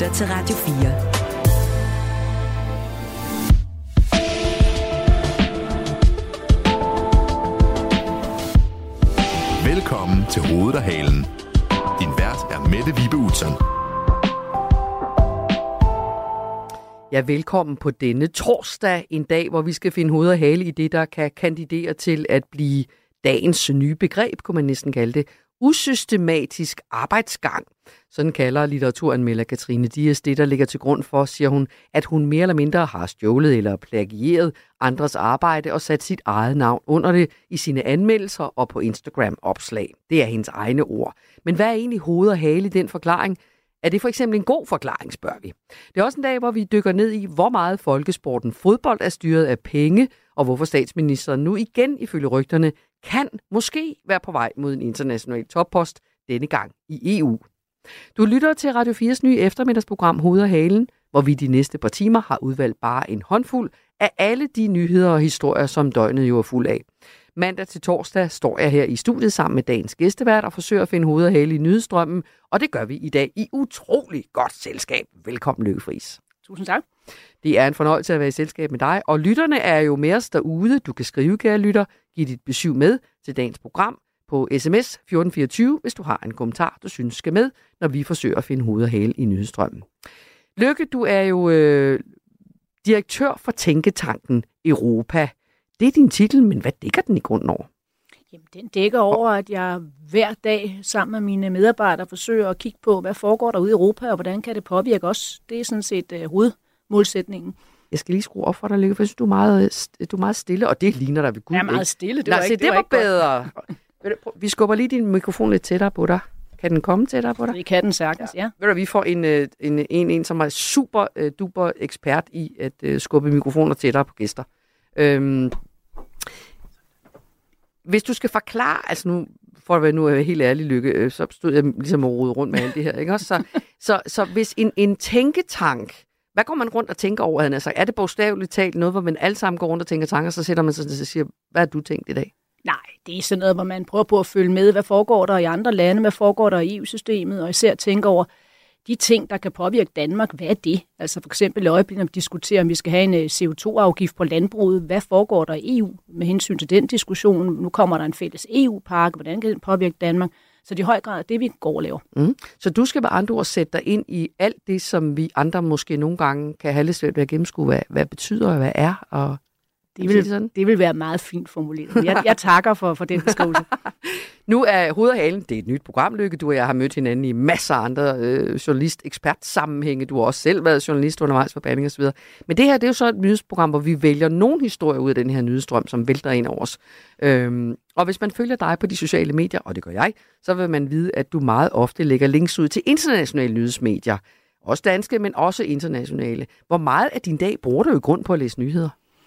lytter til Radio 4. Velkommen til Hovedet og Halen. Din vært er Mette Vibe Utzon. Ja, velkommen på denne torsdag, en dag, hvor vi skal finde hoved og hale i det, der kan kandidere til at blive dagens nye begreb, kunne man næsten kalde det, usystematisk arbejdsgang. Sådan kalder litteraturanmelder Katrine Dias det, der ligger til grund for, siger hun, at hun mere eller mindre har stjålet eller plagieret andres arbejde og sat sit eget navn under det i sine anmeldelser og på Instagram-opslag. Det er hendes egne ord. Men hvad er egentlig hoved og hale i den forklaring? Er det for eksempel en god forklaring, spørger vi. Det er også en dag, hvor vi dykker ned i, hvor meget folkesporten fodbold er styret af penge, og hvorfor statsministeren nu igen, ifølge rygterne, kan måske være på vej mod en international toppost, denne gang i EU. Du lytter til Radio 4's nye eftermiddagsprogram Hoved og Halen, hvor vi de næste par timer har udvalgt bare en håndfuld af alle de nyheder og historier, som døgnet jo er fuld af. Mandag til torsdag står jeg her i studiet sammen med dagens gæstevært og forsøger at finde hoved og hale i nyhedsstrømmen, og det gør vi i dag i utrolig godt selskab. Velkommen, Lykke Friis. Tusind tak. Det er en fornøjelse at være i selskab med dig, og lytterne er jo med os derude. Du kan skrive, kære lytter, give dit besøg med til dagens program på sms 1424, hvis du har en kommentar, du synes skal med, når vi forsøger at finde hoved og hale i nyhedsstrømmen. Lykke, du er jo direktør for Tænketanken Europa. Det er din titel, men hvad dækker den i grunden over? Jamen, den dækker over, at jeg hver dag sammen med mine medarbejdere forsøger at kigge på, hvad foregår derude i Europa, og hvordan kan det påvirke os. Det er sådan set hovedmålsætningen. Jeg skal lige skrue op for dig, Lykke, for jeg synes, du er meget stille, og det ligner dig ved Gud. Jeg er meget stille, det var bedre. Vi skubber lige din mikrofon lidt tættere på dig. Kan den komme tættere på dig? Det kan den sagtens, ja. Ved du, vi får en som er super duper ekspert i at skubbe mikrofoner tættere på gæster. Hvis du skal forklare, altså nu, for at være nu helt ærlig, Lykke, så stod jeg ligesom og rode rundt med alt det her, ikke også? Så hvis en tænketank, hvad går man rundt og tænker over? Altså, er det bogstaveligt talt noget, hvor man alle sammen går rundt og tænker tanker, så sætter man sig og siger, hvad har du tænkt i dag? Nej, det er sådan noget, hvor man prøver på at følge med, hvad foregår der i andre lande, hvad foregår der i EU-systemet, og især tænker over de ting, der kan påvirke Danmark. Hvad er det? Altså for eksempel i øjeblikket, når vi diskuterer, om vi skal have en CO2-afgift på landbruget. Hvad foregår der i EU med hensyn til den diskussion? Nu kommer der en fælles EU-pakke. Hvordan kan den påvirke Danmark? Så det er i høj grad det, vi går og laver. Så du skal med andre ord sætte dig ind i alt det, som vi andre måske nogle gange kan have lidt svært ved at gennemskue, hvad betyder og hvad er, og det vil være meget fint formuleret. Jeg takker for den beskrivelse. Nu er Hoved og Halen, det er et nyt program, Lykke. Du og jeg har mødt hinanden i masser af andre journalist-ekspert-sammenhænge. Du har også selv været journalist undervejs for Banding og så videre. Men det her, det er jo så et nyhedsprogram, hvor vi vælger nogle historier ud af den her nyhedsstrøm, som vælter ind over os. Og hvis man følger dig på de sociale medier, og det gør jeg, så vil man vide, at du meget ofte lægger links ud til internationale nyhedsmedier. Også danske, men også internationale. Hvor meget af din dag bruger du i grund på at læse nyheder?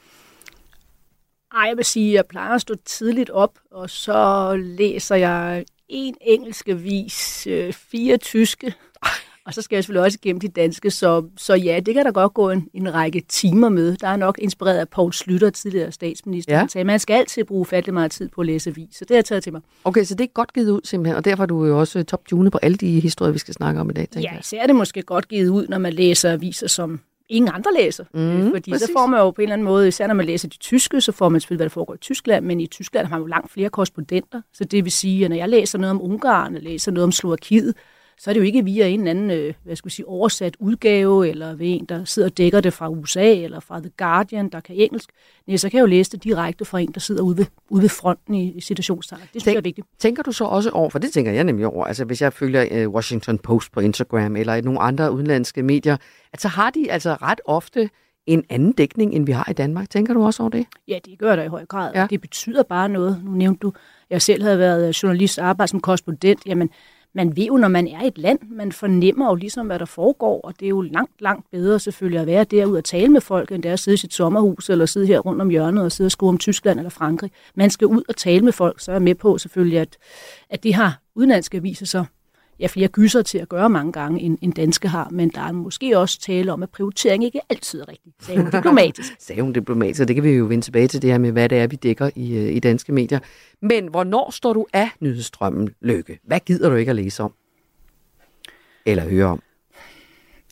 Jeg vil sige, at jeg plejer at stå tidligt op, og så læser jeg 1 engelsk avis, 4 tyske, og så skal jeg selvfølgelig også igennem de danske, så ja, det kan der godt gå en række timer med. Der er nok inspireret af Poul Schlüter, tidligere statsminister. Han sagde, man skal altid bruge fattelig meget tid på at læse avis, så det har jeg taget til mig. Okay, så det er godt givet ud simpelthen, og derfor er du jo også top-tunet på alle de historier, vi skal snakke om i dag, tænker jeg. Ja, så er det måske godt givet ud, når man læser aviser, som ingen andre læser. Fordi præcis. Så får man jo på en eller anden måde, især når man læser de tyske, så får man selvfølgelig, hvad der foregår i Tyskland, men i Tyskland har man jo langt flere korrespondenter. Så det vil sige, at når jeg læser noget om Ungarn, og læser noget om Slovakiet, så er det jo ikke via en eller anden, oversat udgave, eller ved en, der sidder og dækker det fra USA, eller fra The Guardian, der kan engelsk. Nej, så kan jeg jo læse det direkte fra en, der sidder ude ved fronten i situationstegn. Det synes jeg er vigtigt. Tænker du så også over, for det tænker jeg nemlig over, altså hvis jeg følger Washington Post på Instagram, eller nogle andre udenlandske medier, at så har de altså ret ofte en anden dækning, end vi har i Danmark. Tænker du også over det? Ja, det gør der i høj grad. Ja. Det betyder bare noget. Nu nævnte du, jeg selv havde været journalist og arbejdet som korrespondent. Jamen, man ved jo, når man er i et land, man fornemmer jo ligesom, hvad der foregår, og det er jo langt, langt bedre selvfølgelig at være derude og tale med folk, end det er at sidde i sit sommerhus, eller sidde her rundt om hjørnet og sidde og skrive om Tyskland eller Frankrig. Man skal ud og tale med folk, så er jeg med på selvfølgelig, at det har udenlandske aviser så flere gyser til at gøre mange gange, end danske har, men der er måske også tale om, at prioritering ikke altid er rigtig. Sagde hun diplomatisk. Sagde hun diplomatisk, og det kan vi jo vende tilbage til det her med, hvad det er, vi dækker i danske medier. Men hvornår står du af nyhedsstrømmen, Lykke? Hvad gider du ikke at læse om? Eller høre om?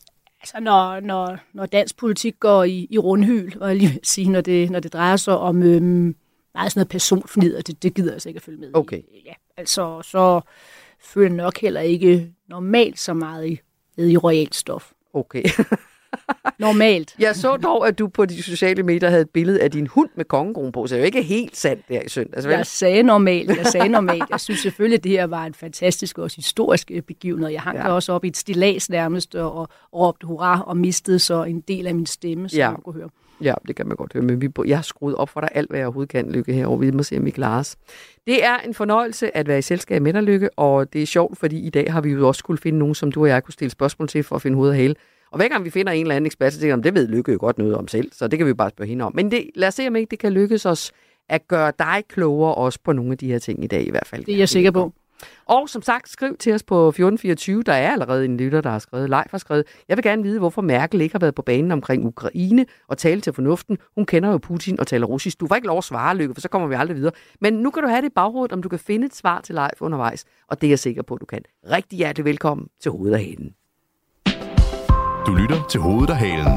Altså, når dansk politik går i rundhyl, og jeg lige vil sige, når det drejer sig om meget sådan noget personfnider, det gider jeg altså ikke at følge med Okay. i. Ja, altså, så føler jeg nok heller ikke normalt så meget i royalt stof. Okay. Normalt. Jeg så dog, at du på de sociale medier havde et billede af din hund med kongekrone på, så det er jo ikke helt sandt der i søndags. Jeg sagde normalt. Jeg synes selvfølgelig, at det her var en fantastisk og også historisk begivenhed. Jeg hang der også op i et stillads nærmest og råbte hurra og mistede så en del af min stemme, som man kunne høre. Ja, det kan man godt høre, men jeg har skruet op for dig alt, hvad jeg overhovedet kan, Lykke, herovre. Vi må se, om vi klarer os. Det er en fornøjelse at være i selskab med dig, Lykke, og det er sjovt, fordi i dag har vi jo også skulle finde nogen, som du og jeg kunne stille spørgsmål til for at finde hoved og hale. Og hver gang vi finder en eller anden ekspert, så tænker jeg, det ved Lykke jo godt noget om selv, så det kan vi bare spørge hende om. Men lad os se, om ikke det kan lykkes os at gøre dig klogere også på nogle af de her ting i dag i hvert fald. Det er jeg sikker på. Og som sagt, skriv til os på 1424. Der er allerede en lytter, der har skrevet. Leif har skrevet. Jeg vil gerne vide, hvorfor Merkel ikke har været på banen omkring Ukraine og tale til fornuften. Hun kender jo Putin og taler russisk. Du får ikke lov at svare, Lykke, for så kommer vi aldrig videre. Men nu kan du have det i baghovedet, om du kan finde et svar til Leif undervejs. Og det er jeg sikker på, at du kan. Rigtig hjertelig velkommen til Hovedet og Halen. Du lytter til Hovedet og Halen.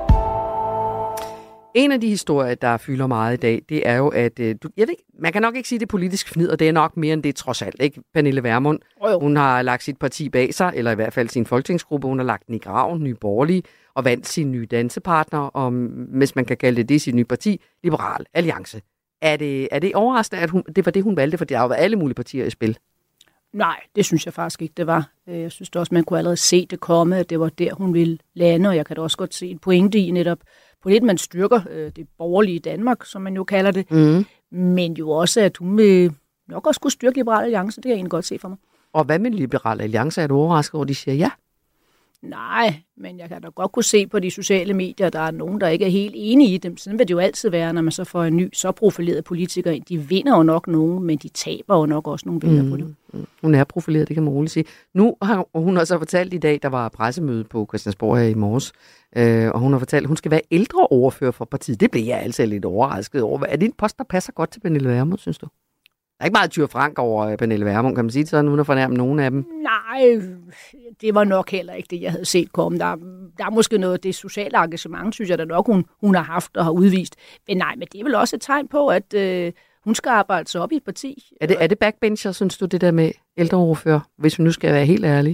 En af de historier, der fylder meget i dag, det er jo, at man kan nok ikke sige, det er politisk fnidder, det er nok mere end det trods alt, ikke? Pernille Vermund, hun har lagt sit parti bag sig, eller i hvert fald sin folketingsgruppe, hun har lagt den i graven, Nye Borgerlige, og vandt sin nye dansepartner, og hvis man kan kalde det sit nye parti, Liberal Alliance. Er det overraskende, at det var det, hun valgte, for der har jo været alle mulige partier i spil? Nej, det synes jeg faktisk ikke, det var. Jeg synes også, man kunne allerede se det komme, at det var der, hun ville lande, og jeg kan da også godt se en pointe i netop på det, man styrker det borgerlige Danmark, som man jo kalder det, men jo også, at hun vil nok også kunne styrke Liberal Alliance, det kan jeg egentlig godt se for mig. Og hvad med Liberal Alliance? Er du overrasket over, de siger ja? Nej, men jeg kan da godt kunne se på de sociale medier, at der er nogen, der ikke er helt enige i dem. Sådan vil det jo altid være, når man så får en ny, så profileret politiker ind. De vinder jo nok nogen, men de taber jo nok også nogle vælgere på det. Hun er profileret, det kan man roligt sige. Nu har hun også fortalt i dag, der var pressemøde på Christiansborg her i morges, og hun har fortalt, at hun skal være ældreordfører for partiet. Det blev jeg altså lidt overrasket over. Er det en post, der passer godt til Pernille Vermund, synes du? Der er ikke meget Thyra Frank over Pernille Vermund, kan man sige det sådan, uden at fornærme nogen af dem? Nej, det var nok heller ikke det, jeg havde set komme. Der er måske noget, det sociale engagement, synes jeg da nok, hun har haft og har udvist. Men nej, men det er vel også et tegn på, at hun skal arbejde sig op i et parti. Er det backbencher, synes du, det der med ældreordfører, hvis vi nu skal være helt ærlige?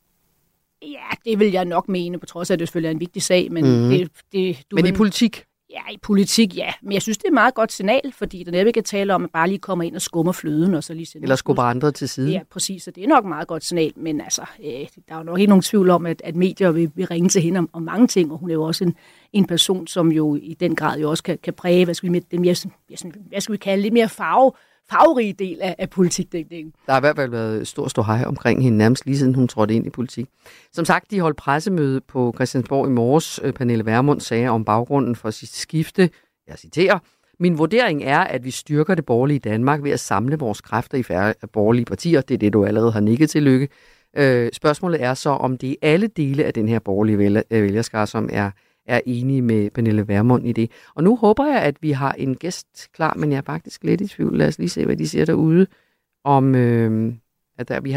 Ja, det vil jeg nok mene, på trods af, at det selvfølgelig er en vigtig sag. Men, men i politik? Ja, i politik, ja. Men jeg synes, det er et meget godt signal, fordi der netop ikke kan tale om, at bare lige kommer ind og skummer fløden, og så lige sender. Eller skubber andre til side. Ja, præcis, og det er nok et meget godt signal, men altså, der er jo nok ikke nogen tvivl om, at medier vil ringe til hende om mange ting, og hun er jo også en person, som jo i den grad jo også kan præge, hvad skal vi kalde det mere farverige del af politikdækningen. Der har i hvert fald været stor ståhej omkring hende, nærmest lige siden hun trådte ind i politik. Som sagt, de holdt pressemøde på Christiansborg i morges. Pernille Vermund sagde om baggrunden for sit skifte, jeg citerer, min vurdering er, at vi styrker det borgerlige Danmark ved at samle vores kræfter i færre borgerlige partier. Det er det, du allerede har nikket til, Lykke. Spørgsmålet er så, om det er alle dele af den her borgerlige vælgerskare, som er enige med Pernille Vermund i det. Og nu håber jeg, at vi har en gæst klar, men jeg er faktisk lidt i tvivl. Lad os lige se, hvad de siger derude om, at der,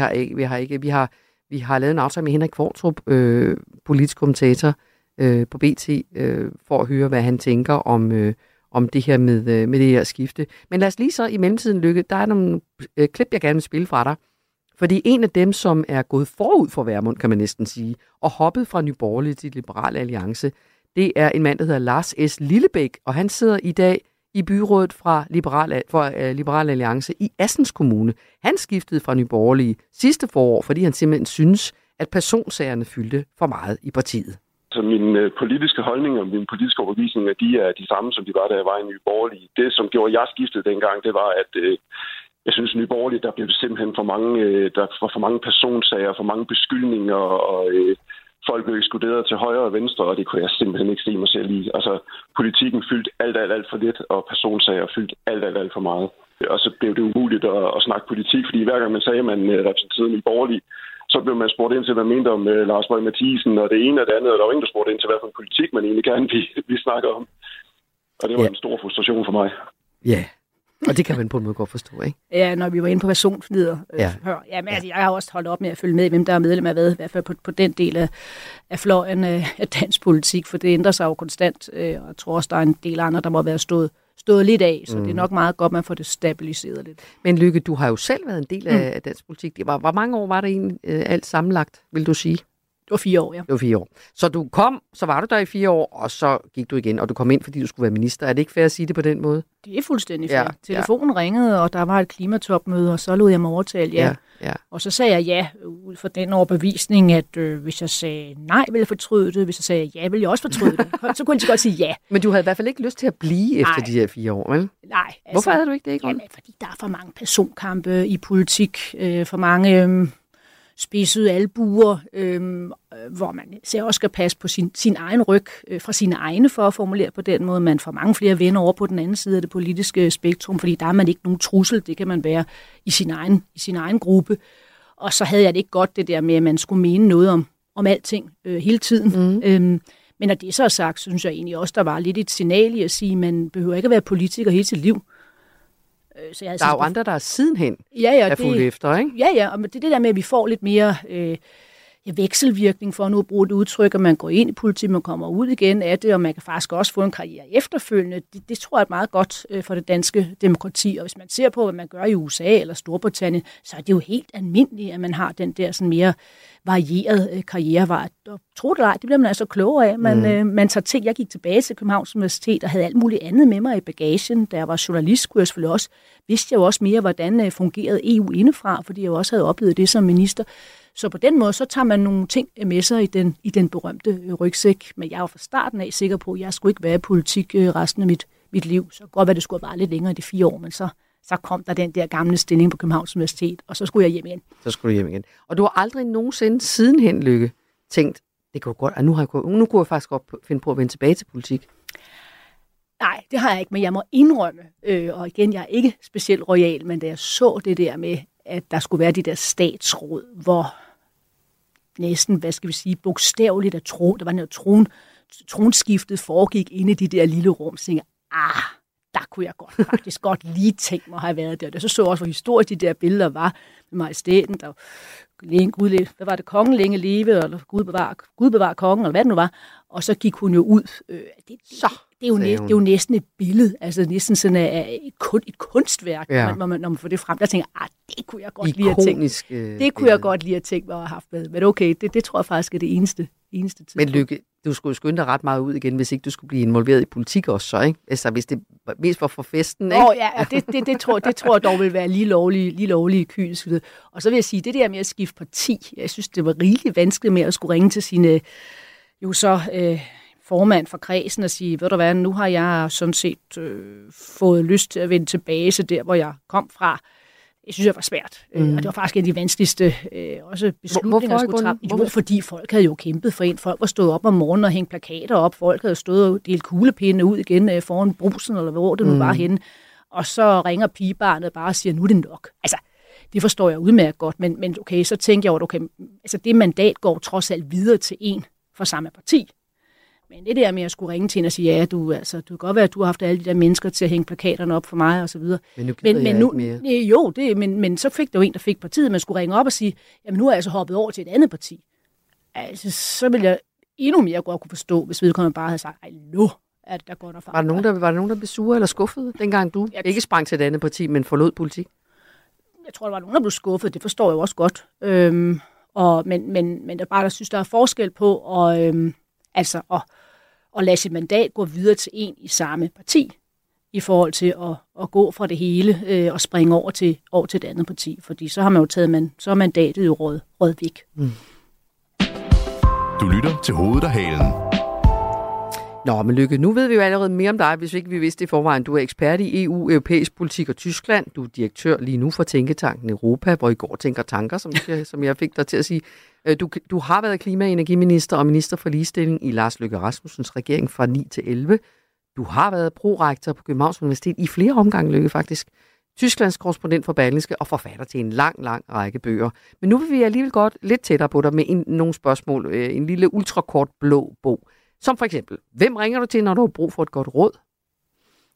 vi har lavet en aftale med Henrik Qvortrup, politisk kommentator på BT, for at høre, hvad han tænker om det her med det her skifte. Men lad os lige så i mellemtiden, Lykke, der er nogle klip, jeg gerne vil spille fra dig. Fordi en af dem, som er gået forud for Vermund, kan man næsten sige, og hoppet fra Nye Borgerlige til Liberal Alliance, det er en mand, der hedder Lars S. Lillebæk, og han sidder i dag i byrådet for Liberal Alliance i Assens Kommune. Han skiftede fra Nye Borgerlige sidste forår, fordi han simpelthen synes, at personsagerne fyldte for meget i partiet. Så mine politiske holdninger og mine politiske overbevisninger, de er de samme, som de var, da jeg var i Nye Borgerlige. Det, som gjorde, jeg skiftede dengang, det var, at jeg synes, Nye Borgerlige, der blev simpelthen der var for mange personsager, for mange beskyldninger, og folk blev ekskluderet til højre og venstre, og det kunne jeg simpelthen ikke se mig selv i. Altså, politikken fyldte alt for lidt, og personsager fyldte alt for meget. Og så blev det umuligt at snakke politik, fordi hver gang man sagde, at man repræsenterede Nye Borgerlige, så blev man spurgt ind til, hvad man mente om Lars Boje Mathiesen, og det ene og det andet, og der var ingen, der spurgte ind til, hvad for en politik man egentlig gerne vi snakker om. Og det var en stor frustration for mig. Ja. Og det kan man på en måde godt forstå, ikke? Ja, når vi var inde på personfnider før. Jamen, altså, jeg har også holdt op med at følge med, hvem der er medlem af hvad, i hvert fald på den del af fløjen af dansk politik, for det ændrer sig jo konstant, og jeg tror også, der er en del andre, der må være stået lidt af, så det er nok meget godt, man får det stabiliseret lidt. Men Lykke, du har jo selv været en del af dansk politik. Hvor mange år var det egentlig alt sammenlagt, vil du sige? Det var 4 år, ja. Det var 4 år. Så du kom, så var du der i 4 år, og så gik du igen, og du kom ind, fordi du skulle være minister. Er det ikke fair at sige det på den måde? Det er fuldstændig fair. Telefonen ringede, og der var et klimatopmøde, og så lod jeg mig overtale ja. Og så sagde jeg ja, ud fra den overbevisning, at hvis jeg sagde nej, ville jeg fortryde det. Hvis jeg sagde ja, ville jeg også fortryde det. Så kunne jeg godt sige ja. Men du havde i hvert fald ikke lyst til at blive efter de her 4 år, vel? Nej. Altså, hvorfor havde du ikke det? Jamen, fordi der er for mange personkampe i politik, for mange spidsede albuer, hvor man også skal passe på sin egen ryg fra sine egne, for at formulere på den måde. Man får mange flere venner over på den anden side af det politiske spektrum, fordi der er man ikke nogen trussel. Det kan man være i sin egen gruppe. Og så havde jeg det ikke godt, det der med, at man skulle mene noget om alting hele tiden. Men når det så er sagt, så synes jeg egentlig også, der var lidt et signal i at sige, at man behøver ikke at være politiker hele sit liv. Så der er jo andre, der er sidenhen er fuldt efter, ikke? Ja, og det er det der med, at vi får lidt mere vekselvirkning, for nu at bruge det udtryk, at man går ind i politik, man kommer ud igen af det, og man kan faktisk også få en karriere efterfølgende. Det tror jeg er meget godt for det danske demokrati, og hvis man ser på, hvad man gør i USA eller Storbritannien, så er det jo helt almindeligt, at man har den der sådan mere varieret karrierevej. Og tro det ej, det bliver man altså klogere af. Man tager ting. Jeg gik tilbage til Københavns Universitet og havde alt muligt andet med mig i bagagen. Da jeg var journalist, kunne jeg selvfølgelig også, vidste jeg jo også mere, hvordan fungerede EU indefra, fordi jeg jo også havde oplevet det som minister. Så på den måde, så tager man nogle ting med sig i den berømte rygsæk. Men jeg var fra starten af sikker på, at jeg skulle ikke være i politik resten af mit liv. Så godt være, det skulle være lidt længere end de 4 år, men så kom der den der gamle stilling på Københavns Universitet, og så skulle jeg hjem igen. Og du har aldrig nogensinde sidenhen, Lykke, tænkt, det kunne godt, nu kunne jeg faktisk godt finde på at vende tilbage til politik? Nej, det har jeg ikke, men jeg må indrømme, og igen, jeg er ikke specielt royal, men da jeg så det der med, at der skulle være de der statsråd, hvor næsten, bogstaveligt at der var noget tronskiftet foregik inde i de der lille rum, så tænkte jeg, der kunne jeg faktisk godt lige tænke mig at have været der. Og så også, hvor historisk de der billeder var med majestæten, der hvad var det, kongen længe leve, eller Gud bevar kongen, eller hvad det nu var. Og så gik hun jo ud. Det er jo næsten et billede, altså næsten sådan et kunstværk, når man får det frem. Der tænker jeg, det kunne jeg godt lige have tænkt. Det kunne jeg godt lige have tænkt mig at have haft med. Men okay, det tror jeg faktisk er det eneste tid. Men Lykke, du skulle skynde dig ret meget ud igen, hvis ikke du skulle blive involveret i politik også, så, ikke? Altså, hvis det mest var for festen, ikke? Det tror jeg dog vil være lige lovlig kynisk. Og så vil jeg sige, det der med at skifte parti, jeg synes, det var rigeligt vanskeligt med at skulle ringe til sine formand for kredsen og sige, ved du hvad, nu har jeg sådan set fået lyst til at vende tilbage til der, hvor jeg kom fra. Jeg synes, det var svært. Og det var faktisk en af de vanskeligste også beslutninger, jeg skulle træffe. Fordi folk havde jo kæmpet for en. Folk var stået op om morgenen og hængt plakater op. Folk havde stået og delt kuglepinde ud igen foran brusen, eller hvor det nu var henne. Og så ringer pigebarnet bare og siger, nu er det nok. Altså, det forstår jeg udmærket godt. Men okay, så tænker jeg, okay, altså det mandat går trods alt videre til en fra samme parti. Men det der med at skulle ringe til hende og sige, ja, du kan godt være, at du har haft alle de der mennesker til at hænge plakaterne op for mig, og så videre. Men nu gider jeg ikke mere. Men så fik det jo en, der fik partiet, man skulle ringe op og sige, jamen nu er jeg altså hoppet over til et andet parti. Altså, så ville jeg endnu mere godt kunne forstå, hvis vedkommende bare havde sagt, ej, nu er det der godt og farligt. Var der nogen, der blev sure eller skuffede, dengang du ikke sprang til et andet parti, men forlod politik? Jeg tror, der var nogen, der blev skuffet. Det forstår jeg jo også godt. Men der bare, der synes, der er forskel på at lade sit mandat gå videre til en i samme parti, i forhold til at gå fra det hele og springe over til et andet parti. Fordi så har man jo så er mandatet jo rød væk. Du lytter til Hovedet og Halen. Nå, men Lykke, nu ved vi jo allerede mere om dig, hvis ikke vi vidste i forvejen. Du er ekspert i EU, europæisk politik og Tyskland. Du er direktør lige nu for Tænketanken Europa, hvor I går tænker tanker, som jeg fik dig til at sige. Du har været klima- og energiminister og minister for ligestilling i Lars Løkke Rasmussens regering fra 9 til 11. Du har været prorektor på Københavns Universitet i flere omgange, Lykke, faktisk. Tysklands korrespondent for Berlingske og forfatter til en lang række bøger. Men nu vil vi alligevel godt lidt tættere på dig med nogle spørgsmål. En lille ultrakort blå bog. Som for eksempel, hvem ringer du til, når du har brug for et godt råd?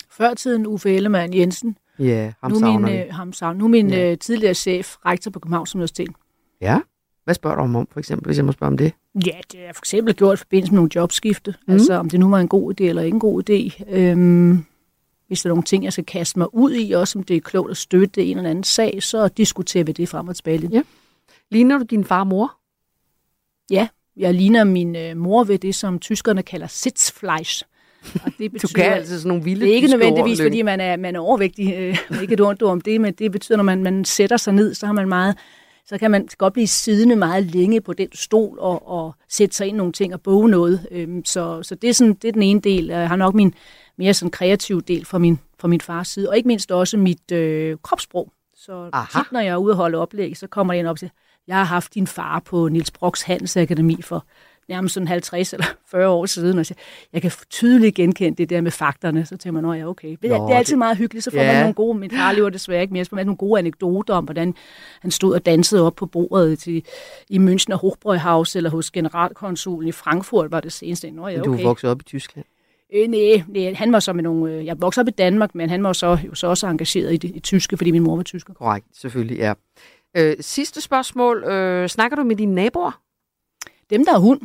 Førtiden Uffe Ellemann-Jensen. Ja, ham nu er min tidligere chef, rektor på Københavns Universitet. Ja, hvad spørger du om, for eksempel, hvis jeg må spørge om det? Ja, det er for eksempel gjort i forbindelse med nogle jobskifte. Altså, om det nu var en god idé eller ikke en god idé. Hvis der er nogle ting, jeg skal kaste mig ud i, også om det er klogt at støtte en eller anden sag, så diskuterer vi det frem og tilbage lidt. Ja. Ligner du din far og mor? Ja, jeg ligner min mor ved det, som tyskerne kalder Sitzfleisch. Og det betyder, du kan altså sådan nogle vilde. Det er ikke nødvendigvis, fordi man er overvægtig, ikke et ondt om det, men det betyder, når man sætter sig ned, så kan man godt blive siddende meget længe på den stol og sætte sig ind i nogle ting og boge noget. Så det er den ene del. Jeg har nok min mere sådan kreativ del fra min fars side, og ikke mindst også mit kropssprog. Så tit, når jeg er ude og holde oplæg, så kommer det ind op til, jeg har haft din far på Niels Broks Handelsakademi for nærmest sådan 50 eller 40 år siden, og jeg kan tydeligt genkende det der med fakterne, så tænker man, okay. Det er altid meget hyggeligt, så får man nogle gode, min far lever desværre ikke mere, så får man nogle gode anekdoter om, hvordan han stod og dansede op på bordet i München og Hochbräuhaus, eller hos generalkonsulen i Frankfurt, var det seneste. Okay. Du er vokset op i Tyskland? Nej, han var så med nogle, jeg voksede op i Danmark, men han var så også engageret i tyske, fordi min mor var tysker. Korrekt, selvfølgelig, ja. Sidste spørgsmål. Snakker du med dine naboer? Dem, der har hund.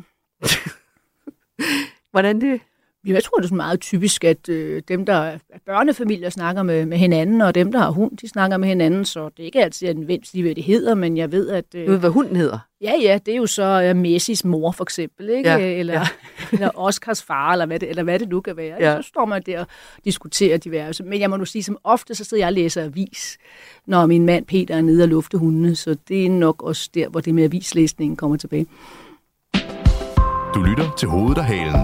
Hvordan det? Jeg tror, det er sådan meget typisk, at dem, der er børnefamilier, snakker med hinanden, og dem, der har hund, de snakker med hinanden, så det er ikke altid nødvendigvis, hvad det hedder, men jeg ved, at... Du ved, hvad hunden hedder? Ja, det er jo så Messis mor, for eksempel, ikke? Ja, eller Oscars far, eller hvad det nu kan være. Ja. Så står man der og diskuterer diverse. Men jeg må nu sige, som ofte, så sidder jeg og læser avis, når min mand Peter er nede og lufte hundene, så det er nok også der, hvor det med avislæsningen kommer tilbage. Du lytter til Hovedet og Halen.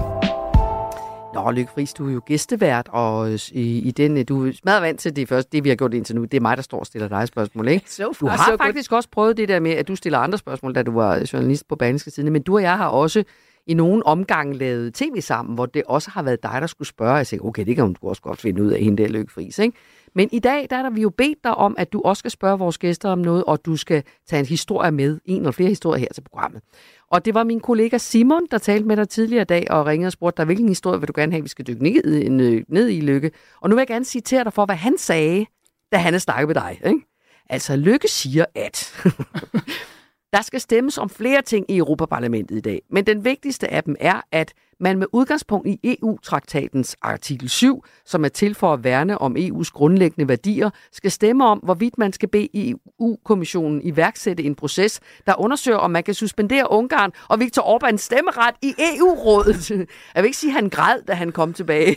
Nå, Lykke Friis, du er jo gæstevært, og i den, du er meget vant til det vi har gjort indtil nu. Det er mig, der står og stiller dig spørgsmål, ikke? Du har faktisk også prøvet det der med, at du stiller andre spørgsmål, da du var journalist på Berlingske Tidende, men du og jeg har også i nogle omgange lavet tv sammen, hvor det også har været dig, der skulle spørge. Jeg tænkte, okay, det kan du også godt finde ud af hende der, Lykke Friis, ikke? Men i dag, der er vi jo bedt dig om, at du også skal spørge vores gæster om noget, og du skal tage en historie med, en eller flere historier her til programmet. Og det var min kollega Simon, der talte med dig tidligere i dag og ringede og spurgte dig, hvilken historie vil du gerne have, vi skal dykke ned i, Lykke. Og nu vil jeg gerne citere dig for, hvad han sagde, da han snakkede med dig. Ikke? Altså, Lykke siger, at der skal stemmes om flere ting i Europaparlamentet i dag. Men den vigtigste af dem er, at man med udgangspunkt i EU-traktatens artikel 7, som er til for at værne om EU's grundlæggende værdier, skal stemme om, hvorvidt man skal bede EU-kommissionen iværksætte en proces, der undersøger, om man kan suspendere Ungarn og Viktor Orbáns stemmeret i EU-rådet. Jeg vil ikke sige, at han græd, da han kom tilbage.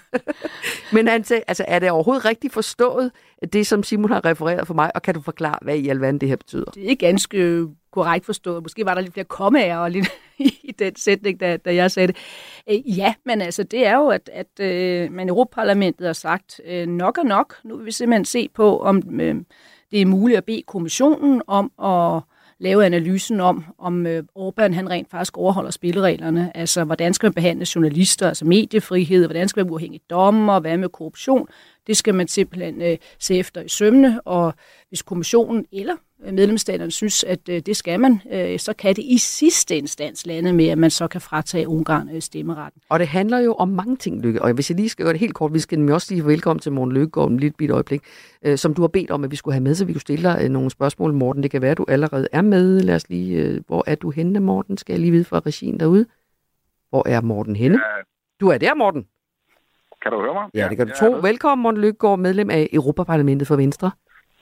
Men han sagde, altså, er det overhovedet rigtigt forstået, det som Simon har refereret for mig, og kan du forklare, hvad i alverden det her betyder? Det er ganske korrekt forstået. Måske var der lidt flere kommaer og lidt i den sætning, da jeg sagde det. Ja, men altså, det er jo, at man i Europaparlamentet har sagt, nok er nok. Nu vil vi simpelthen se på, om det er muligt at bede kommissionen om at lave analysen om Orbán han rent faktisk overholder spillereglerne. Altså, hvordan skal man behandle journalister, altså mediefrihed, hvordan skal man være uafhængig dommer, hvad med korruption. Det skal man simpelthen se efter i sømmene, og hvis kommissionen eller medlemsstaterne synes, at det skal man, så kan det i sidste instans lande med, at man så kan fratage Ungarn stemmeretten. Og det handler jo om mange ting, Lykke. Og hvis jeg lige skal gøre det helt kort, vi skal nemlig også sige velkommen til Morten Løkkegaard om et lille bitte øjeblik, som du har bedt om, at vi skulle have med, så vi kunne stille dig nogle spørgsmål, Morten. Det kan være, at du allerede er med. Lad os lige, hvor er du henne, Morten? Skal jeg lige vide fra regien derude? Hvor er Morten henne? Du er der, Morten. Kan du høre mig? Ja, det kan du tro. Velkommen, Morten Løkkegaard, medlem af Europaparlamentet for Venstre.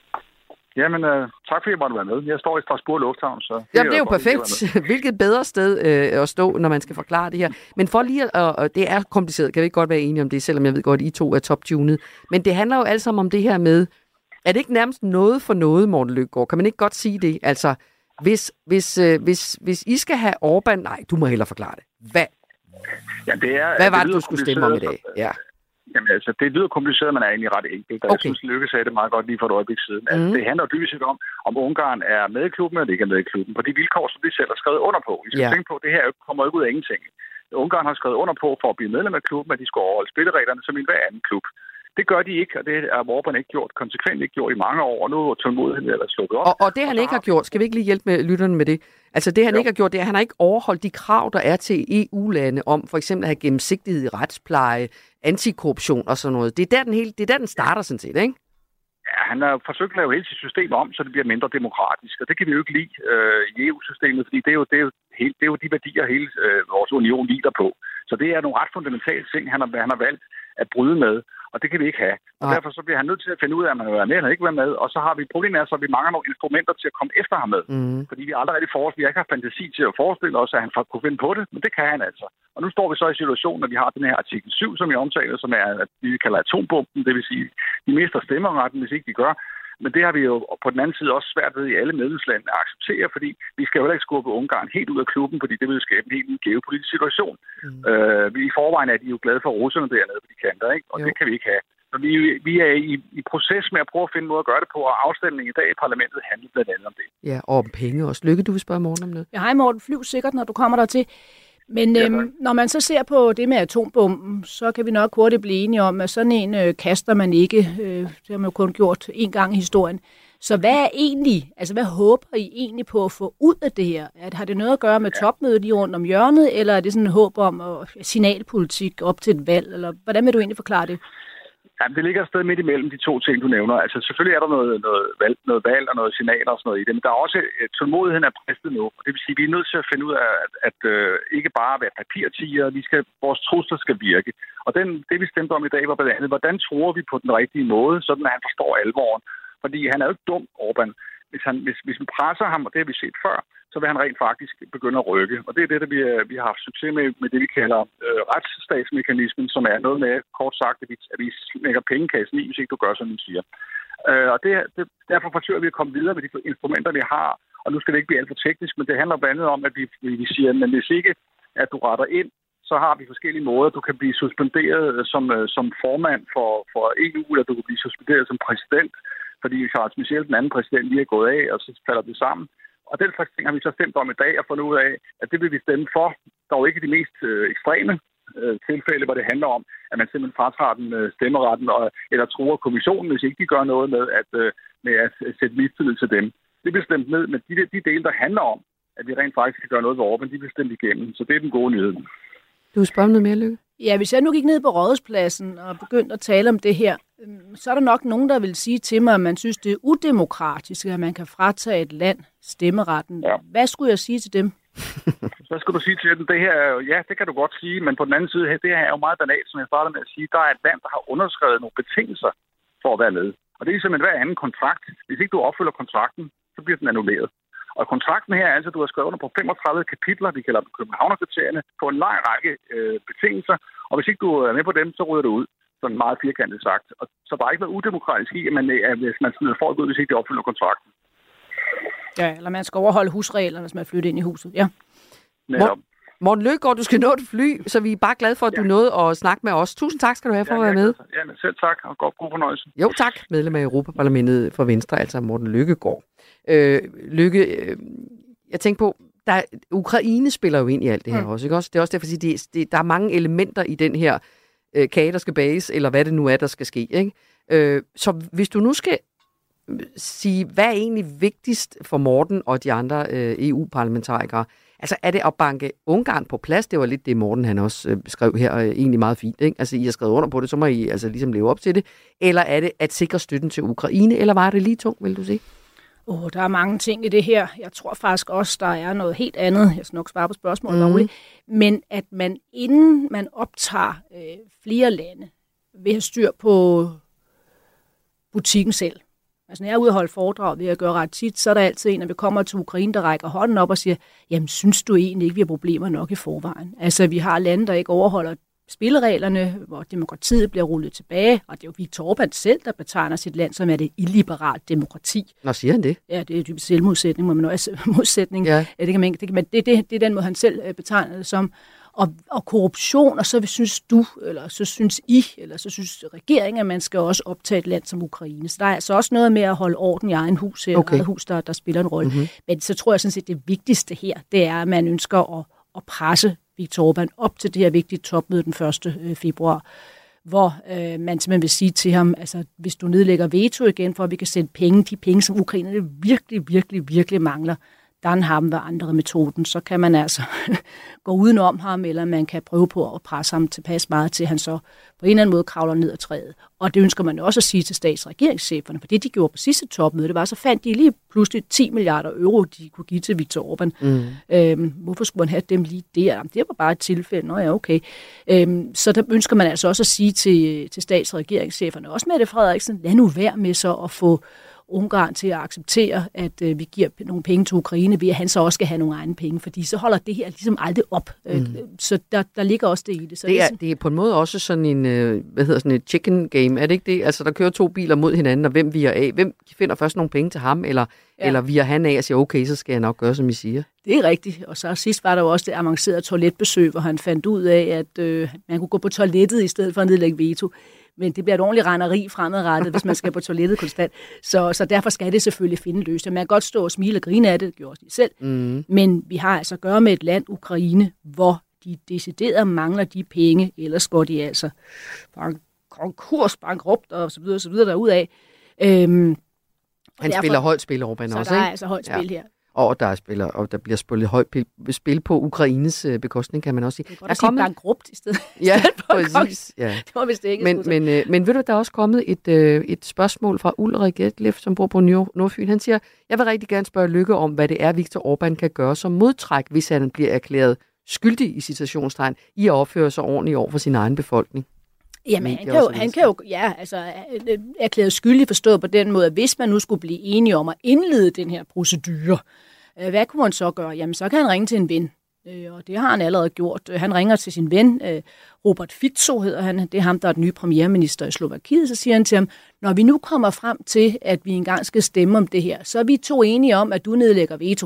Jamen, tak fordi jeg måtte være med. Jeg står i Strasbourg Lufthavn, så... Jamen, det er jo perfekt. Hvilket bedre sted at stå, når man skal forklare det her. Men for lige at... det er kompliceret, kan vi ikke godt være enige om det, selvom jeg ved godt, at I to er top-tunet. Men det handler jo alle sammen om det her med... Er det ikke nærmest noget for noget, Morten Løkkegaard? Kan man ikke godt sige det? Altså, hvis I skal have Orbán... Nej, du må hellere forklare det. Hvad var det, du skulle stemme om i dag? Ja. Jamen altså, det lyder kompliceret, men er egentlig ret enkelt. Okay. Jeg synes, Lykke sagde det meget godt lige for et øjeblik siden. Altså, det handler jo dybest set om Ungarn er med i klubben, eller ikke er med i klubben, på de vilkår, som de selv har skrevet under på. Vi skal tænke på, at det her kommer ikke ud af ingenting. Ungarn har skrevet under på for at blive medlem af klubben, at de skal overholde spillereglerne som i hver anden klub. Det gør de ikke, og det har Orbán ikke gjort, konsekvent ikke gjort i mange år, og nu er tålmodigheden eller slukket op. Og det han ikke har gjort, skal vi ikke lige hjælpe med lytterne med det? Altså det han ikke har gjort, det er, at han har ikke overholdt de krav, der er til EU-lande om for eksempel at have gennemsigtighed i retspleje, antikorruption og sådan noget. Det er der den starter sådan set, ikke? Ja, han har forsøgt at lave hele sit system om, så det bliver mindre demokratisk, og det kan vi jo ikke lide i EU-systemet, fordi det er jo de værdier, hele vores union hviler på. Så det er nogle ret fundamentale ting, han har valgt at bryde med, og det kan vi ikke have. Og derfor så bliver han nødt til at finde ud af, at man vil være med eller ikke være med, og så har vi problemet så vi mangler nogle instrumenter til at komme efter ham med. Fordi vi aldrig rigtig vi ikke har fantasi til at forestille os, at han kunne finde på det, men det kan han altså. Og nu står vi så i situationen, at vi har den her artikel 7, som jeg omtaler, som er, at vi kalder atombomben, det vil sige, de mister stemmeretten, hvis ikke de gør. Men det har vi jo på den anden side også svært ved i alle medlemslande at acceptere, fordi vi skal jo heller ikke skubbe Ungarn helt ud af klubben, fordi det vil skabe en helt ny geopolitisk situation. I forvejen er de jo glade for russerne dernede på de kanter, ikke? Og det kan vi ikke have. Så vi er i proces med at prøve at finde en måde at gøre det på, og afstemningen i dag i parlamentet handler blandt andet om det. Ja, og om penge også. Lykke, du vil spørge Morten om noget? Ja, hej Morten, flyv sikkert, når du kommer der til. Men når man så ser på det med atombomben, så kan vi nok hurtigt blive enige om, at sådan en kaster man ikke. Det har man jo kun gjort én gang i historien. Så hvad håber I egentlig på at få ud af det her? Har det noget at gøre med topmødet lige rundt om hjørnet, eller er det sådan et håb om signalpolitik op til et valg? Eller hvordan vil du egentlig forklare det? Ja, det ligger et sted midt imellem de to ting, du nævner. Altså selvfølgelig er der noget valg og noget signaler og sådan noget i det, men der er også tålmodigheden er bristet nu. Det vil sige, at vi er nødt til at finde ud af, at ikke bare være papirtiger, vores trusler skal virke. Og det vi stemte om i dag var blandt andet, hvordan tror vi på den rigtige måde, sådan at han forstår alvoren. Fordi han er jo ikke dum, Orbán. Hvis man presser ham, og det har vi set før, så vil han rent faktisk begynde at rykke. Og det er det, vi har haft succes med det, vi kalder retsstatsmekanismen, som er noget med, kort sagt, at vi smækker pengekassen i, hvis ikke du gør, som vi siger. Og derfor forsøger vi at komme videre med de instrumenter, vi har. Og nu skal det ikke blive alt for teknisk, men det handler blandt andet om, at vi siger, at hvis ikke at du retter ind, så har vi forskellige måder. Du kan blive suspenderet som formand for EU, eller du kan blive suspenderet som præsident, fordi Charles Michel, den anden præsident, lige er gået af, og så falder det sammen. Og den slags ting har vi så stemt om i dag og fundet ud af, at det vil vi stemme for. Der er jo ikke de mest ekstreme tilfælde, hvor det handler om, at man simpelthen fratager den stemmeretten, eller truer kommissionen, hvis ikke de gør noget med at sætte mistillid til dem. Det bliver stemt ned, men de dele, der handler om, at vi rent faktisk kan gøre noget ved Orbán, de bliver stemt igennem. Så det er den gode nyhed. Du spørger om noget mere, Lykke? Ja, hvis jeg nu gik ned på Rådhuspladsen og begyndte at tale om det her, så er der nok nogen, der vil sige til mig, at man synes, det er udemokratisk, at man kan fratage et land stemmeretten. Ja. Hvad skulle jeg sige til dem? Så skal du sige til dem, det her, ja, det kan du godt sige, men på den anden side, det her er jo meget banalt, som jeg startede med at sige. Der er et land, der har underskrevet nogle betingelser for at være med. Og det er ligesom en hver anden kontrakt. Hvis ikke du opfylder kontrakten, så bliver den annulleret. Og kontrakten her er altså, at du har skrevet under på 35 kapitler, vi kalder dem Københavnerkriterierne, på en lang række betingelser. Og hvis ikke du er med på dem, så ryger du ud. Sådan meget firkantet sagt. Og så der er ikke noget udemokratisk i, hvis man smider folk ud, hvis ikke de opfylder kontrakten. Ja, eller man skal overholde husreglerne, hvis man flytter ind i huset. Ja. Morten Løkkegaard, du skal nå et fly, så vi er bare glade for, at du nåede at snakke med os. Tusind tak skal du have for at være med. Ja, selv tak, og god fornøjelse. Jo tak, medlem af Europaparlamentet for Venstre, altså Morten Løkkegaard. Lykke, jeg tænker på, Ukraine spiller jo ind i alt det her også, ikke også? Det er også derfor, at der er mange elementer i den her kage, der skal bages, eller hvad det nu er, der skal ske, ikke? Så hvis du nu skal sige, hvad er egentlig vigtigst for Morten og de andre EU-parlamentarikere? Altså, er det at banke Ungarn på plads? Det var lidt det, Morten han også skrev her, egentlig meget fint, ikke? Altså, I har skrevet under på det, så må I altså ligesom leve op til det. Eller er det at sikre støtten til Ukraine, eller var det lige tungt, vil du sige? Der er mange ting i det her. Jeg tror faktisk også, der er noget helt andet. Jeg skal nok svare på spørgsmålet lovligt. Men at man, inden man optager flere lande, vil have styr på butikken selv. Altså, når jeg er ude og holde foredrag, vil jeg gøre ret tit, så er der altid en, når vi kommer til Ukraine, der rækker hånden op og siger, jamen, synes du egentlig ikke, vi har problemer nok i forvejen? Altså, vi har lande, der ikke overholder spillereglerne, hvor demokratiet bliver rullet tilbage, og det er jo Viktor Orbán selv, der betegner sit land som er det illiberalt demokrati. Nå, siger han det? Ja, det er typisk selvmodsætning, må man også modsætning. Ja. Det er den måde, han selv betegner det som. Og korruption, og så synes du, eller så synes I, eller så synes regeringen, at man skal også optage et land som Ukraine. Så der er altså også noget med at holde orden i egen hus, eller eget hus, der spiller en rolle. Mm-hmm. Men så tror jeg sådan set, det vigtigste her, det er, at man ønsker at presse Viktor Orbán op til det her vigtige topmøde den 1. februar, hvor man simpelthen vil sige til ham, altså hvis du nedlægger veto igen, for at vi kan sende de penge, som ukrainerne virkelig, virkelig, virkelig mangler, Dan ham ved andre metoden, så kan man altså gå udenom ham, eller man kan prøve på at presse ham tilpas meget, til han så på en eller anden måde kravler ned ad træet. Og det ønsker man også at sige til stats- og regeringscheferne, for det de gjorde på sidste topmøde, det var, så fandt de lige pludselig 10 milliarder euro, de kunne give til Viktor Orbán. Hvorfor skulle man have dem lige der? Det var bare et tilfælde. Nå ja, okay. Så der ønsker man altså også at sige til stats- og regeringscheferne, også Mette Frederiksen, lad nu være med så at få Ungarn til at acceptere, at vi giver nogle penge til Ukraine, ved at han så også skal have nogle egne penge, fordi så holder det her ligesom aldrig op. Så der ligger også det i det. Så det er på en måde også sådan en chicken game, er det ikke det? Altså der kører 2 biler mod hinanden, og hvem viger af? Hvem finder først nogle penge til ham, eller viger han af og siger, okay, så skal jeg nok gøre, som I siger? Det er rigtigt. Og så sidst var der jo også det avancerede toiletbesøg, hvor han fandt ud af, at man kunne gå på toilettet i stedet for at nedlægge veto. Men det bliver et ordentligt renderi fremadrettet, hvis man skal på toilettet konstant. Så derfor skal det selvfølgelig finde løsning. Man kan godt stå og smile og grine af det, det gjorde de selv. Men vi har altså at gøre med et land, Ukraine, hvor de decideret mangler de penge, ellers går de altså konkurs, bankrupt og så videre derudad. Han spiller højt spil, Orbán også, ikke? Så der er altså højt spil her. Og der bliver spillet højt spil på Ukraines bekostning, kan man også sige. Det er godt at sige bankrupt i stedet. Ja, præcis. Ja. Det var vist ikke. Men ved du, der er også kommet et spørgsmål fra Ulrik Etlef, som bor på Nordfyn. Han siger, jeg vil rigtig gerne spørge Løkke om, hvad det er, Viktor Orbán kan gøre som modtræk, hvis han bliver erklæret skyldig i citationstegn i at opføre sig ordentligt over for sin egen befolkning. Jamen, han kan jo erklære skyldig forstået på den måde, at hvis man nu skulle blive enige om at indlede den her procedure, hvad kunne man så gøre? Jamen, så kan han ringe til en ven, og det har han allerede gjort. Han ringer til sin ven, Robert Fico hedder han, det er ham, der er den nye premierminister i Slovakiet, så siger han til ham, når vi nu kommer frem til, at vi engang skal stemme om det her, så er vi 2 enige om, at du nedlægger veto.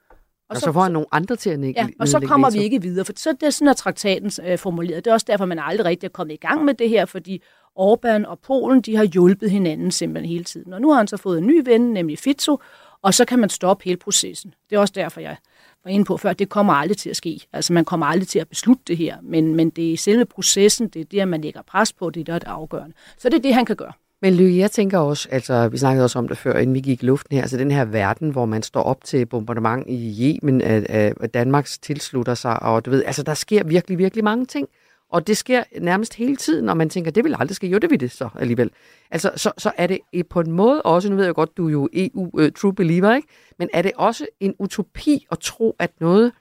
Og så får han nogle andre til at nedlægge og så kommer vi ikke videre, for så det er sådan, at traktaten formuleret. Det er også derfor, man aldrig rigtig er kommet i gang med det her, fordi Orbán og Polen, de har hjulpet hinanden simpelthen hele tiden. Og nu har han så fået en ny ven, nemlig Fico, og så kan man stoppe hele processen. Det er også derfor, jeg var inde på før, det kommer aldrig til at ske. Altså, man kommer aldrig til at beslutte det her, men det er selve processen, det er det, at man lægger pres på, det er det afgørende. Så det er det, han kan gøre. Men Løkke, jeg tænker også, altså vi snakkede også om det før, inden vi gik i luften her, altså den her verden, hvor man står op til bombardement i Yemen, at Danmarks tilslutter sig, og du ved, altså der sker virkelig, virkelig mange ting. Og det sker nærmest hele tiden, og man tænker, det vil aldrig ske. Jo, det vil det så alligevel. Altså, så er det på en måde også, nu ved jeg godt, du er jo EU-true believer, ikke? Men er det også en utopi at tro, at noget,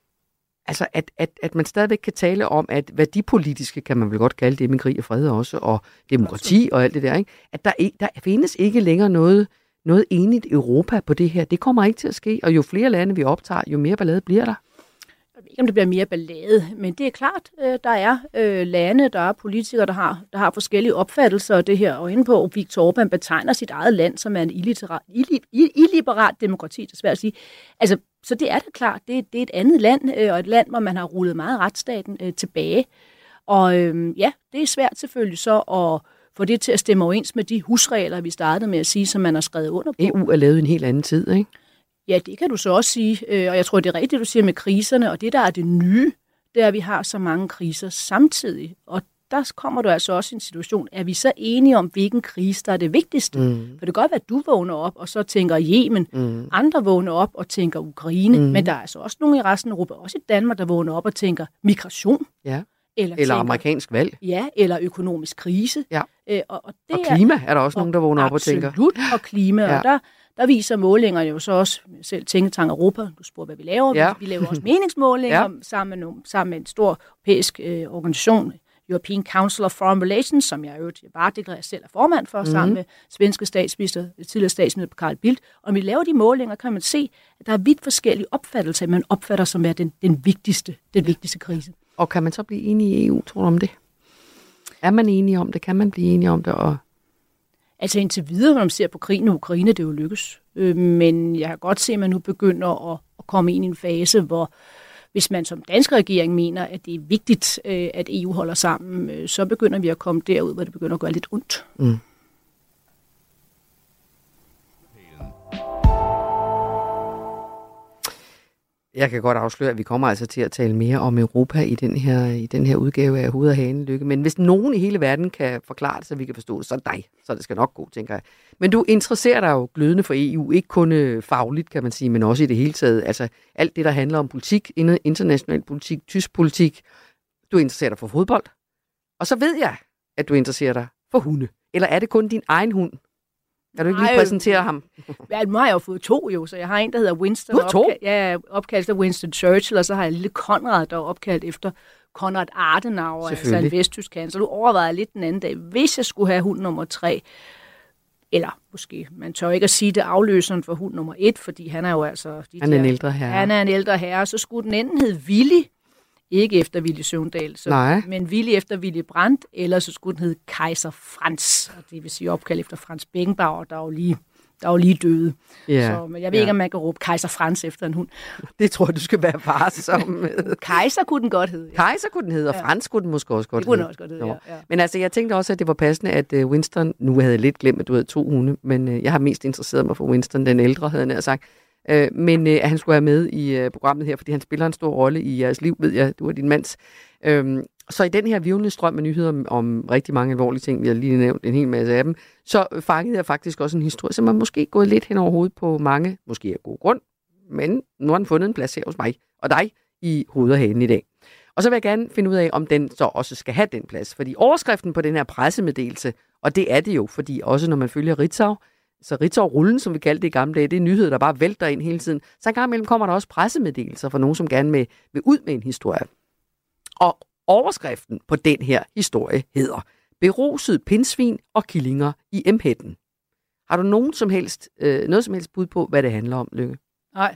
altså at man stadigvæk kan tale om, at værdipolitiske, kan man vel godt kalde det, med krig og fred også, og demokrati og alt det der, ikke? At der findes ikke længere noget enigt Europa på det her. Det kommer ikke til at ske, og jo flere lande vi optager, jo mere ballade bliver der. Jeg ved ikke, om det bliver mere ballade, men det er klart, der er lande, der er politikere, der har forskellige opfattelser af det her, og inde på Viktor Orbán betegner sit eget land som en illiberalt demokrati, det er svært at sige. Altså, så det er da klart, det er et andet land, og et land, hvor man har rullet meget retsstaten tilbage. Og det er svært selvfølgelig så at få det til at stemme overens med de husregler, vi startede med at sige, som man har skrevet under på. EU er lavet i en helt anden tid, ikke? Ja, det kan du så også sige, og jeg tror, det er rigtigt, du siger med kriserne, og det, der er det nye, det er, at vi har så mange kriser samtidig, og der kommer du altså også i en situation, er vi så enige om, hvilken krise, der er det vigtigste? For det kan godt være, at du vågner op, og så tænker Yemen, andre vågner op og tænker Ukraine, men der er altså også nogle i resten af Europa, også i Danmark, der vågner op og tænker migration. Ja. Eller tænker, amerikansk valg. Ja, eller økonomisk krise. Ja. Og klima er der også nogen, der vågner op og tænker. Absolut, og klima, ja. Og der viser målingerne jo så også, selv Tænketank Europa, du spurgte, hvad vi laver. Ja. Vi laver også meningsmålinger sammen med en stor europæisk organisation, European Council of Foreign Relations, som jeg bare deklarerer selv er formand for, sammen med svenske tidligere statsminister Carl Bildt. Og når vi laver de målinger, kan man se, at der er vidt forskellige opfattelser, man opfatter som er den vigtigste krise. Og kan man så blive enig i EU, tror du om det? Er man enige om det? Kan man blive enige om det? Altså indtil videre, når man ser på krigen i Ukraine, det er jo lykkes. Men jeg kan godt se, at man nu begynder at komme ind i en fase, hvor hvis man som dansk regering mener, at det er vigtigt, at EU holder sammen, så begynder vi at komme derud, hvor det begynder at gøre lidt ondt. Jeg kan godt afsløre, at vi kommer altså til at tale mere om Europa i den her udgave af Hoved og Hane, Lykke. Men hvis nogen i hele verden kan forklare det, så vi kan forstå det, så er det dig. Så det skal nok gå, tænker jeg. Men du interesserer dig jo glødende for EU, ikke kun fagligt, kan man sige, men også i det hele taget. Altså alt det, der handler om politik, international politik, tysk politik. Du interesserer dig for fodbold. Og så ved jeg, at du interesserer dig for hunde. Eller er det kun din egen hund? Kan du ikke lige præsentere ham? Ja, nu har jeg jo fået 2 jo, så jeg har en, der hedder Winston. Du har 2? Opkaldt efter Winston Churchill, og så har jeg en lille Konrad, der er opkaldt efter Konrad Adenauer, altså en vesttysk kansler. Du overvejede lidt den anden dag, hvis jeg skulle have hund nummer 3, eller måske, man tør ikke at sige det, afløseren for hund nummer 1, fordi han er jo altså... Han er en ældre herre. Han er en ældre herre, så skulle den enten hedde Willy, ikke efter Willy Søvndal, men Willy efter Willy Brandt, eller så skulle den hedde Kaiser Franz, og det vil sige opkald efter Franz Beckenbauer, der er jo lige døde. Yeah. Så, men jeg ved ikke, om man kan råbe Kaiser Franz efter en hund. Det tror jeg, du skal være varsom med. Kaiser kunne den godt hedde. Ja. Kaiser kunne den hedde, og Franz kunne den måske også godt hedde. Det kunne den også godt hedde, ja. Men altså, jeg tænkte også, at det var passende, at Winston, nu havde jeg lidt glemt, at du havde 2 hunde, men jeg har mest interesseret mig for Winston, den ældre, havde jeg nær sagt. Men at han skulle være med i programmet her, fordi han spiller en stor rolle i jeres liv, ved jeg, du er din mands. Så i den her virvlende strøm af nyheder om rigtig mange alvorlige ting, vi har lige nævnt en hel masse af dem, så fangede jeg faktisk også en historie, som er måske gået lidt hen over hovedet på mange, måske af god grund, men nu har den fundet en plads her hos mig og dig i Hoved og Hane i dag. Og så vil jeg gerne finde ud af, om den så også skal have den plads, fordi overskriften på den her pressemeddelelse, og det er det jo, fordi også når man følger Ritzau, så Ritzau-rullen, som vi kaldte det i gamle dage, det er nyheder, der bare vælter ind hele tiden. Så en gang imellem kommer der også pressemeddelelser fra nogen, som gerne vil ud med en historie. Og overskriften på den her historie hedder Beruset pindsvin og killinger i Emheden. Har du noget som helst bud på, hvad det handler om, Lykke? Nej.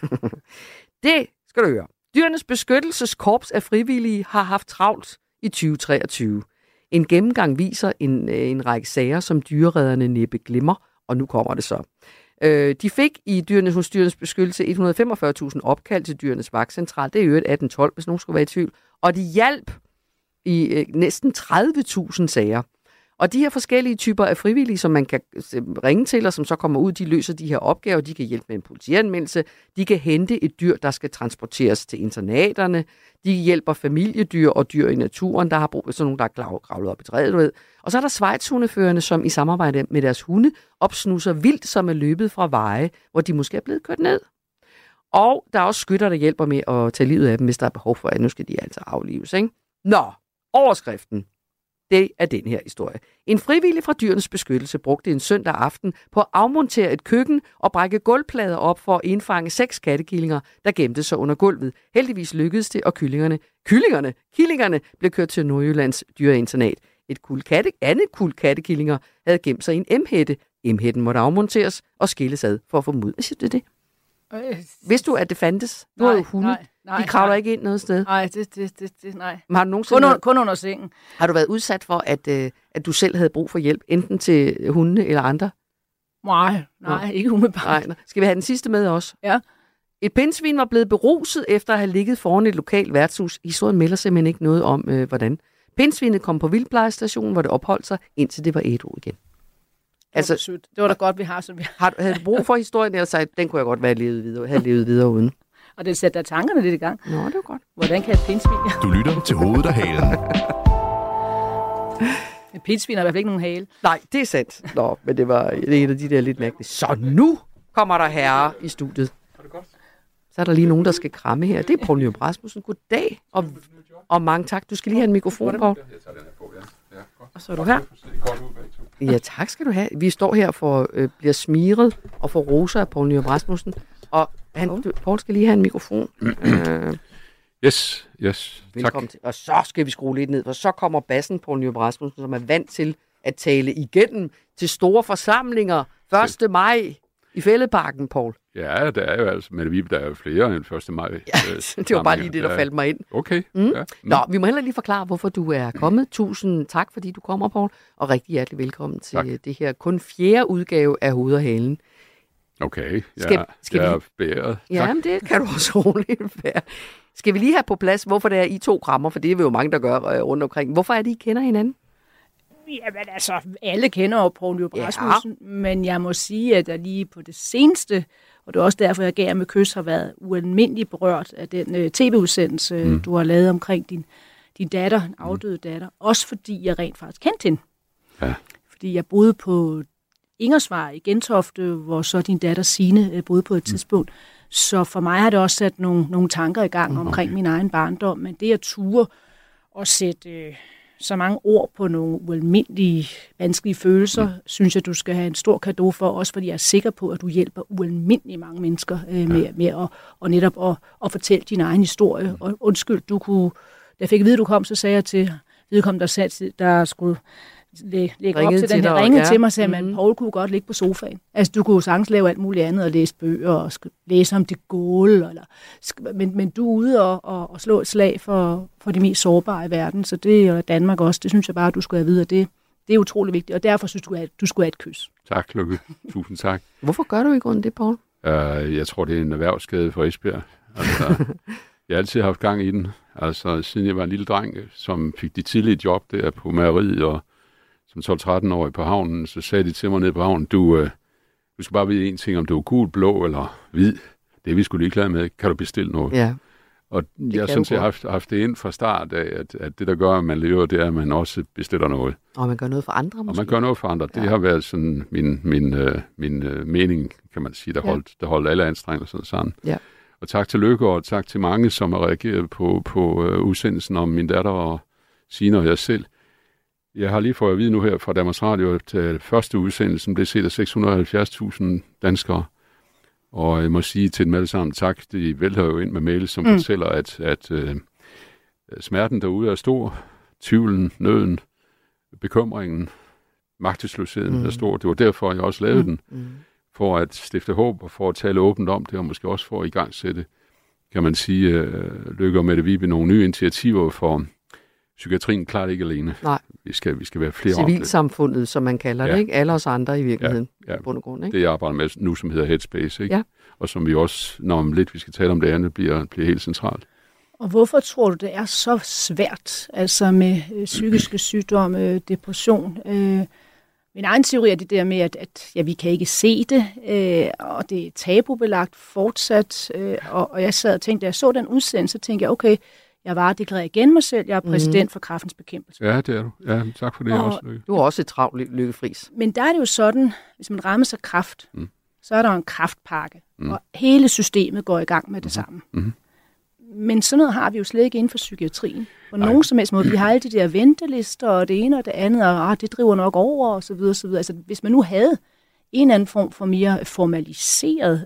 Det skal du høre. Dyrenes Beskyttelseskorps af frivillige har haft travlt i 2023. En gennemgang viser en række sager, som dyreredderne næppe glemmer, og nu kommer det så. De fik hos Dyrenes Beskyttelse 145.000 opkald til Dyrenes Vagtcentral. Det er jo 1812, hvis nogen skulle være i tvivl. Og de hjalp i næsten 30.000 sager. Og de her forskellige typer af frivillige, som man kan ringe til, og som så kommer ud, de løser de her opgaver. De kan hjælpe med en politianmeldelse. De kan hente et dyr, der skal transporteres til internaterne. De hjælper familiedyr og dyr i naturen, der har brug for sådan nogle, der er kravlet op i træet, du ved. Og så er der Schweiz-hundeførende, som i samarbejde med deres hunde opsnusser vildt, som er løbet fra veje, hvor de måske er blevet kørt ned. Og der er også skytter, der hjælper med at tage livet af dem, hvis der er behov for, at nu skal de altså aflives, ikke? Nå, overskriften. Det er den her historie. En frivillig fra Dyrenes Beskyttelse brugte en søndag aften på at afmontere et køkken og brække gulvplader op for at indfange 6 kattekillinger, der gemte sig under gulvet. Heldigvis lykkedes det, og killingerne blev kørt til Nordjyllands dyreinternat. Andet kuld kattekillinger havde gemt sig i en emhætte. Emhætten måtte afmonteres og skilles ad for at få dem ud. Hvad siger du det? Vidste du, at det fandtes? Du har jo hunde. De kravler ikke ind noget sted. Nej, nej. Men har du nogensinde kun under sengen. Har du været udsat for, at du selv havde brug for hjælp, enten til hunde eller andre? Nej, ikke umiddelbart. Nej. Skal vi have den sidste med også? Ja. Et pindsvin var blevet beruset efter at have ligget foran et lokalt værtshus. Historien melder simpelthen ikke noget om, hvordan. Pindsvinet kom på vildplejestationen, hvor det opholdt sig, indtil det var ædru igen. Altså, det var da godt, vi har, som vi har. Havde du brug for historien, eller så den kunne jeg godt have levet videre uden? Og det sætter tankerne lidt i gang. Nå, det var godt. Hvordan kan et pindsvin... Du lytter til Hovedet og Halen. Et pindsvin har i hvert fald ikke nogen hale. Nej, det er sandt. Nå, men det var en af de der lidt mærkelige. Så nu kommer der herre i studiet. Så er der lige nogen, der skal kramme her. Det er Poul Nyrup Rasmussen. Goddag. Og mange tak. Du skal lige have en mikrofon, Poul. Og så er du her. Ja, tak skal du have. Vi står her for bliver smiret og får roser af Poul Nyrup Rasmussen. Og Poul skal lige have en mikrofon. Yes. Velkommen til. Og så skal vi skrue lidt ned, for så kommer bassen Poul Nyrup Rasmussen, som er vant til at tale igennem til store forsamlinger 1. maj i Fælledparken, Poul. Ja, der er jo altså, men der er jo flere end 1. maj. Ja, det var bare lige det, der faldt mig ind. Okay. Ja. Nå, vi må heller lige forklare, hvorfor du er kommet. Tusind tak, fordi du kommer, Poul, og rigtig hjertelig velkommen til det her kun 4. udgave af Hoved og Halen. Okay, skal jeg er bæret. Ja, men det kan du også roligt være. Skal vi lige have på plads, hvorfor det er I 2 krammer, for det er vi jo mange, der gør rundt omkring. Hvorfor er det, I kender hinanden? Jamen altså, alle kender jo Poul Nyrup Rasmussen, men jeg må sige, at der lige på det seneste, Og det er også derfor, jeg gav med kys har været ualmindeligt berørt af den tv-udsendelse, du har lavet omkring din datter, en afdøde datter. Også fordi jeg rent faktisk kendte hende. Ja. Fordi jeg boede på Ingersvej i Gentofte, hvor så din datter Signe boede på et tidspunkt. Så for mig har det også sat nogle tanker i gang omkring min egen barndom. Men det at ture og sætte så mange ord på nogle ualmindelige, vanskelige følelser, synes jeg, du skal have en stor cadeau for, også fordi jeg er sikker på, at du hjælper ualmindelige mange mennesker med at netop at fortælle din egen historie. Og undskyld, da jeg fik at vide, du kom, så sagde jeg til vedkommende, der skulle lægge op til den her, ringede til mig og sagde, at Poul kunne godt ligge på sofaen. Altså, du kunne jo sagtens lave alt muligt andet og læse bøger og læse om det Gaulle, men du er ude og slå et slag for de mest sårbare i verden, så det og Danmark også, det synes jeg bare, du skulle have videre. Det er utrolig vigtigt, og derfor synes jeg, du skulle have et kys. Tak, Lykke. Tusind tak. Hvorfor gør du i grunden det, Poul? Jeg tror, det er en erhvervsskade for Esbjerg. Altså, jeg har altid haft gang i den. Altså, siden jeg var en lille dreng, som fik de tidlige job der på mejeriet, og som 12-13-årig på havnen, så sagde de til mig nede på havnen, du skal bare vide en ting, om du er gul, blå eller hvid. Det er vi sgu ligeglade med. Kan du bestille noget? Ja. Og jeg synes, jeg har haft det ind fra start af, at det, der gør, at man lever, det er, at man også bestiller noget. Og man gør noget for andre, måske? Og man gør noget for andre. Det har været sådan min mening, kan man sige, der holdt alle anstrengelser sammen. Ja. Og tak til Lykke, og tak til mange, som har reageret på udsendelsen om min datter og Signe og jeg selv. Jeg har lige fået at vide nu her fra Danmarks Radio, at første udsendelsen blev set af 670.000 danskere. Og jeg må sige til dem alle sammen tak. De vælter jo ind med mail, som fortæller, at smerten derude er stor. Tvivlen, nøden, bekymringen, magtesløsheden er stor. Det var derfor, jeg også lavede den. For at stifte håb og for at tale åbent om det, og måske også for at igangsætte, kan man sige, Lykke og Mette Vibe nogle nye initiativer for psykiatrien klarer det ikke alene. Nej. Vi skal være flere om det. Civilsamfundet, som man kalder det, ikke? Alle os andre i virkeligheden. Ja. Bund og grund, ikke? Det jeg arbejder med nu, som hedder Headspace, ikke? Ja. Og som vi også, når om lidt vi skal tale om det andet, bliver helt centralt. Og hvorfor tror du, det er så svært, altså med psykiske sygdomme, depression? Min egen teori er det der med, at vi kan ikke se det, og det er tabubelagt fortsat. Og jeg sad og tænkte, da jeg så den udsendelse, så tænkte jeg, okay, jeg varedeklarerer igen mig selv. Jeg er præsident for Kræftens Bekæmpelse. Ja, det er du. Ja, tak for det også, Lykke. Du er også et travlt, Lykke Friis. Men der er det jo sådan, hvis man rammer sig kræft, så er der en kræftpakke, og hele systemet går i gang med det samme. Men sådan noget har vi jo slet ikke inden for psykiatrien. På nogen som helst måde. Vi har alle de der ventelister, og det ene og det andet, og det driver nok over, og så videre, så videre. Altså, hvis man nu havde en eller anden form for mere formaliseret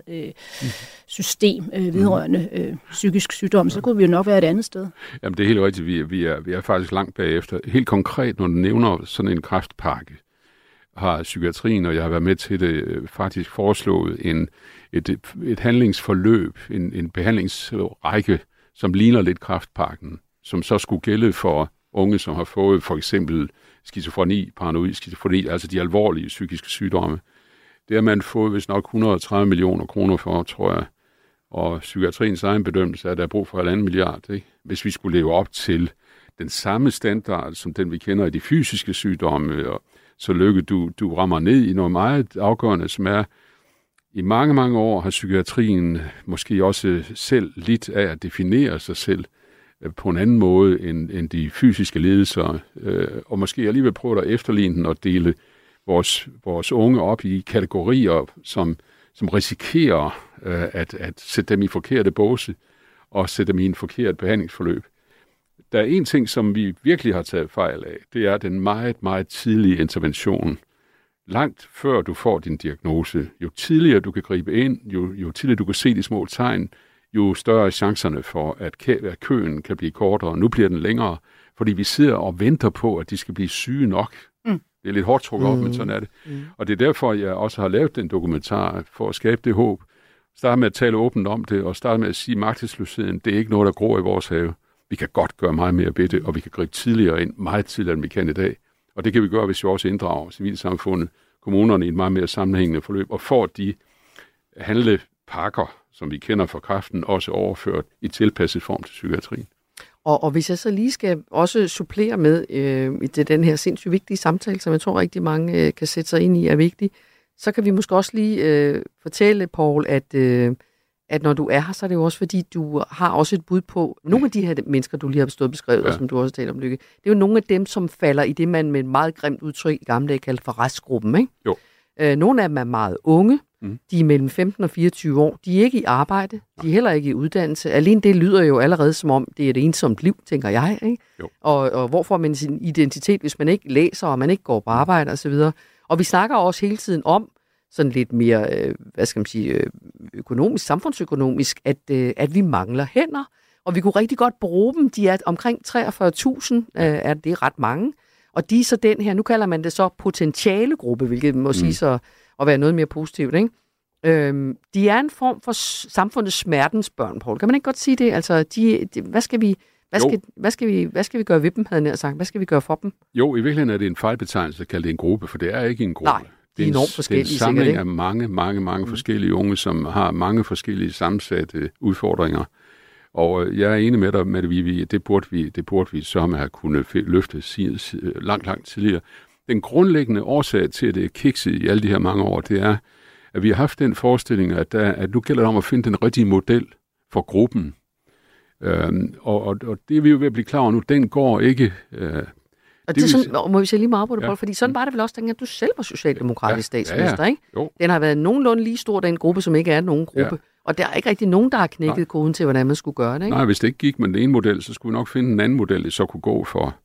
system vedrørende psykisk sygdom, så kunne vi jo nok være et andet sted. Jamen, det er helt rigtigt. Vi er faktisk langt bagefter. Helt konkret, når du nævner sådan en kræftpakke, har psykiatrien, og jeg har været med til det, faktisk foreslået et handlingsforløb, en behandlingsrække, som ligner lidt kræftpakken, som så skulle gælde for unge, som har fået for eksempel skizofreni, paranoid skizofreni, altså de alvorlige psykiske sygdomme. Det har man fået vist nok 130 millioner kroner for, tror jeg. Og psykiatriens egen bedømmelse er, at der er brug for 1,5 milliard, ikke? Hvis vi skulle leve op til den samme standard, som den vi kender i de fysiske sygdomme. Og så Lykke, du rammer ned i noget meget afgørende, som er, i mange, mange år har psykiatrien måske også selv lidt af at definere sig selv på en anden måde end de fysiske lidelser. Og måske alligevel prøve at efterligne den og dele vores unge op i kategorier, som risikerer at sætte dem i forkerte båse og sætte dem i en forkert behandlingsforløb. Der er en ting, som vi virkelig har taget fejl af, det er den meget, meget tidlige intervention. Langt før du får din diagnose, jo tidligere du kan gribe ind, jo tidligere du kan se de små tegn, jo større er chancerne for, at køen kan blive kortere. Nu bliver den længere, fordi vi sidder og venter på, at de skal blive syge nok. Det er lidt hårdt trukket op, men sådan er det. Og det er derfor, jeg også har lavet den dokumentar, for at skabe det håb. Start med at tale åbent om det, og starte med at sige, at magtesløsheden, det er ikke noget, der gror i vores have. Vi kan godt gøre meget mere ved det, og vi kan gribe tidligere ind, meget tidligere, end vi kan i dag. Og det kan vi gøre, hvis vi også inddrager civilsamfundet, kommunerne i et meget mere sammenhængende forløb, og får de handlepakker, som vi kender fra kræften, også overført i tilpasset form til psykiatrien. Og hvis jeg så lige skal også supplere med i den her sindssygt vigtige samtale, som jeg tror rigtig mange kan sætte sig ind i, er vigtig, så kan vi måske også lige fortælle, Poul, at når du er her, så er det jo også fordi, du har også et bud på nogle af de her mennesker, du lige har stået beskrevet, og som du også taler om, Lykke. Det er jo nogle af dem, som falder i det, man med et meget grimt udtryk i gamle dage kaldte for restgruppen, ikke? Jo. Nogle af dem er meget unge. De er mellem 15 og 24 år. De er ikke i arbejde. De er heller ikke i uddannelse. Alene det lyder jo allerede som om, det er et ensomt liv, tænker jeg. Ikke? Og hvor får man sin identitet, hvis man ikke læser, og man ikke går på arbejde osv. Og vi snakker også hele tiden om, sådan lidt mere, økonomisk, samfundsøkonomisk, at vi mangler hænder. Og vi kunne rigtig godt bruge dem. De er omkring 43.000, er det ret mange. Og de er så den her, nu kalder man det så potentiale gruppe, hvilket må sige så at være noget mere positivt, ikke? De er en form for samfundets smertensbørn, Poul. Kan man ikke godt sige det? Altså, hvad skal vi gøre ved dem, havde jeg nær sagt? Hvad skal vi gøre for dem? Jo, i virkeligheden er det en fejlbetegnelse at kalde det en gruppe, for det er ikke en gruppe. Nej, de er enormt forskellige. Det er en samling af mange forskellige unge, som har mange forskellige sammensatte udfordringer. Og jeg er enig med dig, at det burde vi så have kunnet løfte langt tidligere. Den grundlæggende årsag til, at det er kikset i alle de her mange år, det er, at vi har haft den forestilling, at nu gælder det om at finde den rigtige model for gruppen. Og det er vi jo ved at blive klar over nu. Den går ikke... Og det er sådan, må vi se lige meget på det, fordi sådan var det vel også, dengang du selv var socialdemokratisk statsminister, ikke? Jo. Den har været nogenlunde lige stor, den gruppe, som ikke er nogen gruppe. Ja. Og der er ikke rigtig nogen, der har knækket koden til, hvordan man skulle gøre det, ikke? Nej, hvis det ikke gik med den ene model, så skulle vi nok finde en anden model, det så kunne gå for.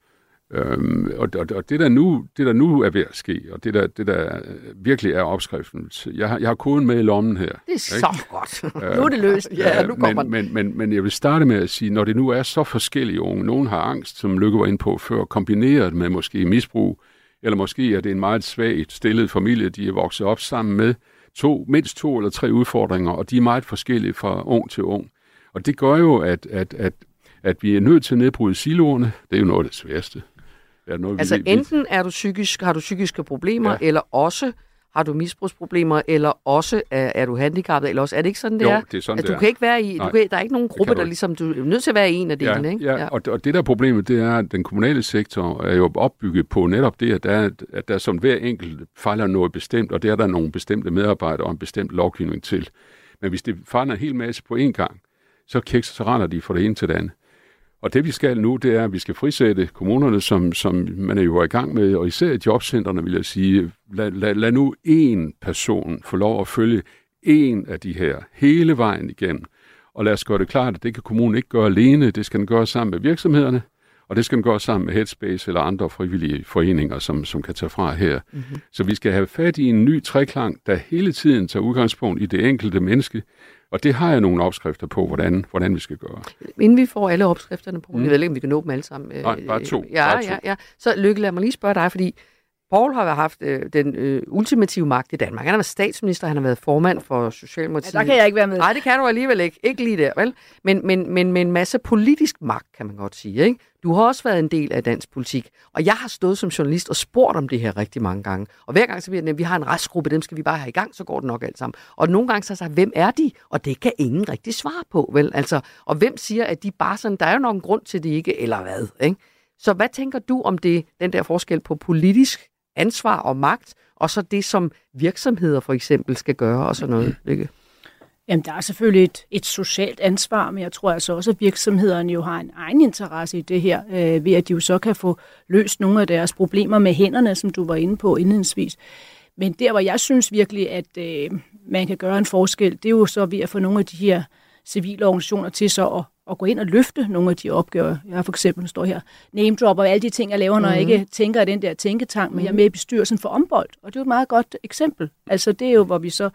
Og det der nu er ved at ske, og det der virkelig er opskriften. Jeg har koden med i lommen her. Det er så godt. Nu er det løst. Ja, nu kommer men jeg vil starte med at sige, når det nu er så forskellige unge, nogen har angst, som Lykke var inde på før, kombineret med måske misbrug, eller måske er det en meget svagt stillet familie, de er vokset op sammen med, mindst 2 eller 3 udfordringer, og de er meget forskellige fra ung til ung. Og det gør jo, at vi er nødt til at nedbryde siloerne. Det er jo noget af det sværeste. Enten har du psykiske problemer, eller også har du misbrugsproblemer, eller også er du handicappet, eller også er det ikke sådan, det er? Jo, det er sådan, du kan ikke være i, der er ikke nogen gruppe, der ligesom, du er nødt til at være i en af delene, ikke? Ja, og det der problemet, det er, at den kommunale sektor er jo opbygget på netop det, at der som hver enkelt fejler noget bestemt, og der er der nogle bestemte medarbejdere og en bestemt lovgivning til. Men hvis det fejler en hel masse på én gang, så render de fra det ene til det andet. Og det vi skal nu, det er, at vi skal frisætte kommunerne, som man er jo i gang med, og især i jobcentrene vil jeg sige, lad nu én person få lov at følge en af de her hele vejen igennem. Og lad os gøre det klart, at det kan kommunen ikke gøre alene, det skal den gøre sammen med virksomhederne, og det skal den gøre sammen med Headspace eller andre frivillige foreninger, som kan tage fra her. Mm-hmm. Så vi skal have fat i en ny treklang, der hele tiden tager udgangspunkt i det enkelte menneske. Og det har jeg nogle opskrifter på, hvordan vi skal gøre. Inden vi får alle opskrifterne på, jeg ved ikke, om vi kan nå dem alle sammen. Nej, bare 2. Ja. Så Lykke, lad mig lige spørge dig, fordi Poul har haft den ultimative magt i Danmark. Han har været statsminister, han har været formand for Socialdemokratiet. Ja, der kan jeg ikke være med. Nej, det kan du alligevel ikke. Ikke lige der, vel? Men med en masse politisk magt, kan man godt sige, ikke? Du har også været en del af dansk politik, og jeg har stået som journalist og spurgt om det her rigtig mange gange. Og hver gang så bliver det, vi har en restgruppe, dem skal vi bare have i gang, så går det nok alt sammen. Og nogle gange så sagt, hvem er de? Og det kan ingen rigtig svare på, vel? Altså, og hvem siger, at de bare sådan, der er jo nok en grund til det ikke, eller hvad, ikke? Så hvad tænker du om det, den der forskel på politisk ansvar og magt, og så det, som virksomheder for eksempel skal gøre, og sådan noget, ikke? Jamen, der er selvfølgelig et socialt ansvar, men jeg tror altså også, at virksomhederne jo har en egen interesse i det her, ved at de jo så kan få løst nogle af deres problemer med hænderne, som du var inde på indledningsvis. Men der, hvor jeg synes virkelig, at man kan gøre en forskel, det er jo så ved at få nogle af de her civile organisationer til så at gå ind og løfte nogle af de opgaver. Jeg har for eksempel, står her, name drop og alle de ting, jeg laver, når jeg ikke tænker af den der tænketank, men jeg er med i bestyrelsen for Ombold, og det er jo et meget godt eksempel. Altså, det er jo, hvor vi så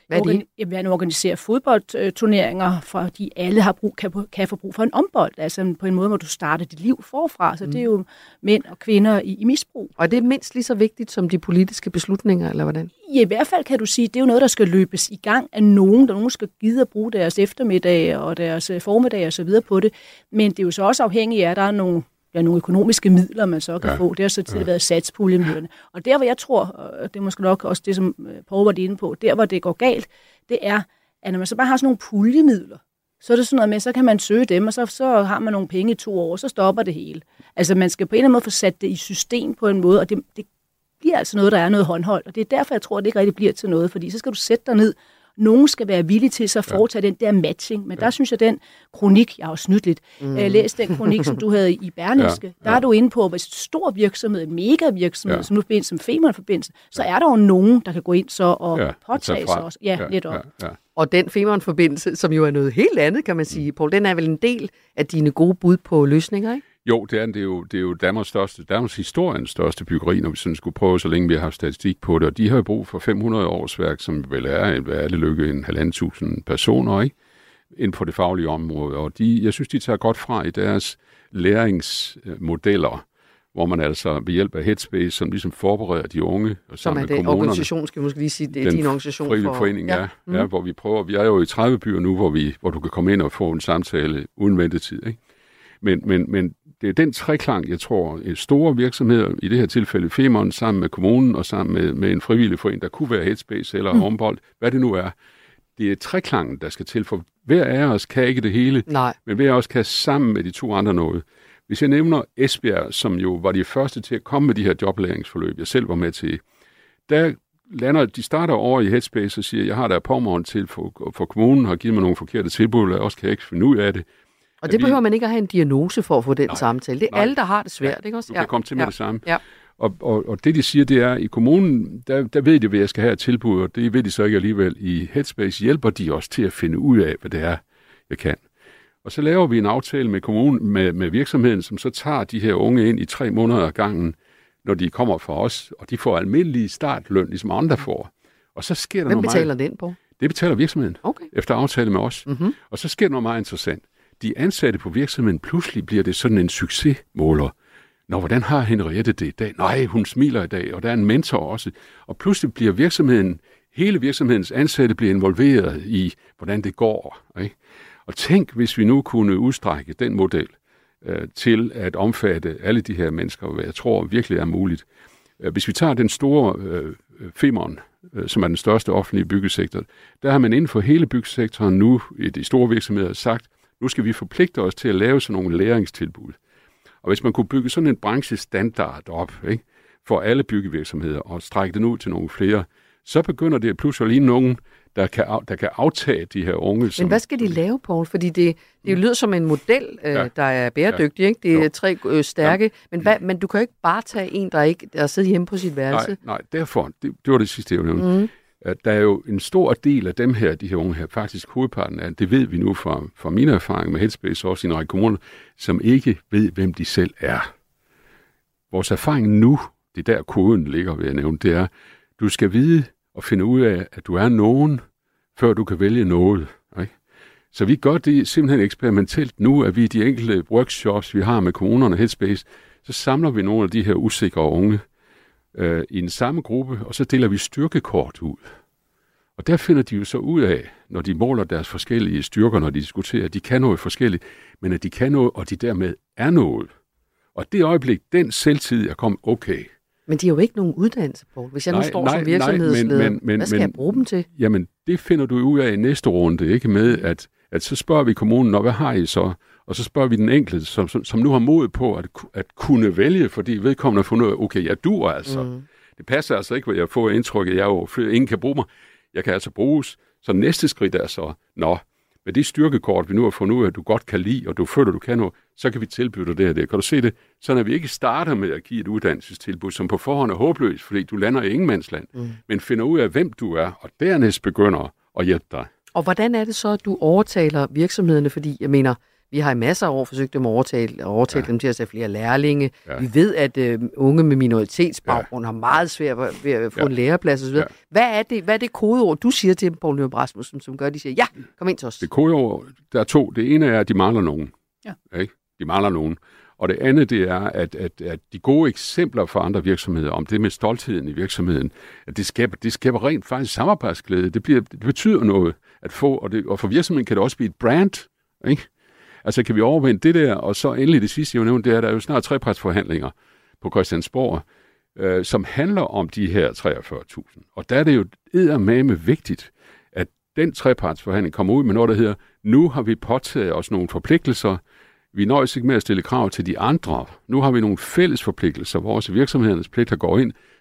man organiserer fodboldturneringer, fordi alle kan få brug for en ombold, altså på en måde, hvor du starter dit liv forfra. Så det er jo mænd og kvinder i misbrug. Og det er mindst lige så vigtigt som de politiske beslutninger, eller hvordan? Ja, i hvert fald kan du sige, det er jo noget, der skal løbes i gang af nogen, der nogen skal gide at bruge deres eftermiddag og deres formiddag og så videre på det. Men det er jo så også afhængigt af, at der er nogle økonomiske midler, man så kan få. Det har så tidligere været satspuljemidlerne. Og der, hvor jeg tror, og det er måske nok også det, som Poul var inde på, der, hvor det går galt, det er, at når man så bare har sådan nogle puljemidler, så er det sådan noget med, så kan man søge dem, og så har man nogle penge i 2 år, så stopper det hele. Altså, man skal på en eller anden måde få sat det i system på en måde, og det bliver altså noget, der er noget håndhold. Og det er derfor, jeg tror, at det ikke rigtig bliver til noget. Fordi så skal du sætte dig ned. Nogen skal være villige til så at foretage den der matching. Men der synes jeg, den kronik, jeg har jo snydt lidt, læst den kronik, som du havde i Berlingske, der er du inde på, hvis stor virksomhed, mega virksomhed, som nu findes som Femern-forbindelse, så er der jo nogen, der kan gå ind så og påtage sig også. Lidt op. Og den Femern-forbindelse, som jo er noget helt andet, kan man sige, Poul, den er vel en del af dine gode bud på løsninger, ikke? Jo, det er jo Danmarks historiens største byggeri, når vi sådan skulle prøve, så længe vi har haft statistik på det. Og de har jo brug for 500 årsværk, som vel er, hvad er det lykke, 1.500 personer, ikke? Inden på det faglige område. Og jeg synes, de tager godt fra i deres læringsmodeller, hvor man altså ved hjælp af Headspace, som ligesom forbereder de unge, og sammen med kommunerne. Organisation, skal vi måske lige sige, det er din organisation for... Den forening, hvor vi prøver. Vi er jo i 30 byer nu, hvor du kan komme ind og få en samtale uden ventetid, ikke? Men det er den treklang, jeg tror, store virksomheder, i det her tilfælde Femern, sammen med kommunen og sammen med en frivillig forening, der kunne være Headspace eller Humboldt, hvad det nu er. Det er treklangen, der skal til, for hver af os kan ikke det hele, men hver af os kan sammen med de to andre noget. Hvis jeg nævner Esbjerg, som jo var de første til at komme med de her joblæringsforløb, jeg selv var med til, de starter over i Headspace og siger, jeg har der påmorgen til for kommunen, har givet mig nogle forkerte tilbud, og også kan jeg ikke finde ud af det. Og det behøver man ikke at have en diagnose for at få den samtale. Det er alle, der har det svært, ikke også? Du kan komme til med det samme. Ja. Og det, de siger, det er, i kommunen, der ved de, hvad jeg skal have et tilbud, og det ved de så ikke alligevel. I Headspace hjælper de også til at finde ud af, hvad det er, jeg kan. Og så laver vi en aftale med kommunen, med virksomheden, som så tager de her unge ind i 3 måneder ad gangen, når de kommer fra os, og de får almindelig startløn, ligesom andre får. Og så sker der Hvem betaler den på? Det betaler virksomheden, efter aftale med os. Mm-hmm. Og så sker der noget meget interessant. De ansatte på virksomheden, pludselig bliver det sådan en succesmåler. Nå, hvordan har Henriette det i dag? Nej, hun smiler i dag, og der er en mentor også. Og pludselig bliver hele virksomhedens ansatte bliver involveret i, hvordan det går. Ikke? Og tænk, hvis vi nu kunne udstrække den model til at omfatte alle de her mennesker, hvad jeg tror virkelig er muligt. Hvis vi tager den store Femern, som er den største offentlige byggesektor, der har man inden for hele byggesektoren nu i de store virksomheder sagt, nu skal vi forpligte os til at lave sådan nogle læringstilbud. Og hvis man kunne bygge sådan en branchestandard op, ikke, for alle byggevirksomheder og strække den ud til nogle flere, så begynder det pludselig lige nogen, der kan aftage de her unge. Men hvad skal de lave, Poul? Fordi det lyder som en model, der er bæredygtig, ikke? Det er 3 stærke. Ja. Men du kan jo ikke bare tage en, der sidder hjemme på sit værelse. Nej, derfor. Det var det sidste, jeg nævnte. Der er jo en stor del af de her unge her, faktisk hovedparten af, det ved vi nu fra mine erfaringer med Headspace, også i en række kommuner, som ikke ved, hvem de selv er. Vores erfaring nu, det der koden ligger, vil jeg nævne, det er, du skal vide og finde ud af, at du er nogen, før du kan vælge noget. Ikke? Så vi gør det simpelthen eksperimentelt nu, at vi i de enkelte workshops, vi har med kommunerne og Headspace, så samler vi nogle af de her usikre unge i en samme gruppe, og så deler vi styrkekort ud. Og der finder de jo så ud af, når de måler deres forskellige styrker, når de diskuterer, at de kan noget forskelligt, men at de kan noget, og de dermed er noget. Og det øjeblik, den selvtid er kommet, okay. Men de har jo ikke nogen uddannelse, Poul. Hvis jeg nu står som virksomhedsleder, hvad skal jeg bruge dem til? Jamen, det finder du ud af i næste runde, ikke med, at så spørger vi kommunen, hvad har I så? Og så spørger vi den enkelte, som nu har mod på at kunne vælge, fordi vedkommende har fundet ud af, okay, jeg duer altså. Det passer altså ikke, hvor jeg får indtryk af, at ingen kan bruge mig. Jeg kan altså bruges. Så næste skridt er så, med det styrkekort, vi nu har fundet ud af, at du godt kan lide, og du føler, du kan noget, så kan vi tilbyde dig det her. Kan du se det? Sådan at vi ikke starter med at give et uddannelsestilbud, som på forhånd er håbløst, fordi du lander i ingenmandsland, men finder ud af, hvem du er, og dernæst begynder at hjælpe dig. Og hvordan er det så, at du overtaler virksomhederne? Fordi jeg mener, vi har i masser af år forsøgt dem at overtale dem til at tage flere lærlinge. Ja. Vi ved, at unge med minoritetsbaggrund har meget svært ved at få en læreplads osv. Ja. Hvad er det kodeord, du siger til dem, Poul Nyrup Rasmussen, som gør, at de siger, ja, kom ind til os? Det kodeord, der er 2. Det ene er, at de mangler nogen. Ja. Ikke? De mangler nogen. Og det andet, det er, at de gode eksempler fra andre virksomheder, om det med stoltheden i virksomheden, at det skaber rent faktisk samarbejdsglæde. Det betyder noget at få, og for virksomheden kan det også blive et brand, ikke? Altså kan vi overvinde det der, og så endelig det sidste, jeg nævnte, det er, at der er jo snart trepartsforhandlinger på Christiansborg, som handler om de her 43.000. Og der er det jo eddermame vigtigt, at den trepartsforhandling kommer ud med noget, der hedder, nu har vi påtaget os nogle forpligtelser, vi nøjes ikke med at stille krav til de andre. Nu har vi nogle fælles forpligtelser, hvor også virksomhedernes pligter går ind,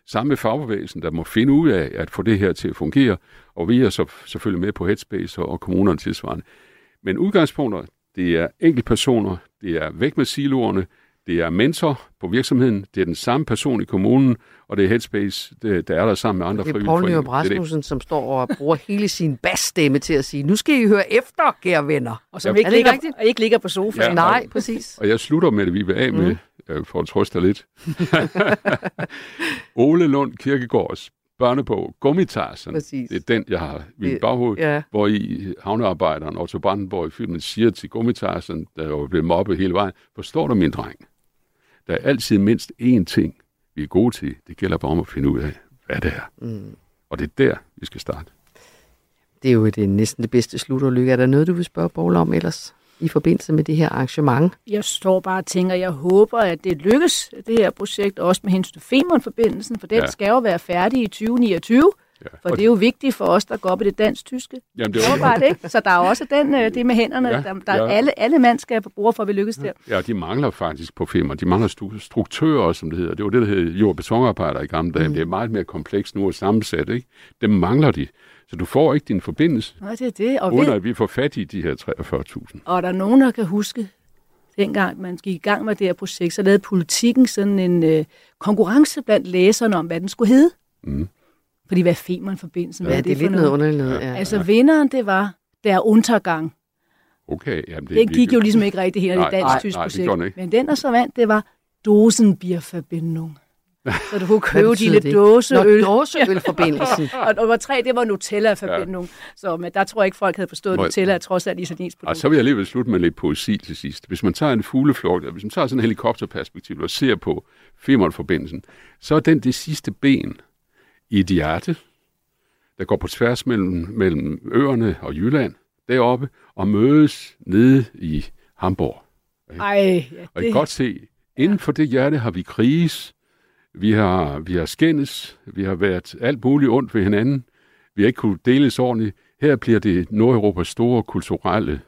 sammen med fagbevægelsen, der må finde ud af at få det her til at fungere, og vi er så selvfølgelig med på Headspace og kommunerne tilsvarende. Men udgangspunkter, det er enkeltpersoner, det er væk med siloerne, det er mentor på virksomheden, det er den samme person i kommunen, og det er Headspace, der er der sammen med andre frivillige foreninger. Det er Poul Nyrup Rasmussen, som står og bruger hele sin basstemme til at sige, nu skal I høre efter, kære venner. Og som ikke ligger på sofaen. Ja, nej, præcis. Og jeg slutter med det, vi vil af med, for at trøste dig lidt. Ole Lund Kirkegaards børnebog, Gummitarsen. Det er den, jeg har i mit baghoved, hvor i havnearbejderen Otto Brandenborg i filmen siger til Gummitarsen, der jo blev mobbet hele vejen, forstår du, min dreng? Der er altid mindst én ting, vi er gode til. Det gælder bare om at finde ud af, hvad det er. Og det er der, vi skal starte. Det er jo næsten det bedste sluterlykke. Er der noget, du vil spørge Poul om ellers i forbindelse med det her arrangement? Jeg står bare og tænker, jeg håber, at det lykkes, det her projekt, også med hensyn til Femern-forbindelsen, for den skal jo være færdig i 2029. For det er jo vigtigt for os, der går op i det dansk-tyske. Jamen, det er det, ikke? Så der er også det med hænderne. Alle mand skal have på bordet for, at vi lykkes der. Ja, de mangler faktisk på Femern. De mangler strukturer, som det hedder. Det var det, der hed jord- og betonarbejdere i gamle dage. Det er meget mere komplekst nu og sammensat, ikke? Dem mangler de. Så du får ikke din forbindelse, uden at vi får fat i de her 43.000. Og der er nogen, der kan huske, dengang man gik i gang med det her projekt, så lavede Politikken sådan en konkurrence blandt læserne om, hvad den skulle hedde. Fordi hvad er Femern-forbindelsen? Hvad er det for lidt noget? Underligt. Altså vinderen, det var Der Untergang. Okay, jamen den gik jo ligesom ikke rigtig helt i dansk-tysk projekt. Men den, der så vandt, det var Dosenbierverbindung. Så du kunne købe de lidt dåseøl. Dåseølforbindelsen. Og nummer 3, det var Nutella-forbindung. Så men der tror jeg ikke, folk havde forstået, at Nutella er trods alt italiensk produkt. Så vil jeg alligevel slutte med lidt poesi til sidst. Hvis man tager en fugleflugt, hvis man tager sådan en helikopterperspektiv og ser på Femern-forbindelsen, så er den det sidste ben i et hjerte, der går på tværs mellem øerne og Jylland deroppe, og mødes nede i Hamburg. Og jeg kan godt se, inden for det hjerte har vi kriges, vi har skændes, vi har været alt muligt ondt ved hinanden, vi har ikke kunnet deles ordentligt. Her bliver det Nordeuropas store kulturelle,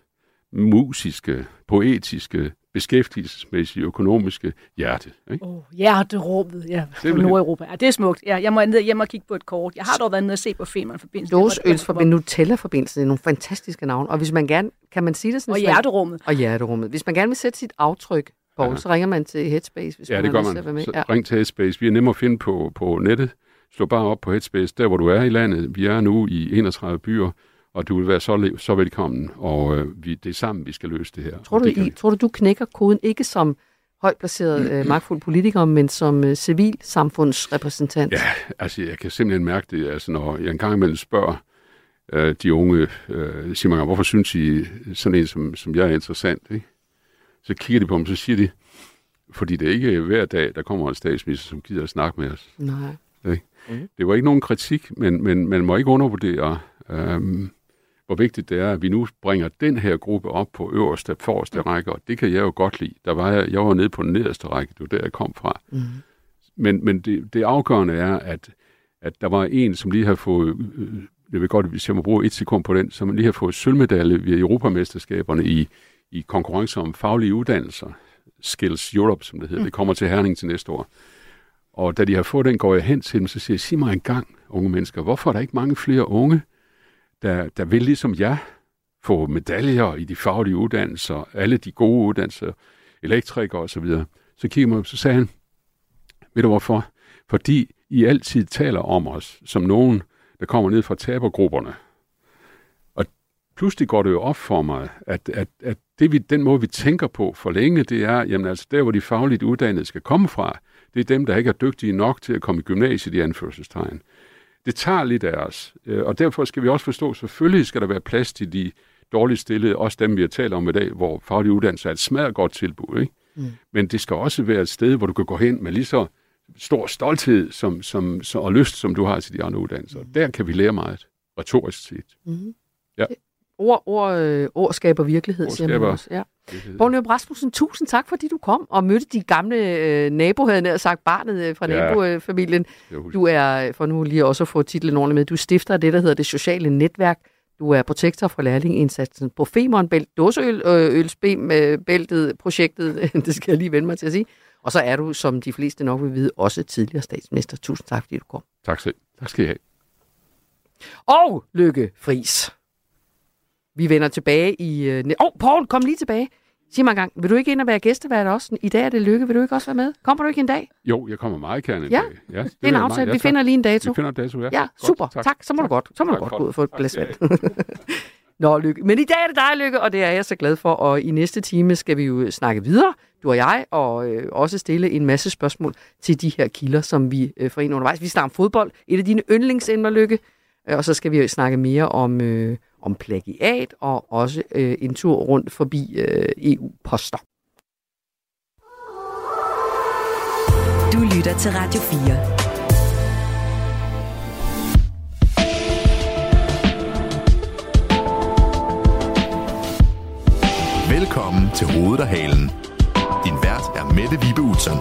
musiske, poetiske, beskæftigelsesmæssige, økonomiske hjerte. Hjerterummet, for Nordeuropa. Ja, det er smukt. Ja, jeg må ned hjem og kigge på et kort. Jeg har dog været nede og se på Femern-forbindelsen. Dåseølsforbindelsen, Nutella-forbindelsen, det er nogle fantastiske navne. Og hvis man gerne, kan man sige det sådan? Og hjerterummet. Hvis man gerne vil sætte sit aftryk, Poul, så ringer man til Headspace, hvis man det gør man. Så ring til Headspace. Vi er nemme at finde på nettet. Slå bare op på Headspace, der hvor du er i landet. Vi er nu i 31 byer, og du vil være så velkommen, og det er sammen, vi skal løse det her. Tror du knækker koden ikke som højt placeret magtfuld politiker, men som civilsamfundsrepræsentant? Ja, altså jeg kan simpelthen mærke det, altså når jeg engang imellem spørger de unge, siger man, hvorfor synes I sådan en som jeg er interessant, ikke? Så kigger de på dem, så siger de, fordi det er ikke hver dag, der kommer en statsminister, som gider at snakke med os. Nej. Det var ikke nogen kritik, men man må ikke undervurdere, hvor vigtigt det er, at vi nu bringer den her gruppe op på forreste række, og det kan jeg jo godt lide. Jeg var nede på den nederste række, det var der, jeg kom fra. Men det afgørende er, at der var en, som lige har fået, jeg ved godt, hvis jeg må bruge 1 sekund på den, som lige har fået sølvmedalje ved Europamesterskaberne i konkurrence om faglige uddannelser, Skills Europe, som det hedder. Det kommer til Herning til næste år. Og da de har fået den, går jeg hen til dem, så siger jeg, sig mig engang, unge mennesker, hvorfor er der ikke mange flere unge, der vil ligesom jeg få medaljer i de faglige uddannelser, alle de gode uddannelser, elektrikere og så videre. Så kigger man op, så sagde han, ved du hvorfor? Fordi I altid taler om os som nogen, der kommer ned fra tabergrupperne. Og pludselig går det jo op for mig, at den måde, vi tænker på for længe, det er, jamen altså der, hvor de fagligt uddannede skal komme fra, det er dem, der ikke er dygtige nok til at komme i gymnasiet i anførselstegn. Det tager lidt af os, og derfor skal vi også forstå, selvfølgelig skal der være plads til de dårligt stillede, også dem, vi har talt om i dag, hvor faglig uddannelse er et smadret godt tilbud, ikke? Men det skal også være et sted, hvor du kan gå hen med lige så stor stolthed og lyst, som du har til de andre uddannelser. Der kan vi lære meget, retorisk set. Ja. Ord skaber virkelighed, siger man også. Ja. Poul Nyrup Rasmussen, tusind tak, fordi du kom og mødte de gamle nabo, havde nær sagt barnet fra nabofamilien. Du er, for nu lige også at få titlen ordentligt med, du stifter det, der hedder Det Sociale Netværk. Du er protektor for lærlingindsatsen på Femern Bælt, dåseølsbæltet projektet, det skal jeg lige vende mig til at sige. Og så er du, som de fleste nok vil vide, også tidligere statsminister. Tusind tak, fordi du kom. Tak skal I have. Og Lykke Friis. Vi vender tilbage i... Poul, kom lige tilbage. Sig mig en gang, vil du ikke ind og være gæstevært også? I dag er det Lykke, vil du ikke også være med? Kommer du ikke en dag? Jo, jeg kommer meget gerne en dag. Ja, det er en aftale. Vi finder lige en dato. Vi finder en dato, ja. Ja, super. Godt, tak. Så må du godt gå ud og få et glas vand. Nå, Lykke. Men i dag er det dig, Lykke, og det er jeg så glad for. Og i næste time skal vi jo snakke videre, du og jeg, og også stille en masse spørgsmål til de her kilder, som vi får ind undervejs. Vi snakker om fodbold. Et af dine yndlingsemner, Lykke. Og så skal vi jo snakke mere om plagiat, og også en tur rundt forbi EU-poster. Du lytter til Radio 4. Velkommen til Hovedet og Halen. Din vært er Mette Vibe Utzon.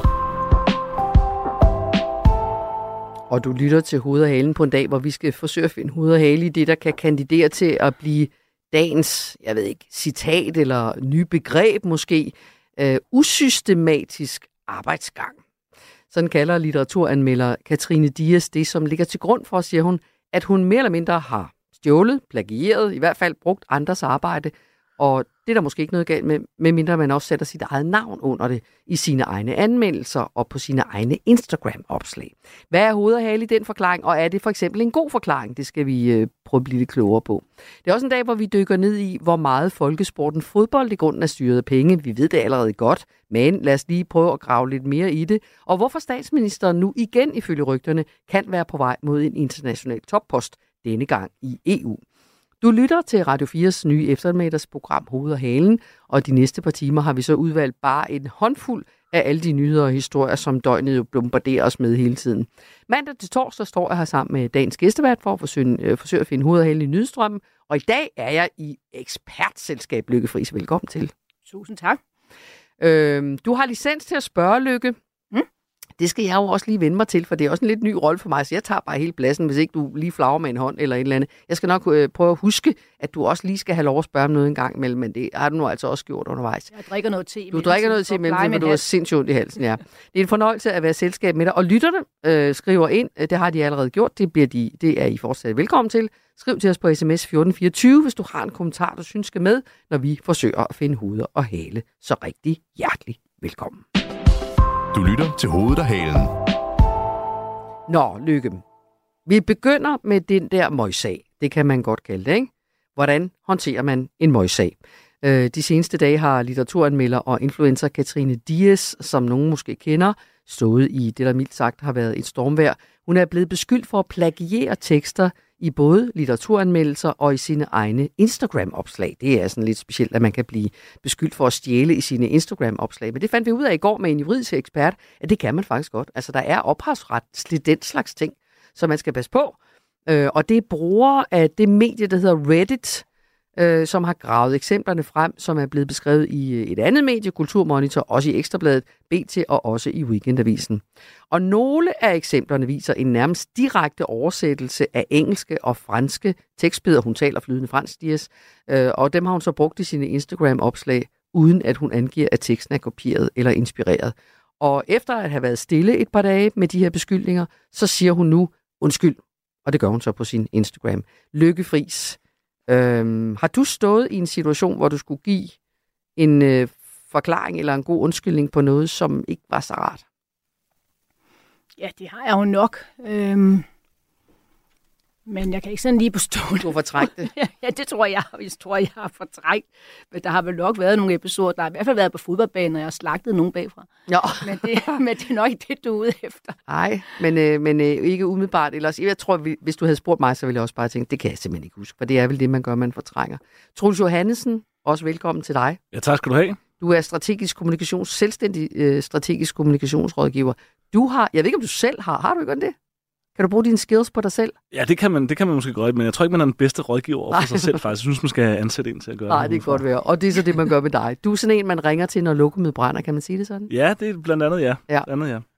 Og du lytter til Hovedet og Halen på en dag, hvor vi skal forsøge at finde hoved og hale i det, der kan kandidere til at blive dagens, jeg ved ikke, citat eller nye begreb måske, usystematisk arbejdsgang. Sådan kalder litteraturanmelder Katrine Dias det, som ligger til grund for, siger hun, at hun mere eller mindre har stjålet, plagieret, i hvert fald brugt andres arbejde, og det er der måske ikke noget galt med, medmindre man også sætter sit eget navn under det i sine egne anmeldelser og på sine egne Instagram-opslag. Hvad er hoved og hale i den forklaring, og er det for eksempel en god forklaring? Det skal vi prøve at blive lidt klogere på. Det er også en dag, hvor vi dykker ned i, hvor meget folkesporten fodbold i grunden er styret af penge. Vi ved det allerede godt, men lad os lige prøve at grave lidt mere i det. Og hvorfor statsministeren nu igen, ifølge rygterne, kan være på vej mod en international toppost, denne gang i EU. Du lytter til Radio 4's nye eftermiddagsprogram Hovedet og Halen, og de næste par timer har vi så udvalgt bare en håndfuld af alle de nyheder og historier, som døgnet jo bombarderer os med hele tiden. Mandag til torsdag står jeg her sammen med dagens gæstevært for at forsøge at finde hovedet og halen i nyhedsstrømmen, og i dag er jeg i ekspertselskab. Lykke Friis, velkommen til. Tusind tak. Du har licens til at spørge, Lykke. Det skal jeg jo også lige vende mig til, for det er også en lidt ny rolle for mig, så jeg tager bare hele pladsen, hvis ikke du lige flagrer med en hånd eller et eller andet. Jeg skal nok prøve at huske, at du også lige skal have lov at spørge om noget en gang imellem, men det har du nu altså også gjort undervejs. Jeg drikker noget te. Du drikker noget te imellem, for du har sindssygt ondt i halsen, ja. Det er en fornøjelse at være selskab med dig, og lytterne skriver ind, det har de allerede gjort, det er I fortsat velkommen til. Skriv til os på sms 1424, hvis du har en kommentar, du synes skal med, når vi forsøger at finde hoveder og hale. Så rigtig hjertelig velkommen. Du lytter til Hovedet og Halen. Nå, Lykke. Vi begynder med den der møgsag. Det kan man godt kalde det, ikke? Hvordan håndterer man en møgsag? De seneste dage har litteraturanmelder og influencer Katrine Dias, som nogen måske kender, stået i det, der mildt sagt har været et stormvejr. Hun er blevet beskyldt for at plagiere tekster i både litteraturanmeldelser og i sine egne Instagram-opslag. Det er sådan lidt specielt, at man kan blive beskyldt for at stjæle i sine Instagram-opslag. Men det fandt vi ud af i går med en juridisk ekspert, at det kan man faktisk godt. Altså, der er ophavsretsligt den slags ting, som man skal passe på. Og det er brugere af det medie, der hedder Reddit, som har gravet eksemplerne frem, som er blevet beskrevet i et andet medie, Kulturmonitor, også i Ekstrabladet, BT og også i Weekendavisen. Og nogle af eksemplerne viser en nærmest direkte oversættelse af engelske og franske tekstbilleder. Hun taler flydende fransk, Dias, og dem har hun så brugt i sine Instagram-opslag, uden at hun angiver, at teksten er kopieret eller inspireret. Og efter at have været stille et par dage med de her beskyldninger, så siger hun nu undskyld, og det gør hun så på sin Instagram. Lykke Friis. Har du stået i en situation, hvor du skulle give en forklaring eller en god undskyldning på noget, som ikke var så rart? Ja, det har jeg jo nok. Men jeg kan ikke sådan lige på stående. Du har fortrængt det? Ja, det tror jeg. Jeg har fortrængt. Men der har vel nok været nogle episoder. Der har i hvert fald været på fodboldbanen, og jeg har slagtet nogen bagfra. Ja. Men det er nok ikke det, du er ude efter. Nej, men ikke umiddelbart. Ellers, jeg tror, hvis du havde spurgt mig, så ville jeg også bare tænke, det kan jeg simpelthen ikke huske. For det er vel det, man gør, man fortrænger. Troels Johannesen, også velkommen til dig. Ja, tak skal du have. Du er selvstændig strategisk kommunikationsrådgiver. Du har, jeg ved ikke, om du selv har du ikke det? Kan du bruge dine skills på dig selv? Ja, det kan man måske godt, men jeg tror ikke, man er den bedste rådgiver over for sig selv, faktisk. Jeg synes, man skal ansætte en til at gøre det. Nej, det kan godt være. Og det er så det, man gør med dig. Du er sådan en, man ringer til, når lokummet brænder. Kan man sige det sådan? Ja, det er blandt andet, ja.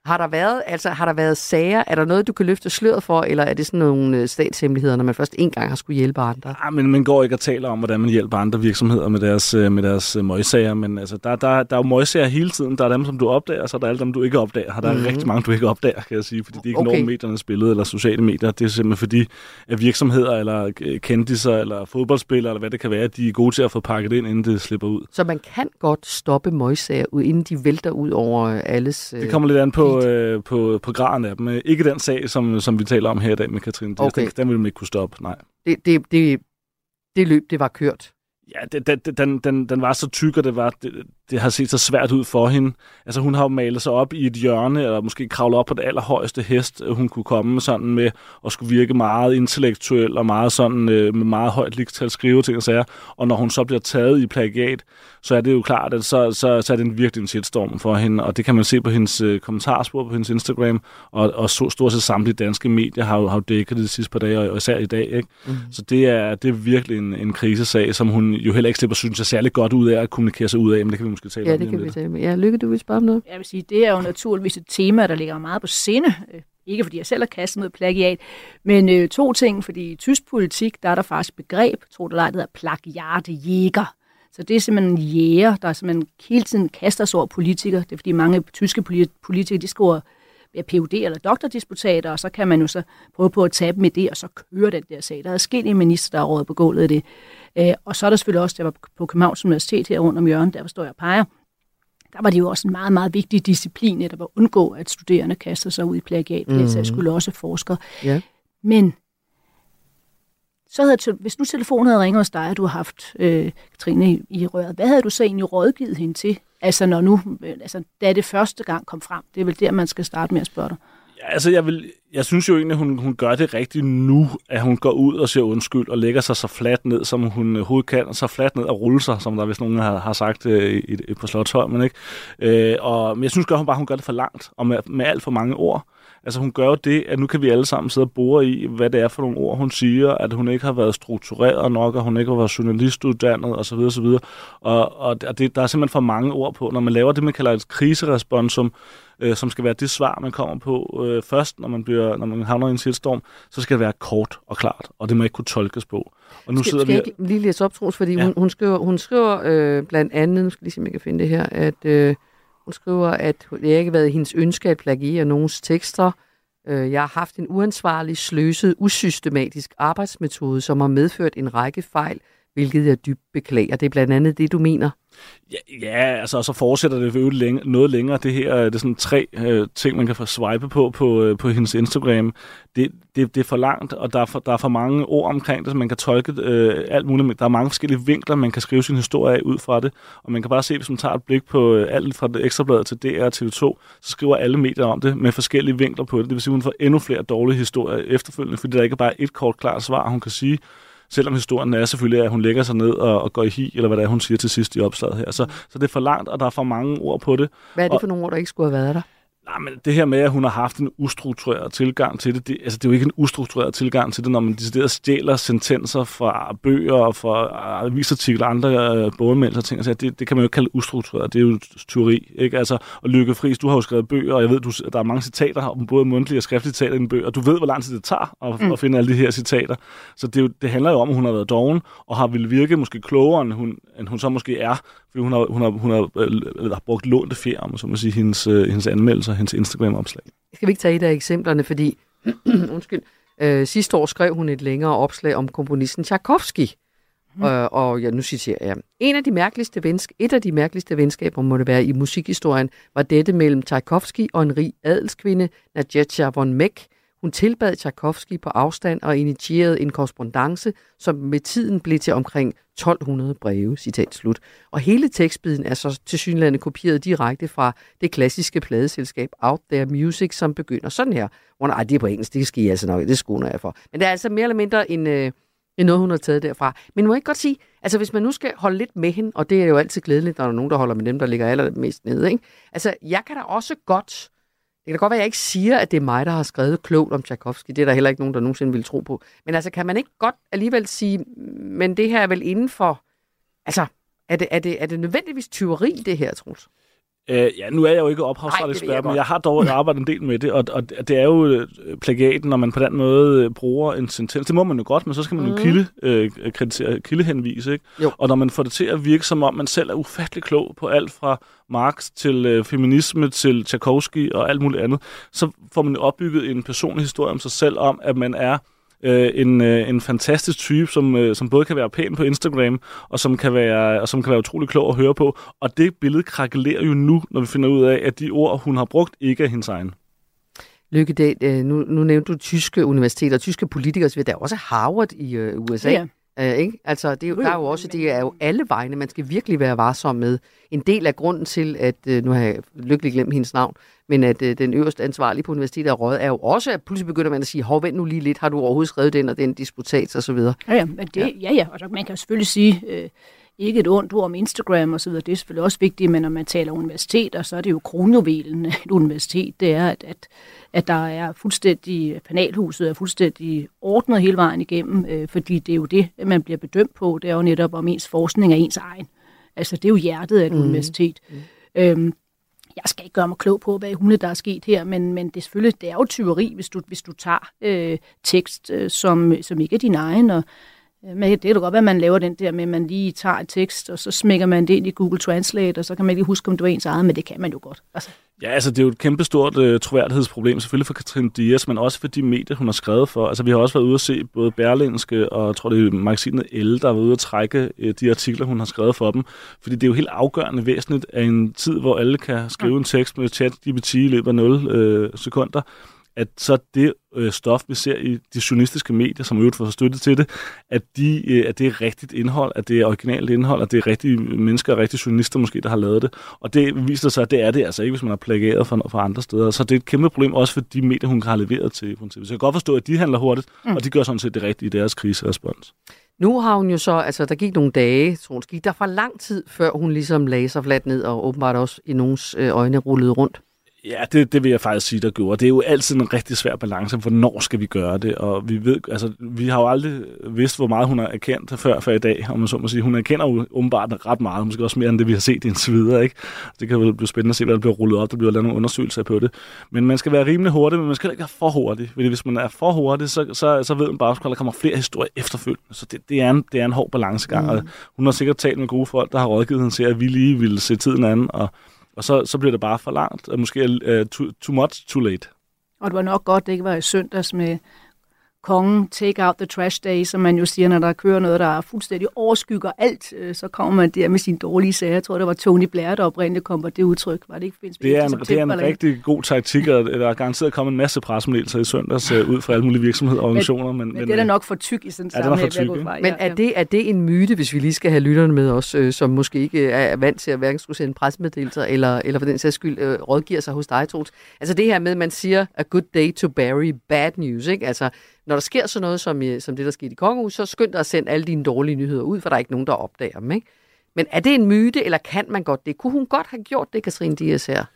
Har der været sager? Er der noget, du kan løfte sløret for, eller er det sådan nogle statshemmeligheder, når man først en gang har skulle hjælpe andre? Ja, men man går ikke og taler om, hvordan man hjælper andre virksomheder med deres møgsager, men altså, der er jo møgsager hele tiden. Der er dem, som du opdager, og så er der alle dem, du ikke opdager. Der er rigtig mange, du ikke opdager, kan jeg sige, fordi det er ikke nogen mediernes billede eller sociale medier. Det er simpelthen fordi, at virksomheder eller kendiser eller fodboldspillere, eller hvad det kan være, de er gode til at få pakket ind, inden det slipper ud. Så man kan godt stoppe møgsager, inden de vælter ud over alles... Det kommer lidt an på graden af dem. Ikke den sag, som vi taler om her i dag med Katrine. Den vil man ikke kunne stoppe, nej. Det løb, det var kørt. Ja, den var så tyk, og det har set så svært ud for hende. Altså, hun har jo malet sig op i et hjørne, eller måske kravlet op på det allerhøjeste hest, hun kunne komme sådan med, og skulle virke meget intellektuel, og meget sådan, med meget højt ligestal skrive ting og sager. Og når hun så bliver taget i plagiat, så er det jo klart, at så er det virkelig en shitstorm for hende, og det kan man se på hendes kommentarspor på hendes Instagram, og stort set samtlige danske medier har jo dækket det sidste par dage, og især i dag, ikke? Så det er virkelig en krisesag, som hun jo heller ikke slipper, synes jeg, særlig godt ud af at kommunikere sig ud af, men det kan vi måske tale om. Ja, det kan vi tale med. Ja, Lykke, du vil spørge om noget? Jeg vil sige, det er jo naturligvis et tema, der ligger meget på sinde. Ikke fordi jeg selv har kastet med plagiat, men to ting, fordi i tysk politik, der er der faktisk et begreb, tror du, der hedder plagiatjæger. Så det er simpelthen jæger, der simpelthen hele tiden kaster sig over politikere. Det er fordi mange tyske politikere, de skriver PhD eller doktordisputater, og så kan man jo så prøve på at tage dem i det, og så køre den der sag. Der er forskellige minister, der har rådet på gulvet i det. Og så er der selvfølgelig også, der var på Københavns Universitet her rundt om hjørnet, der står jeg og peger. Der var det jo også en meget, meget vigtig disciplin, at undgå, at studerende kaster sig ud i plagiat. Det skulle også forskere. Ja. Men så hvis nu telefonen havde ringet hos dig, og du har haft Katrine i røret, hvad havde du så egentlig rådgivet hende til? Altså da det første gang kom frem. Det er vel der, man skal starte med at spørge dig. Ja, altså jeg synes jo egentlig, at hun gør det rigtigt nu, at hun går ud og siger undskyld og lægger sig så fladt ned, som hun overhovedet kan, og så fladt ned og rulle sig, som der vist nogen har sagt på Slotsholmen, ikke? Men jeg synes godt, hun gør det for langt, og med alt for mange ord. Altså hun gør jo det, at nu kan vi alle sammen sidde og bore i, hvad det er for nogle ord, hun siger, at hun ikke har været struktureret nok, og hun ikke har været journalistuddannet osv. osv. Og der er simpelthen for mange ord på. Når man laver det, man kalder et kriseresponsum, som skal være det svar, man kommer på først, når man havner i en shitstorm, så skal det være kort og klart, og det må ikke kunne tolkes på. Og nu skal jeg lige læse op, Troels, fordi ja. hun skriver blandt andet, nu skal jeg lige se, om jeg kan finde det her, at hun skriver, at det ikke har været hendes ønske at plagiere nogens tekster. Jeg har haft en uansvarlig, sløset, usystematisk arbejdsmetode, som har medført en række fejl, hvilket jeg dybt beklager. Det er blandt andet det, du mener. Ja, altså, og så fortsætter det noget længere. Det her det er sådan 3 ting, man kan få swipe på hendes Instagram. Det er for langt, og der er for mange ord omkring det, så man kan tolke alt muligt. Der er mange forskellige vinkler, man kan skrive sin historie af ud fra det, og man kan bare se, hvis man tager et blik på alt fra det Ekstrabladet til DR og TV2, så skriver alle medier om det med forskellige vinkler på det. Det vil sige, at hun får endnu flere dårlige historier efterfølgende, fordi der ikke er bare et kort klart svar, hun kan sige. Selvom historien er selvfølgelig, at hun lægger sig ned og går i hi, eller hvad det er, hun siger til sidst i opslaget her. Så det er for langt, og der er for mange ord på det. Hvad er det for nogle ord, der ikke skulle have været der? Nej, men det her med, at hun har haft en ustruktureret tilgang til det, det er jo ikke en ustruktureret tilgang til det, når man decideret stjæler sentenser fra bøger og fra avisartikler og andre boganmeldelser og ting. Altså, det kan man jo ikke kalde ustruktureret. Det er jo tyveri, ikke? Altså, og Lykke Friis, du har jo skrevet bøger, og jeg ved, der er mange citater om både mundtlige og skriftlige citater i en bøger, og du ved, hvor lang tid det tager at finde alle de her citater. Så det handler jo om, at hun har været doven, og har ville virke måske klogere, end hun så måske er, fordi hun har brugt lånte fjer, om så må sige, hendes anmeldelser, hendes Instagram-opslag. Skal vi ikke tage et af eksemplerne, fordi sidste år skrev hun et længere opslag om komponisten Tchaikovsky. Og nu citerer jeg. Et af de mærkeligste venskaber, må det være i musikhistorien, var dette mellem Tchaikovsky og en rig adelskvinde, Nadezhda von Meck. Hun tilbad Tchaikovsky på afstand og initierede en korrespondance, som med tiden blev til omkring 1200 breve, citat slut. Og hele tekstbiden er så tilsyneladende kopieret direkte fra det klassiske pladeselskab Out There Music, som begynder sådan her. Det er på engelsk, det skal I altså nok, det skuner jeg for. Men det er altså mere eller mindre en noget, hun har taget derfra. Men må jeg ikke godt sige, altså hvis man nu skal holde lidt med hende, og det er jo altid glædeligt, når der er nogen, der holder med dem, der ligger allermest nede, ikke? Altså, jeg kan da også godt... Det kan da godt være, at jeg ikke siger, at det er mig, der har skrevet klogt om Tchaikovsky. Det er der heller ikke nogen, der nogensinde vil tro på. Men altså, kan man ikke godt alligevel sige, men det her er vel inden for... Altså, er det nødvendigvis tyveri, det her, Troels? Nu er jeg jo ikke ophavsretsekspert, men jeg har dog arbejdet en del med det, og det er jo plagiaten, når man på den måde bruger en sentens. Det må man jo godt, men så skal man jo kildehenvise, ikke? Jo. Og når man får det til at virke, som om man selv er ufattelig klog på alt fra Marx til feminisme til Tchaikovsky og alt muligt andet, så får man jo opbygget en personlig historie om sig selv, om at man er en fantastisk type, som både kan være pæn på Instagram, og som kan være utrolig klog at høre på. Og det billede krakelerer jo nu, når vi finder ud af, at de ord, hun har brugt, ikke er hendes egen. Lykke Dahl, nu nævnte du tyske universiteter, tyske politikere, så der er også Harvard i USA. Ja. Ikke? Altså, det er jo alle vegne, man skal virkelig være varsom med. En del af grunden til, at, nu har jeg lykkeligt glemt hendes navn, men at den øverste ansvarlige på universitetet af Røde er jo også, at pludselig begynder man at sige, vent nu lige lidt, har du overhovedet skrevet den og den disputats og så videre. Ja, og man kan selvfølgelig sige, ikke et ondt ord om Instagram og så videre, det er selvfølgelig også vigtigt, men når man taler universiteter, så er det jo kronjuvelen af et universitet, det er, at der er fuldstændig, panelhuset er fuldstændig ordnet hele vejen igennem, fordi det er jo det, man bliver bedømt på, det er jo netop om ens forskning er ens egen. Altså det er jo hjertet af et universitet. Jeg skal ikke gøre mig klog på, hvad hunde der er sket her, men det er selvfølgelig, det er jo tyveri, hvis du tager tekst, som ikke er din egen, og det kan godt være, at man laver den der med, at man lige tager et tekst, og så smækker man det ind i Google Translate, og så kan man ikke huske, om det var ens eget, men det kan man jo godt. Altså. Ja, altså det er jo et kæmpestort troværdighedsproblem, selvfølgelig for Katrine Dias, men også for de medier, hun har skrevet for. Altså vi har også været ude at se både Berlingske og jeg tror det er magasinet Elle, der har været ude at trække de artikler, hun har skrevet for dem. Fordi det er jo helt afgørende væsentligt af en tid, hvor alle kan skrive en tekst med ChatGPT i løbet af 0 sekunder, at så det stof, vi ser i de journalistiske medier, som jo får støtte til det, at det er rigtigt indhold, at det er originalt indhold, at det er rigtige mennesker og rigtige journalister måske, der har lavet det. Og det viser sig, at det er det altså ikke, hvis man har plagieret fra andre steder. Så det er et kæmpe problem også for de medier, hun har leveret til. Så jeg kan godt forstå, at de handler hurtigt, og de gør sådan set det rigtige i deres kriserespons. Nu har hun jo så, altså der gik nogle dage, tror hun, der for lang tid, før hun ligesom lagde sig fladt ned, og åbenbart også i nogens øjne rullede rundt. Ja, det vil jeg faktisk sige, der gjorde. Det er jo altid en rigtig svær balance, hvornår skal vi gøre det, og vi har jo aldrig vidst, hvor meget hun har erkendt før i dag, om man så må sige. Hun erkender jo åbenbart ret meget, måske også mere end det, vi har set indtil videre, ikke? Det kan jo blive spændende at se, hvad der bliver rullet op, der bliver lavet nogle undersøgelser på det. Men man skal være rimelig hurtig, men man skal ikke være for hurtig, fordi hvis man er for hurtig, så ved man bare, at der kommer flere historier efterfølgende. Så det er en hård balancegang, og hun har sikkert talt med gode folk, der har rådgivet hende til, at vi lige ville se tiden anden, og så bliver det bare for langt, og måske too much, too late. Og det var nok godt, det ikke var i søndags med kongen, take out the trash day, som man jo siger, når der kører noget, der fuldstændig overskygger alt, så kommer man der med sine dårlige sager. Jeg tror, det var Tony Blair, der oprindeligt kom på det udtryk. Var det ikke det er en rigtig god taktik, og der er garanteret kommet en masse pressemeddelelser i søndags ud fra alle mulige virksomheder og organisationer. Men det er da nok for tyk i sådan en sammenhæng. Men er det en myte, hvis vi lige skal have lytterne med os, som måske ikke er vant til at hverken skulle sende pressemeddelelser, eller for den sags skyld rådgiver sig hos dig, Troels? Altså det her med, at man siger, a good day to bury bad news, ikke? Altså når der sker sådan noget som det, der skete i Kongehuset, så skynd dig at sende alle dine dårlige nyheder ud, for der er ikke nogen, der opdager dem, ikke? Men er det en myte, eller kan man godt det? Kunne hun godt have gjort det, Katrine Dias her?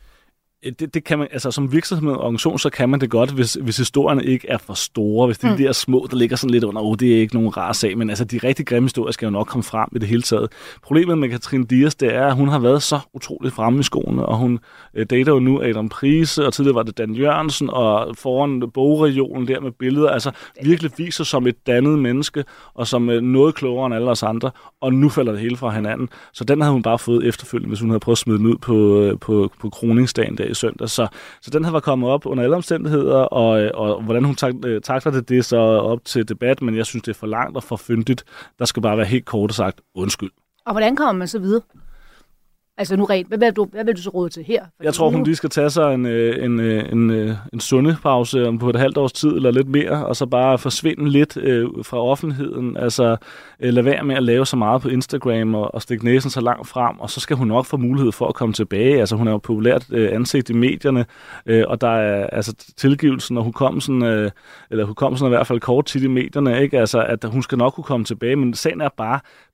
Det kan man, altså som virksomhed og organisation, så kan man det godt, hvis historierne ikke er for store, hvis det er de der små, der ligger sådan lidt under, det er ikke nogen rar sag, men altså de rigtig grimme historier skal jo nok komme frem i det hele taget. Problemet med Katrine Dias, det er, at hun har været så utroligt fremme i skoene, og hun dater jo nu Adam Prise, og tidligere var det Dan Jørgensen, og foran bogregionen der med billeder, altså virkelig viser som et dannet menneske, og som noget klogere end alle os andre, og nu falder det hele fra hinanden. Så den havde hun bare fået efterfølgende, hvis hun havde prøvet at smide den ud på kroningsdagen der i søndag. Så den havde været kommet op under alle omstændigheder, og hvordan hun takler det er så op til debat, men jeg synes, det er for langt og for fyndigt. Der skal bare være helt kort og sagt undskyld. Og hvordan kommer man så videre? Altså nu rent, hvad vil du så råde til her? Fordi jeg tror, hun lige skal tage sig en sundhedspause på et halvt års tid eller lidt mere, og så bare forsvinde lidt fra offentligheden. Altså lade være med at lave så meget på Instagram og stikke næsen så langt frem, og så skal hun nok få mulighed for at komme tilbage. Altså hun er jo populært ansigt i medierne, og der er altså tilgivelsen og hukommelsen, eller hukommelsen er i hvert fald kort tit i medierne, ikke? Altså at hun skal nok kunne komme tilbage, men sagen er bare,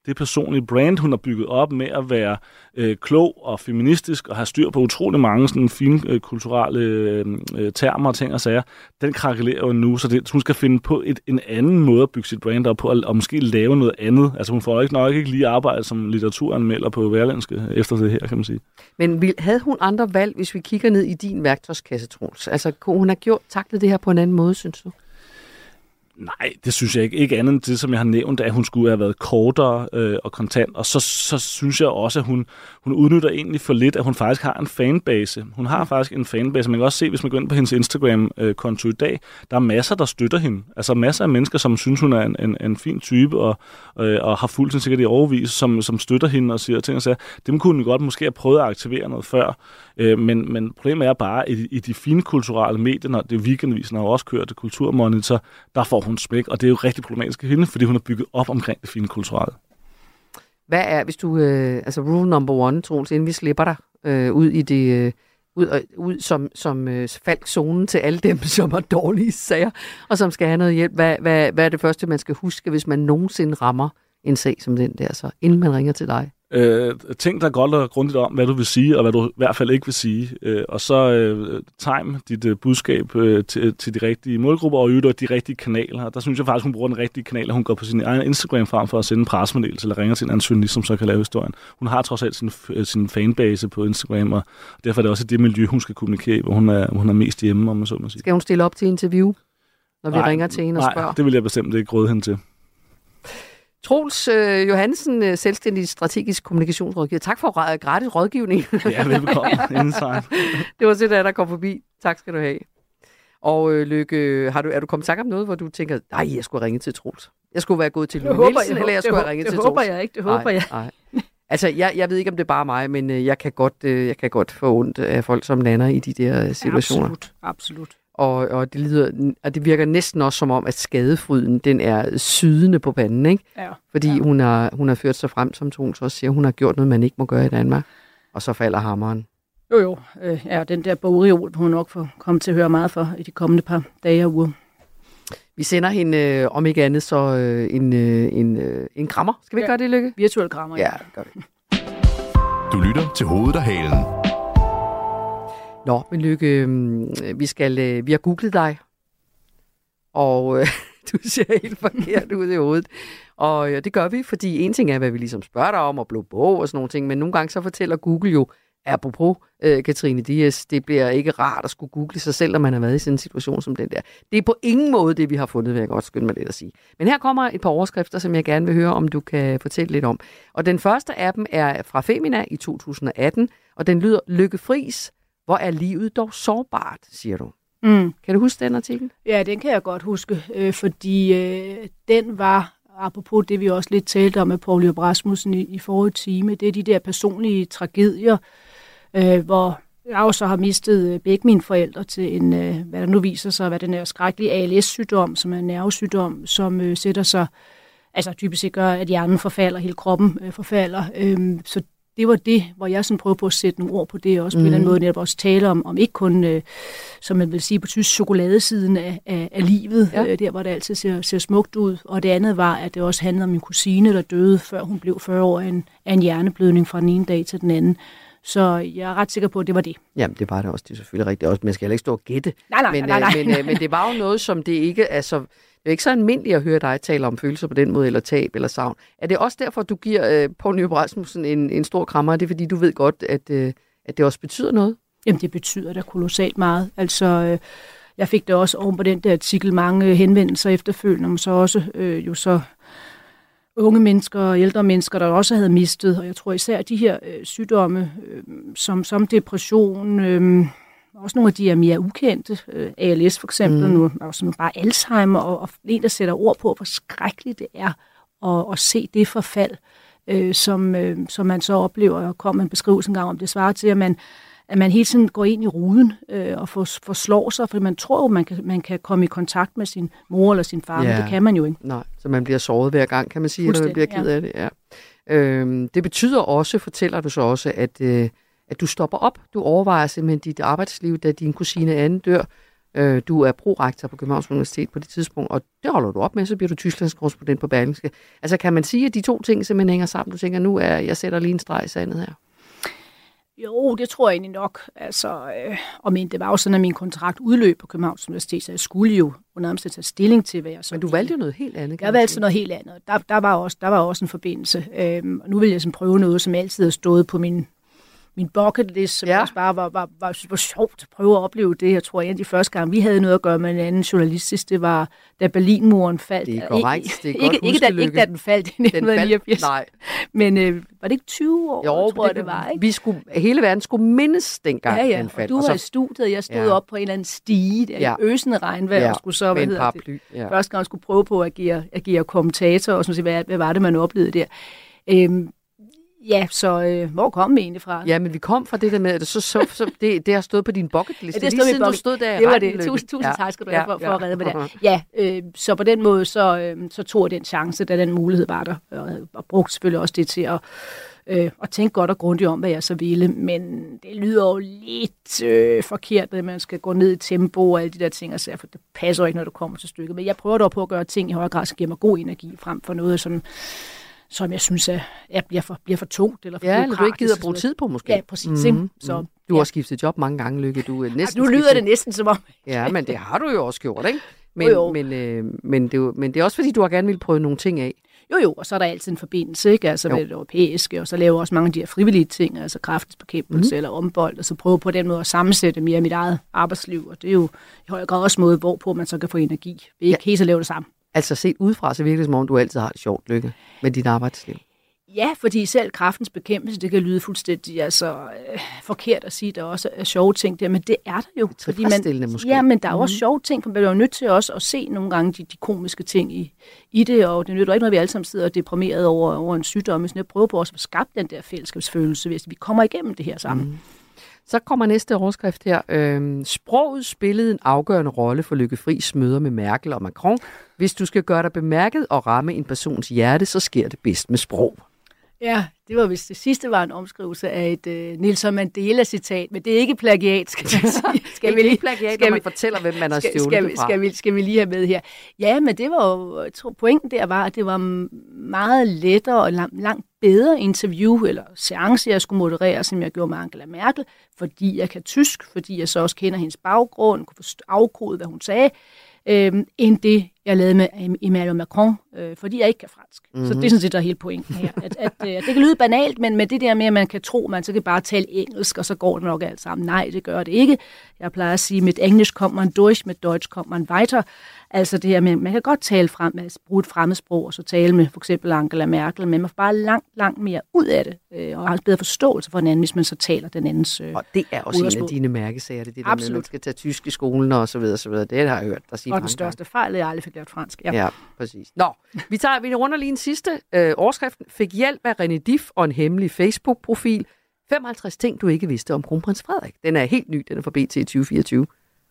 det personlige brand, hun har bygget op med at være klog og feministisk og have styr på utrolig mange sådan fine kulturelle termer og ting og sager, den krakelerer jo nu, så hun skal finde på en anden måde at bygge sit brand op på, og måske lave noget andet. Altså hun får nok ikke lige arbejde som litteraturanmelder på Værlandske efter det her, kan man sige. Men havde hun andre valg, hvis vi kigger ned i din værktøjskasse, Troels? Altså kunne hun have taklet det her på en anden måde, synes du? Nej, det synes jeg ikke. Ikke andet end det, som jeg har nævnt, at hun skulle have været kortere og kontant. Og så synes jeg også, at hun udnytter egentlig for lidt, at hun faktisk har en fanbase. Hun har faktisk en fanbase. Man kan også se, hvis man går ind på hendes Instagram-konto i dag, der er masser, der støtter hende. Altså masser af mennesker, som synes, hun er en fin type, og har fulgt hende sikkert i overvis, som støtter hende og siger ting og sager. Dem kunne hun godt måske have prøvet at aktivere noget før. Men problemet er bare, at i de fine kulturelle medier, når det Weekendavisen har også kørt det Kulturmonitor, der får hun smæk, og det er jo rigtig problematisk i hende, fordi hun har bygget op omkring det fine kulturelle. Hvad er, hvis du, altså rule number 1, Troels, inden vi slipper dig ud i det, ud som falkzonen til alle dem, som har dårlige sager, og som skal have noget hjælp. Hvad er det første, man skal huske, hvis man nogensinde rammer en sag som den der, så inden man ringer til dig? Tænk dig godt og grundigt om, hvad du vil sige, og hvad du i hvert fald ikke vil sige. Og så time dit budskab til de rigtige målgrupper, og øvrigt de rigtige kanaler. Der synes jeg faktisk, hun bruger den rigtige kanal, hun går på sin egen Instagram frem for at sende en pressemeddelelse, eller ringer til en anden journalist, som så kan lave historien. Hun har trods alt sin fanbase på Instagram, og derfor er det også det miljø, hun skal kommunikere i, hvor hun er mest hjemme, om man så må sige. Skal hun stille op til interview, når vi ringer til hende og spørger? Nej, det vil jeg bestemt ikke råde hende til. Troels Johansen, selvstændig strategisk kommunikationsrådgiver. Tak for gratis rådgivning. Ja, velbekomme. Det var sådan, der kom forbi. Tak skal du have. Og Lykke, er du kommet i tanke om noget, hvor du tænker, nej, jeg skulle ringe til Troels. Jeg skulle være gået til Lykke Nielsen, eller jeg skulle have ringet til Troels. Det håber jeg ikke, det håber jeg. Nej. Altså, jeg ved ikke, om det er bare mig, men jeg kan godt få ondt af folk, som lander i de der situationer. Absolut. Og det virker næsten også som om, at skadefryden, den er sydende på panden, ikke? Ja. Fordi hun har ført sig frem, som Troels også siger, hun har gjort noget, man ikke må gøre i Danmark. Og så falder hammeren. Jo. Den der bogreol, hun nok får komme til at høre meget for i de kommende par dage og uger. Vi sender hende, om ikke andet, så en krammer. Skal vi gøre det, Lykke? Virtuel krammer, ja. Gør vi. Du lytter til Hovedet og Halen. Nå, men Lykke, vi har googlet dig, og du ser helt forkert ud i hovedet. Og det gør vi, fordi en ting er, hvad vi ligesom spørger dig om, og blå bog og sådan nogle ting, men nogle gange så fortæller Google jo, apropos Katrine Dias, det bliver ikke rart at skulle google sig selv, når man har været i sådan en situation som den der. Det er på ingen måde det, vi har fundet, vil jeg godt skynde mig lidt at sige. Men her kommer et par overskrifter, som jeg gerne vil høre, om du kan fortælle lidt om. Og den første af dem er fra Femina i 2018, og den lyder: Lykke Friis, hvor er livet dog sårbart, siger du. Kan du huske den artikel? Ja, den kan jeg godt huske, fordi den var, apropos det vi også lidt talte om med Poul Nyrup Rasmussen i forrige time, det er de der personlige tragedier, hvor jeg også har mistet begge mine forældre til en, hvad der nu viser sig, hvad den er skrækkelige ALS-sygdom, som er en nervesygdom, som sætter sig, altså typisk set gør, at hjernen forfalder, hele kroppen forfalder. Så det var det, hvor jeg sådan prøvede på at sætte nogle ord på det, også på en eller anden måde, netop også tale om ikke kun, som man vil sige på tysk, chokoladesiden af livet, der hvor det altid ser smukt ud. Og det andet var, at det også handlede om min kusine, der døde, før hun blev 40 år af en hjerneblødning fra den ene dag til den anden. Så jeg er ret sikker på, at det var det. Jamen, det var det også. Det er selvfølgelig rigtigt også. Man skal heller ikke stå og gætte. Nej. Men det var jo noget, som det ikke... Altså, det er ikke så almindeligt at høre dig tale om følelser på den måde, eller tab, eller savn. Er det også derfor, du giver Poul Nyrup Rasmussen en stor krammer? Er det fordi, du ved godt, at det også betyder noget? Jamen, det betyder da kolossalt meget. Altså, jeg fik det også oven på den der artikel mange henvendelser efterfølgende, men så også så unge mennesker og ældre mennesker, der også havde mistet. Og jeg tror især de her sygdomme, som depression, også nogle af de er mere ukendte, ALS for eksempel, nu også bare Alzheimer, og en, der sætter ord på, hvor skrækkeligt det er at se det forfald, som man så oplever, og kommer en beskrivelse engang om det svarer til, at man hele tiden går ind i ruden og forslår sig, for man tror jo, man kan komme i kontakt med sin mor eller sin far, men det kan man jo ikke. Nej, så man bliver såret hver gang, kan man sige, eller man bliver ked af det. Ja. Det betyder også, fortæller du så også, at du stopper op. Du overvejer simpelthen dit arbejdsliv, da din kusine Anne dør. Du er prorektor på Københavns Universitet på det tidspunkt, og det holder du op med, så bliver du Tysklands korrespondent på Berlingske. Altså kan man sige, at de to ting simpelthen hænger sammen? Du tænker, nu er jeg sætter lige en streg i sandet her. Jo, det tror jeg egentlig nok. Altså, men det var jo sådan, at min kontrakt udløb på Københavns Universitet, så jeg skulle jo nærmest tage stilling til, hvad jeg så... Men du valgte jo noget helt andet. Jeg valgte noget helt andet. Der var også en forbindelse. Og nu vil jeg sådan prøve noget, som altid har stået på min bucket list, som også bare var sjovt at prøve at opleve det. Jeg tror, en af de første gange, vi havde noget at gøre med en anden journalist, det var, da Berlinmuren faldt. Det er korrekt. Det er godt ikke da den faldt i 1989. Nej. Men var det ikke 20 år, tror jeg, det var, ikke? Hele verden skulle mindes dengang, den faldt. Og du var i studiet, jeg stod op på en eller anden stige der, i øsende regnvejr, og skulle så, første gang skulle prøve på at agere kommentator, og sådan sige, hvad var det, man oplevede der? Ja, så hvor kom vi egentlig fra? Ja, men vi kom fra det der med, at det har stået på din bucket list. Ja, det stod lige du stod der. Det var det. Tusind tak skal du have for at redde mig der. Ja, så på den måde, så tog jeg den chance, da den mulighed var der, og brugte selvfølgelig også det til at tænke godt og grundigt om, hvad jeg så ville. Men det lyder jo lidt forkert, at man skal gå ned i tempo og alle de der ting, og for det passer jo ikke, når du kommer til stykket. Men jeg prøver dog på at gøre ting i højere grad, som giver mig god energi, frem for noget som jeg synes bliver for tungt eller for bureaukratisk. Eller du ikke gider at bruge tid på, måske. Ja, præcis. Mm-hmm. Så, du har skiftet job mange gange, Lykke. Du er næsten nu lyder det næsten som om... Ja, men det har du jo også gjort, ikke? Men det er også, fordi du har gerne vil prøve nogle ting af. Jo, og så er der altid en forbindelse, ikke? Altså med det europæiske, og så laver jeg også mange af de her frivillige ting, altså kræftens bekæmpelse eller ombold, og så prøve på den måde at sammensætte mere af mit eget arbejdsliv, og det er jo i høj grad også måde, hvorpå man så kan få energi. Vi ikke helt så lave det samme. Altså set udefra, så virker det som om, du altid har det sjovt, Lykke, med dit arbejdsliv. Ja, fordi selv kræftens bekæmpelse, det kan lyde fuldstændig forkert at sige, at der også er sjove ting der, men det er der jo. Tilfredsstillende måske. Ja, men der er også sjove ting, for man er jo nødt til også at se nogle gange de komiske ting i det, og det nytter ikke, når vi alle sammen sidder og deprimeret over en sygdom, hvis jeg prøver på også at skabe den der fællesskabsfølelse, hvis vi kommer igennem det her sammen. Mm. Så kommer næste overskrift her. Sproget spillede en afgørende rolle for Lykke Friis møder med Merkel og Macron. Hvis du skal gøre dig bemærket og ramme en persons hjerte, så sker det bedst med sprog. Ja, det var vist det sidste var en omskrivelse af et Nelson Mandela-citat, men det er er plagiat, skal man sige. Skal vi lige plagiat, når man fortæller, hvem man har stjålet det fra? Skal vi lige have med her? Ja, men det var jo, jeg tror, pointen der var, at det var meget lettere og langt bedre interview eller seance, jeg skulle moderere, som jeg gjorde med Angela Merkel, fordi jeg kan tysk, fordi jeg så også kender hendes baggrund, kunne afkode, hvad hun sagde, end det, jeg lavede med Emmanuel Macron, fordi jeg ikke kan fransk. Mm-hmm. Så det er sådan set, der er hele pointen her. Det kan lyde banalt, men med det der med, at man kan tro, man så kan bare tale engelsk, og så går det nok alt sammen. Nej, det gør det ikke. Jeg plejer at sige, mit engelsk kommer man durch, mit deutsch kommer man weiter. Altså det her med, man kan godt tale bruge et fremmedsprog, og så tale med for eksempel Angela Merkel, men man får bare langt mere ud af det, og har en bedre forståelse for hinanden, hvis man så taler den andens og det er også en af dine mærkesager, det der med, at man skal tage tysk i skolen og så videre, så videre. Det har jeg hørt dig sige. Og den største fejl, jeg aldrig fik lært fransk. Ja, præcis. Nå, vi runder lige en sidste overskrift. Fik hjælp af René Dif og en hemmelig Facebook-profil. 55 ting, du ikke vidste om kronprins Frederik. Den er helt ny, den er fra BT 2024.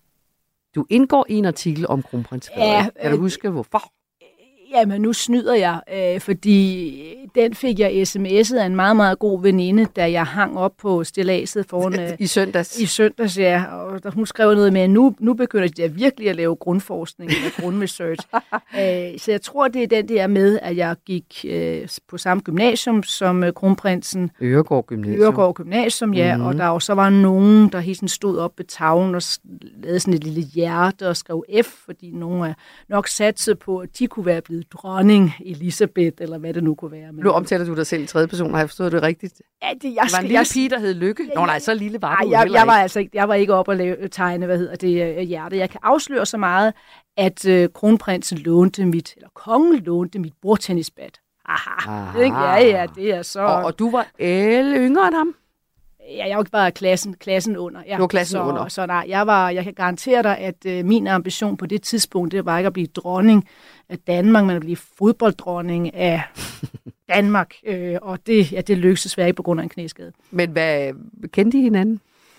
Du indgår i en artikel om kronprins Frederik. Kan du huske, hvorfor? Jamen, nu snyder jeg, fordi den fik jeg sms'et af en meget, meget god veninde, da jeg hang op på stilladset foran... I søndags? I søndags, ja. Og hun skrev noget med, at nu begynder de virkelig at lave grundforskning eller grundresearch. Så jeg tror, det er den der med, at jeg gik på samme gymnasium som kronprinsen. Øregård Gymnasium, ja. Mm-hmm. Og der så var nogen, der helt stod op ved tavlen og lavede sådan et lille hjerte og skrev F, fordi nogen er nok satsede på, at de kunne være blevet dronning Elisabeth, eller hvad det nu kunne være. Nu omtaler du dig selv i tredje person, har jeg forstået det rigtigt? Ja, det var en lille pige, der hed Lykke. Nå nej, så lille var du jeg var ikke oppe at tegne, hjerte. Jeg kan afsløre så meget, at kronprinsen kongen lånte mit bordtennisbat. Aha. Ja, det er så... Og du var yngre end ham? Ja, jeg var bare klassen under. Ja. Du var klassen under? Så nej, jeg kan garantere dig, at min ambition på det tidspunkt, det var ikke at blive dronning af Danmark, men at blive fodbolddronning af Danmark. Og det lykkedes desværre ikke på grund af en knæskade. Men kendte I hinanden?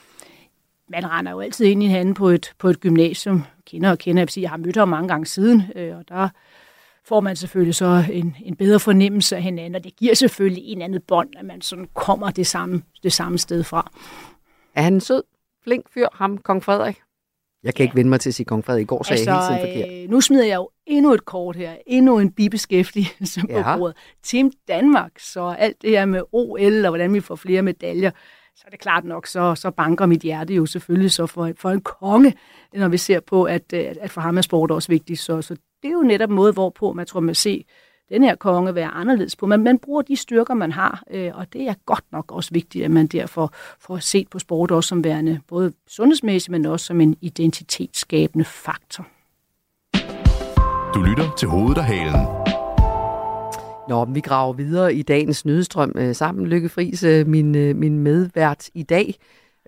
Man render jo altid ind i hinanden på et gymnasium. Kender. Jeg har mødt ham mange gange siden, og der får man selvfølgelig så en bedre fornemmelse af hinanden, og det giver selvfølgelig en anden bånd, at man sådan kommer det samme sted fra. Er han en sød, flink fyr, ham, kong Frederik? Jeg kan ikke vende mig til at sige kong Frederik. I går sagde jeg hele tiden forkert. Nu smider jeg jo endnu et kort her. Endnu en bibeskæftigelse på bordet. Team Danmark, så alt det her med OL og hvordan vi får flere medaljer, så er det klart nok, så banker mit hjerte jo selvfølgelig så for en konge, når vi ser på, at for ham er sport også vigtigt. Så det er jo netop en måde, hvorpå man tror, man ser den her konge være anderledes på. Men man bruger de styrker, man har, og det er godt nok også vigtigt, at man derfor får set på sport også som værende både sundhedsmæssigt, men også som en identitetsskabende faktor. Du lytter til Hovedet og Halen. Nå, vi graver videre i dagens nyhedsstrøm sammen. Lykke Friis, min medvært i dag.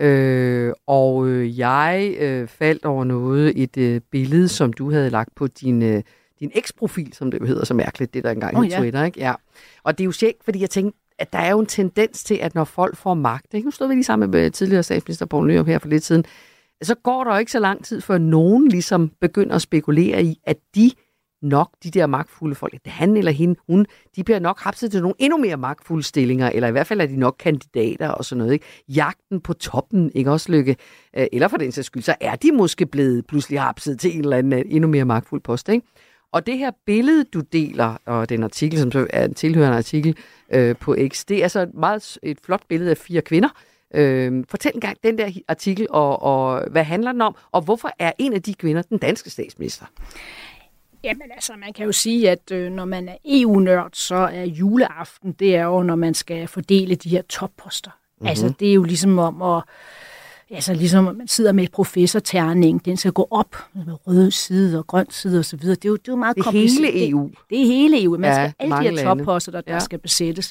Jeg faldt over et billede, som du havde lagt på din eks-profil, som det hedder så mærkeligt, det der engang i Twitter, ikke? Ja. Og det er jo sjældent, fordi jeg tænkte, at der er jo en tendens til, at når folk får magt, ikke? Nu stod vi lige sammen med tidligere statsminister Poul Nyrup her for lidt siden, så går der jo ikke så lang tid, før nogen ligesom begynder at spekulere i, at de der magtfulde folk, det han eller hende, hun, de bliver nok hapset til nogle endnu mere magtfulde stillinger, eller i hvert fald er de nok kandidater og sådan noget, ikke? Jagten på toppen, ikke også, Lykke? Eller for den sags skyld, så er de måske blevet pludselig hapset til en eller anden endnu mere magtfuld post, ikke? Og det her billede, du deler, og den artikel, som så er en tilhørende artikel på X, det er så et flot billede af 4 kvinder. Fortæl en gang den der artikel, og hvad handler den om, og hvorfor er en af de kvinder den danske statsminister? Jamen altså, man kan jo sige, at når man er EU-nørd, så er juleaften, det er jo, når man skal fordele de her topposter. Mm-hmm. Altså, det er jo ligesom om at... Altså ligesom man sidder med professorterning, den skal gå op med rød side og grøn side osv. Det er jo meget kompliceret. Det er hele EU. Det er hele EU. Man skal alle de her topposter, der skal besættes.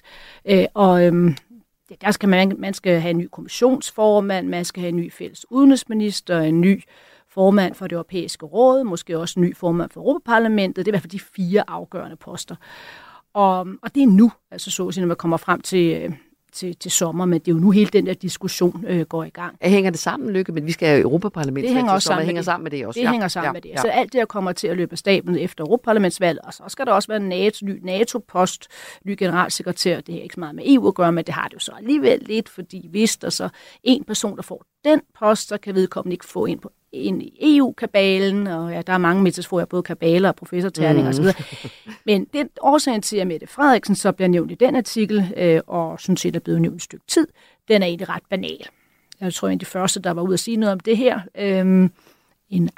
Der skal man skal have en ny kommissionsformand, man skal have en ny fælles udenrigsminister, en ny formand for det europæiske råd, måske også en ny formand for Europaparlamentet. Det er i hvert fald de 4 afgørende poster. Og det er nu, altså så at sige, når man kommer frem til sommer, men det er jo nu hele den der diskussion går i gang. Hænger det sammen, Lykke? Men vi skal have Europaparlamentet. Det hænger også sammen, hænger sammen med det også. Det hænger sammen med det. Så alt det her kommer til at løbe af stablen efter Europaparlamentsvalget, og så skal der også være en ny NATO-post, ny generalsekretær. Det har ikke så meget med EU at gøre, men det har det jo så alligevel lidt, fordi hvis der så en person, der får den post, så kan vedkommende ikke få en i EU-kabalen, og der er mange metaforer, både kabaler og professorterninger osv. Men det årsagen til, at Mette Frederiksen så bliver nævnt i den artikel, og sådan set er blevet nævnt et stykke tid, den er egentlig ret banal. Jeg tror, en af de første, der var ude at sige noget om det her, en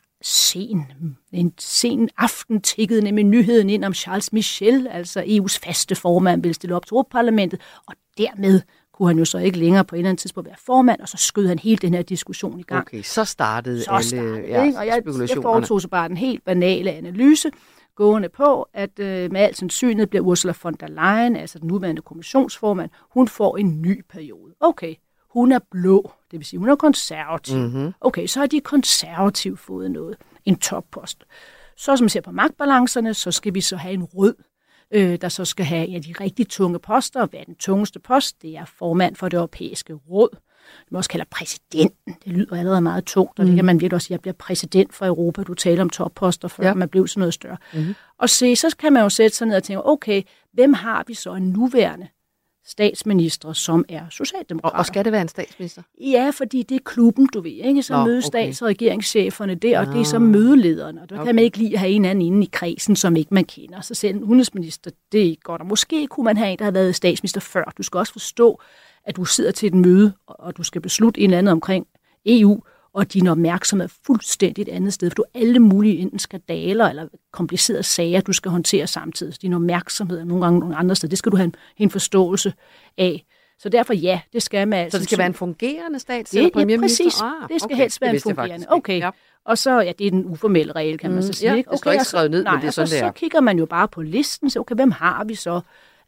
sen aften tikkede nemlig nyheden ind om Charles Michel, altså EU's faste formand, ville stille op til Europaparlamentet, og dermed kunne han jo så ikke længere på et eller andet tidspunkt være formand, og så skød han hele den her diskussion i gang. Okay, så startede alle og jeg foretog så bare den helt banale analyse, gående på, at med al sandsynlighed bliver Ursula von der Leyen, altså den nuværende kommissionsformand, hun får en ny periode. Okay, hun er blå, det vil sige, hun er konservativ. Mm-hmm. Okay, så har de konservative fået noget, en toppost. Så som man ser på magtbalancerne, så skal vi så have en rød, der så skal have de rigtig tunge poster. Hvad er den tungeste post? Det er formand for det europæiske råd. Det man også kalder præsidenten. Det lyder allerede meget tungt, og det kan man virkelig også sige, at jeg bliver præsident for Europa. Du taler om topposter, før man blev sådan noget større. Mm-hmm. Og så kan man jo sætte sig ned og tænke, okay, hvem har vi så en nuværende statsminister, som er socialdemokrater? Og skal det være en statsminister? Ja, fordi det er klubben, du ved, ikke? Så møder stats- og regeringscheferne der, og det er så mødelederne. Og der kan man ikke lige have en anden inde i kredsen, som ikke man kender. Så selv en udenrigsminister, det er ikke godt. Og måske kunne man have en, der har været statsminister før. Du skal også forstå, at du sidder til et møde, og du skal beslutte en eller anden omkring EU, og din opmærksomhed er fuldstændig et andet sted, for du har alle mulige enten skandaler eller komplicerede sager, du skal håndtere samtidig. Din opmærksomhed er nogle gange nogle andre steder. Det skal du have en forståelse af. Så derfor ja, det skal man altså. Så det skal være en fungerende eller premierminister? Ja, præcis. Det skal helst være en fungerende. Okay. Ja. Og så, det er den uformelle regel, kan man så sige. Ikke? Okay, det står ikke skrevet ned, men det er sådan, det er. Så kigger man jo bare på listen, så okay, hvem har vi så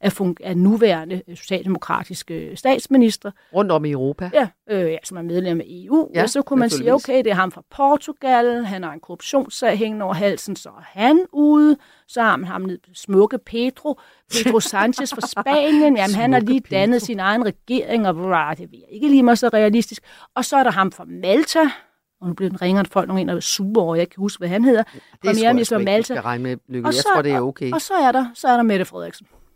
af nuværende socialdemokratiske statsminister. Rundt om i Europa? Ja, som er medlem af EU. Ja, og så kunne man sige, okay, det er ham fra Portugal, han har en korruptionssag hængende over halsen, så er han ude. Så har man ham ned smukke Pedro Sanchez fra Spanien. Jamen, han har lige dannet sin egen regering, og det er ikke lige meget så realistisk. Og så er der ham fra Malta, og nu bliver den ringer folk nogle der er super over, jeg kan huske, hvad han hedder. Det er sgu ikke, Malta. Jeg regne med, Lykke. Jeg tror, det er okay. Og så er der Mette Frederiksen.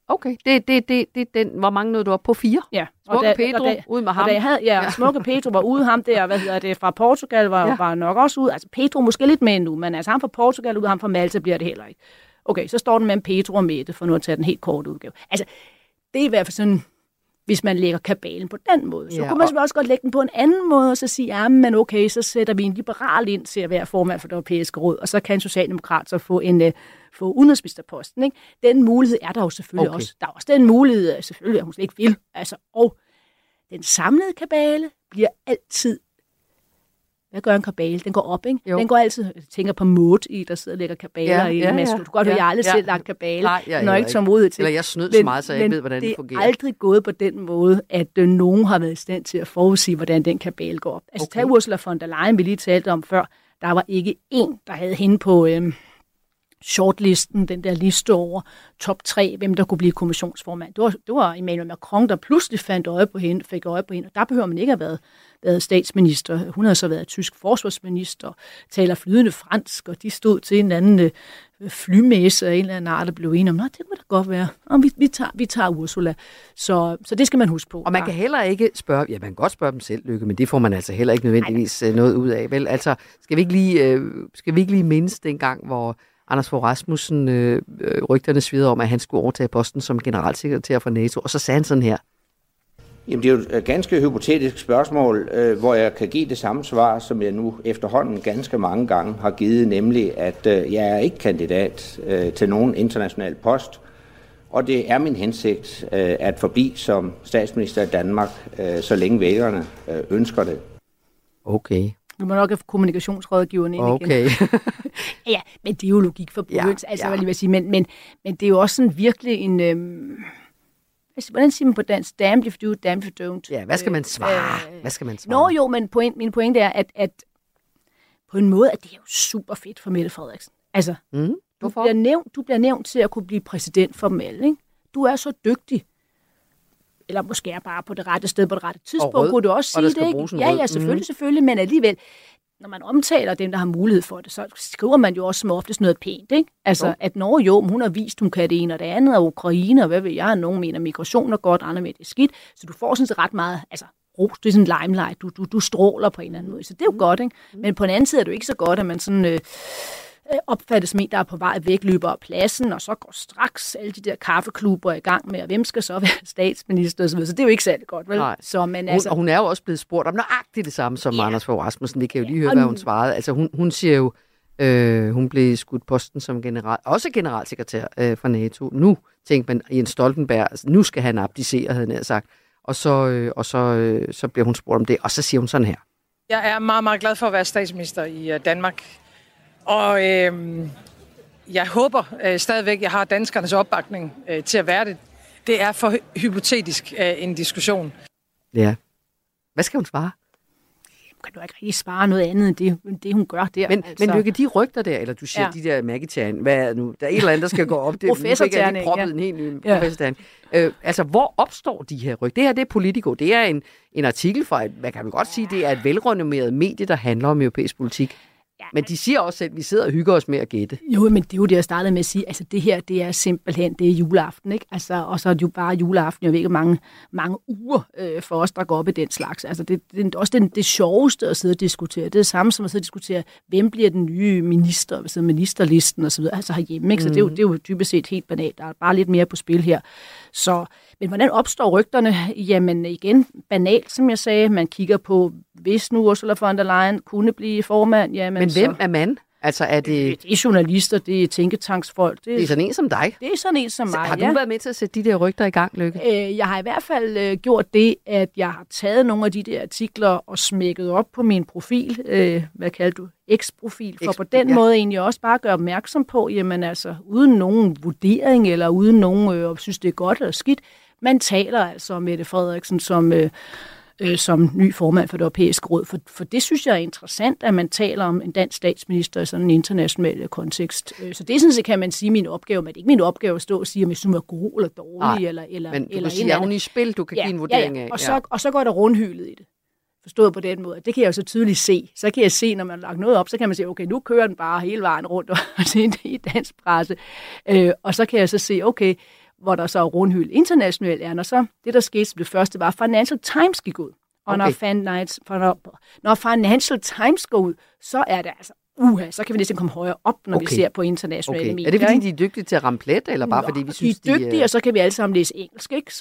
Okay, det er den, hvor mange nåede du op på? 4? Ja. Smukke Pedro, ude med ham. Smukke Pedro var ude, ham der, fra Portugal var nok også ude. Altså Pedro måske lidt med nu, men altså ham fra Portugal ude, ham fra Malta bliver det heller ikke. Okay, så står den med Pedro og Mette, for nu at tage den helt korte udgave. Altså, det er i hvert fald sådan, hvis man lægger kabalen på den måde. Så kunne man også godt lægge den på en anden måde, og så sige, ja, men okay, så sætter vi en liberal ind til at være formand for det europæiske råd, og så kan en socialdemokrat så få udenrigsministerposten. Ikke? Den mulighed er der jo selvfølgelig også. Der er også den mulighed, selvfølgelig, at hun slet ikke vil. Altså, og den samlede kabale bliver altid. Hvad gør en kabale? Den går op, ikke? Jo. Den går altid, jeg tænker på Maud, der sidder og lægger kabaler i en masse. Du kan godt høre, at jeg aldrig selv lagt kabale. Nej, jeg ikke så modet til. Eller jeg snød så meget, så jeg ikke ved, hvordan det fungerer. Det er aldrig gået på den måde, at nogen har været i stand til at forudsige, hvordan den kabale går op. Altså, tag Ursula von der Leyen, vi lige talte om før. Der var ikke én, der havde hende på shortlisten, den der liste over top 3, hvem der kunne blive kommissionsformand. Det var Emmanuel Macron, der pludselig fik øje på hende, og der behøver man ikke have været statsminister. Hun havde så været tysk forsvarsminister, taler flydende fransk, og de stod til en anden flymæse af en eller anden art, der blev enige om, det kunne da godt være. Og vi tager Ursula. Så det skal man huske på. Og man kan heller ikke spørge, man kan godt spørge dem selv, Lykke, men det får man altså heller ikke nødvendigvis noget ud af. Vel? Altså, skal vi ikke lige mindes dengang, hvor Anders Fogh Rasmussen rygterne svidede om, at han skulle overtage posten som generalsekretær for NATO, og så sagde han sådan her. Jamen, det er jo et ganske hypotetisk spørgsmål, hvor jeg kan give det samme svar, som jeg nu efterhånden ganske mange gange har givet, nemlig at jeg er ikke kandidat til nogen international post, og det er min hensigt at forblive som statsminister i Danmark, så længe vælgerne ønsker det. Okay. Nu må nok have kommunikationsrådgiverne ind igen. Ja, men det er jo logik for brøds, hvad lige vil sige. Men det er jo også sådan virkelig en... hvordan siger man på dansk? Damned if you do, damned if you don't. Ja, hvad skal man svare? Jo, men min pointe er, at på en måde, at det er jo super fedt for Mette Frederiksen. Altså, du bliver nævnt til at kunne blive præsident for dem alle, ikke? Du er så dygtig. Eller måske er bare på det rette sted på det rette tidspunkt, kunne du også sige det, ikke? Ja, selvfølgelig, men alligevel, når man omtaler dem, der har mulighed for det, så skriver man jo også som oftest noget pænt, ikke? Altså, at hun har vist, hun kan det ene og det andet, og Ukraine, og hvad ved jeg, nogen mener migration er godt, andre mener det er skidt, så du får sådan set ret meget, ros, det er sådan en limelight, du stråler på en eller anden måde, så det er jo godt, ikke? Men på den anden side er det jo ikke så godt, at man sådan... opfattes som en, der er på vej væk, løber af pladsen, og så går straks alle de der kaffeklubber i gang med, og hvem skal så være statsminister osv. Så det er jo ikke særlig godt, vel? Nej. Og hun er jo også blevet spurgt om nøjagtigt det samme som Anders Fogh Rasmussen. Vi kan jo lige høre, hvad hun svarede. Altså hun siger jo, hun blev skudt posten som generalsekretær for NATO. Nu tænkte man Jens Stoltenberg, nu skal han abdicere, havde han sagt. Og så bliver hun spurgt om det, og så siger hun sådan her. Jeg er meget, meget glad for at være statsminister i Danmark. Og jeg håber stadigvæk, jeg har danskernes opbakning til at være det. Det er for hypotetisk en diskussion. Ja. Hvad skal hun svare? Kan du ikke rigtig svare noget andet end det hun gør der? Men Lykke, de rygter der, eller du siger de der magitæren, hvad er nu? Der er et eller andet, der skal gå op. Professorterning. En helt ny professorterning. Altså, hvor opstår de her rygter? Det her, det er Politico. Det er en artikel fra, hvad kan man godt sige, det er et velrenommeret medie, der handler om europæisk politik. Ja, men de siger også selv, at vi sidder og hygger os med at gætte. Jo, men det er jo det, jeg startede med at sige. Altså, det her, det er simpelthen, det er juleaften, ikke? Altså, og så er det jo bare juleaften. Jeg ved ikke, mange uger for os, der går op i den slags. Altså, det er også det sjoveste at sidde og diskutere. Det er det samme som at sidde og diskutere, hvem bliver den nye minister, altså ministerlisten og så videre, altså herhjemme, ikke? Så det er jo dybest set helt banalt. Der er bare lidt mere på spil her. Så, men hvordan opstår rygterne? Jamen igen, banalt, som jeg sagde. Man kigger på, hvis nu Ursula von der Leyen kunne blive formand, jamen men hvem er man? Altså er det... Det er journalister, det er tænketanksfolk. Det er sådan en som dig? Det er sådan en som mig, Har du været med til at sætte de der rygter i gang, Lykke? Jeg har i hvert fald gjort det, at jeg har taget nogle af de der artikler og smækket op på min profil. Hvad kalder du? X-profil. For på den måde egentlig også bare gøre opmærksom på, jamen altså, uden nogen vurdering, eller uden nogen synes, det er godt eller skidt. Man taler altså om Mette Frederiksen som ny formand for det europæiske råd. For det synes jeg er interessant, at man taler om en dansk statsminister i sådan en international kontekst. Så det er sådan set, kan man sige, min opgave, men det er ikke min opgave at stå og sige, om jeg synes, hun er god eller dårlig. Men du kan sige, er hun i spil, du kan give en vurdering af. Og så går der rundhyldet i det. Forstået på den måde. Det kan jeg jo så tydeligt se. Så kan jeg se, når man har lagt noget op, så kan man sige, okay, nu kører den bare hele vejen rundt og i dansk presse. Og så kan jeg så se, okay, hvor der så er rundhyld internationalt er, når så det, der skete det første, var Financial Times gik ud. Og når Financial Times går ud, så er det altså så kan vi næsten komme højere op, når vi ser på internationale medier. Er det, fordi de er dygtige til at ramme plet, eller bare fordi vi synes, de er dygtige, og så kan vi alle sammen læse engelsk, ikke?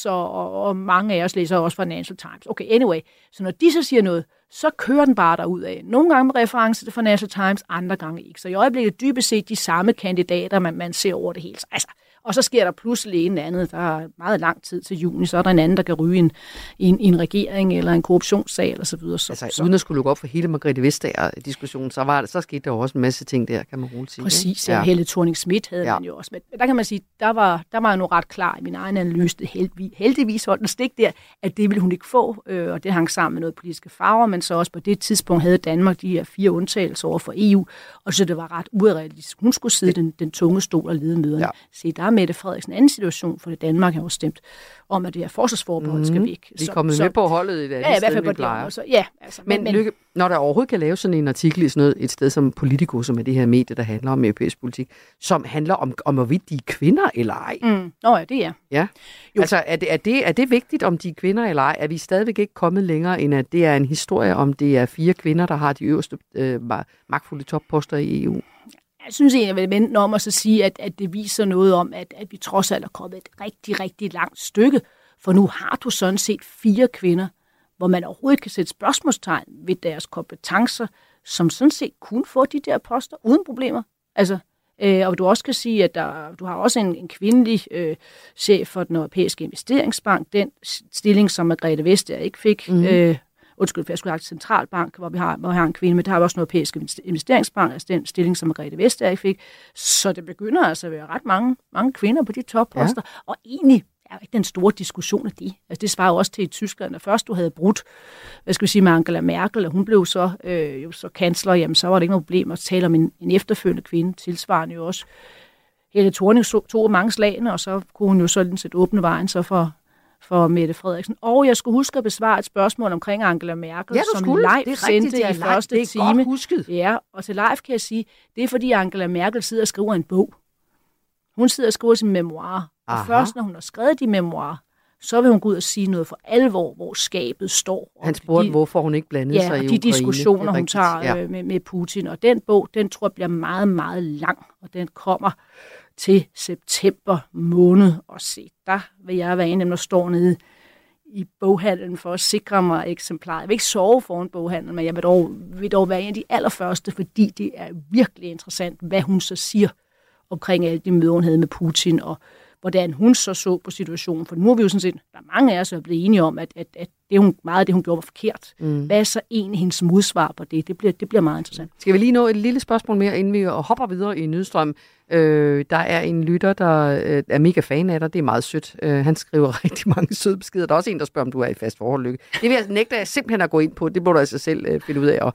Og mange af os læser også Financial Times. Okay, anyway. Så når de så siger noget, så kører den bare derudad. Nogle gange med reference til Financial Times, andre gange ikke. Så i øjeblikket dybest set de samme kandidater, man ser over det hele. Altså, og så sker der pludselig en anden, der er meget lang tid til juni, så er der en anden, der kan ryge en regering eller en korruptionssag eller så videre. Altså uden at skulle lukke op for hele Margrethe Vestager-diskussionen, så skete der jo også en masse ting der, kan man roligt sige. Præcis, ja. Helle Thorning-Schmidt havde man jo også. Men der kan man sige, der var jeg nu ret klar i min egen analyse. Heldigvis holdt den stik der, at det ville hun ikke få, og det hang sammen med noget politiske farver, men så også på det tidspunkt havde Danmark de her 4 undtagelser over for EU, og så det var ret urealistisk. Hun skulle sidde den tunge stol og lede møderne. Se, der er Mette Frederiksen anden situation, for Danmark har jo stemt om, at det her forsvarsforbehold skal væk. Vi er kommet med på holdet i det. Ja, i hvert fald på det. Men Lykke, når der overhovedet kan lave sådan en artikel i sådan noget, et sted som Politico, som er det her medie, der handler om europæisk politik, som handler om hvorvidt de er kvinder eller ej. Det er. Ja. Altså, er det vigtigt, om de er kvinder eller ej? Er vi stadigvæk ikke kommet længere, end at det er en historie om, det er 4 kvinder, der har de øverste magtfulde topposter i EU? Jeg synes egentlig, jeg vil vente om at så sige, at det viser noget om, at vi trods alt er kommet et rigtig, rigtig langt stykke. For nu har du sådan set 4 kvinder, hvor man overhovedet kan sætte spørgsmålstegn ved deres kompetencer, som sådan set kunne få de der poster uden problemer. Altså, og du også kan sige, at du har også en kvindelig chef for den europæiske investeringsbank, den stilling, som Margrethe Vestager ikke fik. Jeg skulle have sagt centralbank, hvor vi har en kvinde, men der har også en europæisk investeringsbank, altså den stilling, som Margrethe Vestager ikke fik. Så det begynder altså at være ret mange kvinder på de topposter, og egentlig er ikke den store diskussion af de. Altså det svarer jo også til i Tyskland, at først du havde brudt, med Angela Merkel, og hun blev så kansler, jamen så var det ikke noget problem at tale om en efterfølgende kvinde, tilsvarende jo også. Helle Thorning tog mange slagene, og så kunne hun jo sådan set åbne vejen så for Mette Frederiksen. Og jeg skulle huske at besvare et spørgsmål omkring Angela Merkel, som Leif sendte i første time. Ja, og til Leif kan jeg sige, det er fordi Angela Merkel sidder og skriver en bog. Hun sidder og skriver sin memoir. Og først når hun har skrevet de memoirer, så vil hun gå ud og sige noget for alvor, hvor skabet står. Han spurgte, hvorfor hun ikke blandede sig i Ukraine. Ja, de diskussioner, hun tager med Putin. Og den bog, den tror jeg bliver meget, meget lang, og den kommer til september måned. Og se, der vil jeg være en af dem, der står nede i boghandlen for at sikre mig eksemplarer. Jeg vil ikke sove foran boghandlen, men jeg vil dog være en af de allerførste, fordi det er virkelig interessant, hvad hun så siger omkring alle de møder, hun havde med Putin, og hvordan hun så på situationen. For nu er vi jo sådan set, der er mange af os, der er blevet enige om, at meget af det, hun gjorde, var forkert. Hvad er så egentlig hendes modsvar på det? Det bliver meget interessant. Skal vi lige nå et lille spørgsmål mere, inden vi hopper videre i Nyhedsstrøm? Der er en lytter, der er mega fan af dig. Det er meget sødt. Han skriver rigtig mange søde beskeder. Der er også en, der spørger, om du er i fast forhold, Lykke. Det vil jeg nægte jeg simpelthen at gå ind på. Det må du altså selv finde ud af,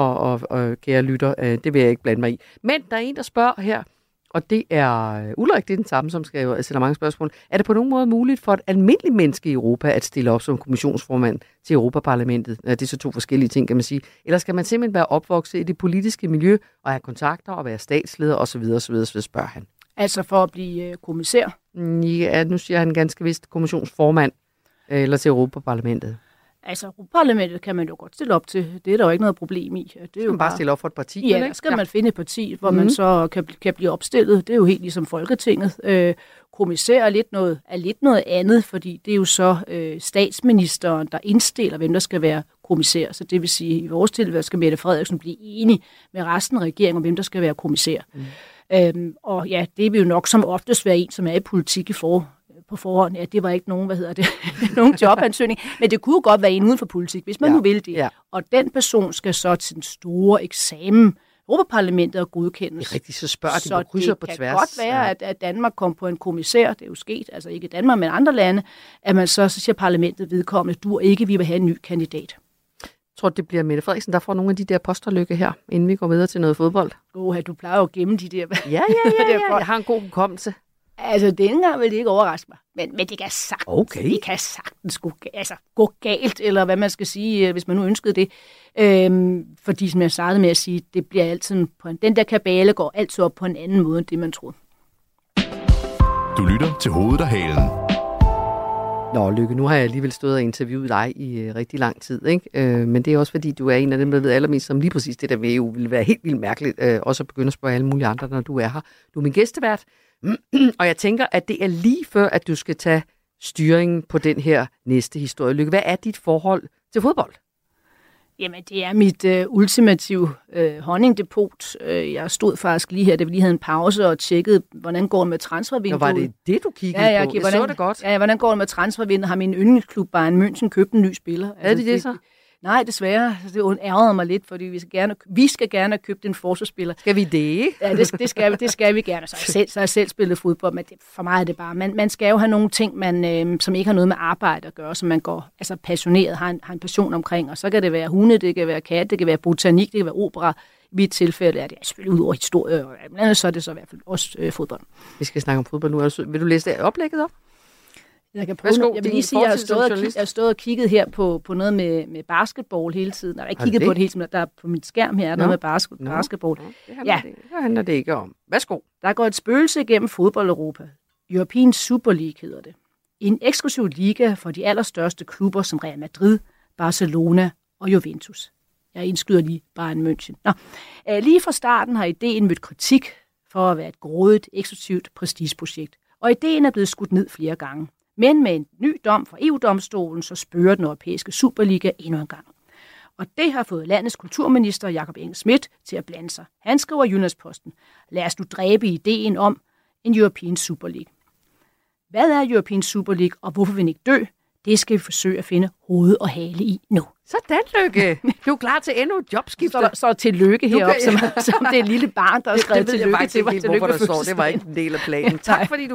og kære lytter, det vil jeg ikke blande mig i. Men der er en, der spørger her, og det er Ulrik, det er den samme, som stiller mange spørgsmål. Er det på nogen måde muligt for et almindeligt menneske i Europa at stille op som kommissionsformand til Europaparlamentet? Det er så 2 forskellige ting, kan man sige. Eller skal man simpelthen være opvokset i det politiske miljø og have kontakter og være statsleder osv., spørger han. Altså for at blive kommissær? Ja, nu siger han ganske vist kommissionsformand eller til Europaparlamentet. Altså, Europaparlamentet kan man jo godt stille op til. Det er der jo ikke noget problem i. Det er jo bare stille op for et parti? Ja, der skal man finde et parti, hvor man så kan blive opstillet. Det er jo helt ligesom Folketinget. Kommissær er lidt noget andet, fordi det er jo så statsministeren, der indstiller, hvem der skal være kommissær. Så det vil sige, at i vores tilfælde skal Mette Frederiksen blive enig med resten af regeringen om, hvem der skal være kommissær. Og ja, det vil jo nok som oftest være en, som er i politik på forhånd. Ja, det var ikke nogen, nogen jobansøgning, men det kunne jo godt være en uden for politik, hvis man nu vil det. Ja. Og den person skal så til den store eksamen, Europaparlamentet, og godkendes. Det er rigtigt, så spørger de på kryds og på tværs. Så det kan godt være, at Danmark kom på en kommissær, det er jo sket, altså ikke Danmark, men andre lande, at man så siger parlamentet vedkommende, du ikke, vi vil have en ny kandidat. Tror du, det bliver Mette Frederiksen, der får nogle af de der poster, Lykke, her, inden vi går videre til noget fodbold? Du plejer jo at gemme de der. Ja. Jeg har en god hukommelse. Altså, denne gang vil det ikke overraske mig. Men det kan sagtens gå galt, eller hvad man skal sige, hvis man nu ønskede det. Fordi, som jeg startede med at sige, det bliver altid den der kabale går altid op på en anden måde, end det man troede. Du lytter til Hovedet og Halen. Nå, Lykke, nu har jeg alligevel stået og interviewet dig i rigtig lang tid, ikke? Men det er også fordi, du er en af dem, der ved allermest om lige præcis det der med EU. Vil være helt vildt mærkeligt også at begynde at spørge alle mulige andre, når du er her. Du er min gæstevært, og jeg tænker, at det er lige før, at du skal tage styringen på den her næste historie. Lykke, hvad er dit forhold til fodbold? Jamen, det er mit ultimative honningdepot. Jeg stod faktisk lige her, da vi lige havde en pause og tjekkede, hvordan går det med transfervinduet. Var det du kiggede på? Jeg så det godt. Ja, hvordan går det med transfervinduet? Har min yndlingsklub Bayern München købt en ny spiller? Er det så? Nej, desværre. Det ærgerede mig lidt, fordi vi skal gerne have købt en forsvarsspiller. Skal vi det? Ja, det skal vi gerne. Så har jeg selv spillet fodbold, men for mig er det bare. Man skal jo have nogle ting, som ikke har noget med arbejde at gøre, som man går passioneret, har en passion omkring. Og så kan det være hunde, det kan være katte, det kan være botanik, det kan være opera. I mit tilfælde er det selvfølgelig ud over historie, og blandt andet så er det så i hvert fald også fodbold. Vi skal snakke om fodbold nu. Vil du læse det oplægget op? Jeg kan prøve. Jeg vil lige sige, at jeg har stået og kigget her på noget med basketball hele tiden. Jeg har ikke kigget på det hele tiden, der er på min skærm her, noget med basketball. Det handler det ikke om. Værsgo. Der går et spøgelse igennem fodbold-Europa. European Super League hedder det. En eksklusiv liga for de allerstørste klubber som Real Madrid, Barcelona og Juventus. Jeg indskyder lige Bayern München. Lige fra starten har ideen mødt kritik for at være et grådigt, eksklusivt prestigeprojekt. Og ideen er blevet skudt ned flere gange. Men med en ny dom fra EU-domstolen, så spørger den europæiske Superliga endnu en gang. Og det har fået landets kulturminister Jakob Engel-Schmidt til at blande sig. Han skriver i Jyllands-Posten: lad os nu dræbe ideen om en European Super League. Hvad er European Super League, og hvorfor vil den ikke dø? Det skal vi forsøge at finde hoved og hale i nu. Sådan, Lykke. Du er klar til endnu et jobskifte. Så til Lykke heroppe, som det er et lille barn, der har skrevet til Lykke. Det var ikke en del af planen. Tak, fordi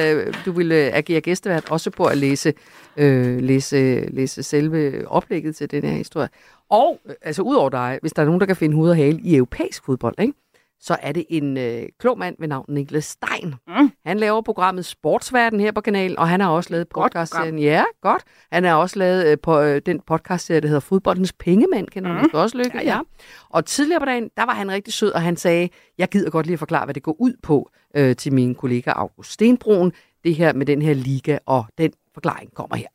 du ville agere gæstevært også på at læse selve oplægget til den her historie. Og altså ud over dig, hvis der er nogen, der kan finde hoved og hale i europæisk fodbold, ikke? Så er det en klog mand ved navn Niklas Stein. Han laver programmet Sportsverden her på kanalen, og han har også lavet podcastserien. Ja, godt. Han har også lavet den podcastserie, der hedder Fodboldens Pengemænd, kender du også, Lykke? Ja. Og tidligere på dagen, der var han rigtig sød, og han sagde, jeg gider godt lige at forklare, hvad det går ud på til min kollega August Stenbroen, det her med den her liga, og den forklaring kommer her.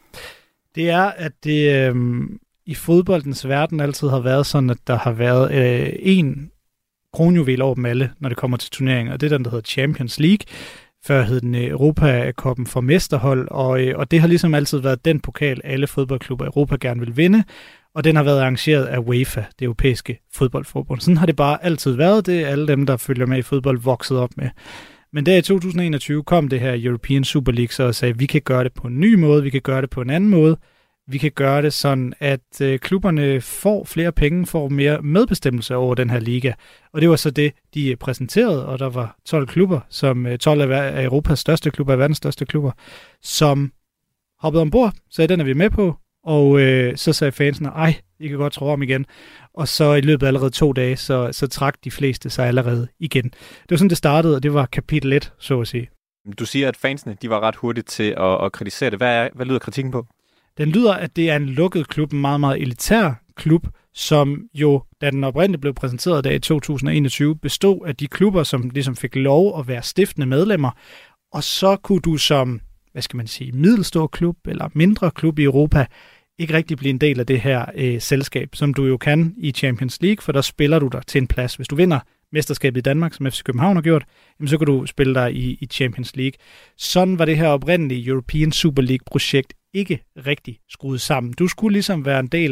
Det er, at det i fodboldens verden altid har været sådan, at der har været en kronjuvel over dem alle, når det kommer til turneringer. Det er den, der hedder Champions League. Før hed den Europa-koppen for mesterhold, og det har ligesom altid været den pokal, alle fodboldklubber i Europa gerne vil vinde, og den har været arrangeret af UEFA, det europæiske fodboldforbund. Sådan har det bare altid været. Det er alle dem, der følger med i fodbold, vokset op med. Men der i 2021 kom det her European Super League så og sagde, vi kan gøre det på en ny måde, vi kan gøre det på en anden måde. Vi kan gøre det sådan, at klubberne får flere penge, får mere medbestemmelse over den her liga. Og det var så det, de præsenterede, og der var 12 klubber, som 12 af Europas største klubber, af verdens største klubber, som hoppede ombord, sagde, den er vi med på, og så sagde fansene, ej, I kan godt tro om igen. Og så i løbet af allerede 2 dage, så trak de fleste sig allerede igen. Det var sådan, det startede, og det var kapitel 1, så at sige. Du siger, at fansene de var ret hurtigt til at kritisere det. Hvad lyder kritikken på? Den lyder, at det er en lukket klub, en meget, meget elitær klub, som jo, da den oprindeligt blev præsenteret der i 2021, bestod af de klubber, som ligesom fik lov at være stiftende medlemmer. Og så kunne du som, middelstor klub eller mindre klub i Europa, ikke rigtig blive en del af det her selskab, som du jo kan i Champions League, for der spiller du dig til en plads. Hvis du vinder mesterskabet i Danmark, som FC København har gjort, jamen så kan du spille dig i Champions League. Sådan var det her oprindelige European Super League-projekt ikke rigtig skruet sammen. Du skulle ligesom være en del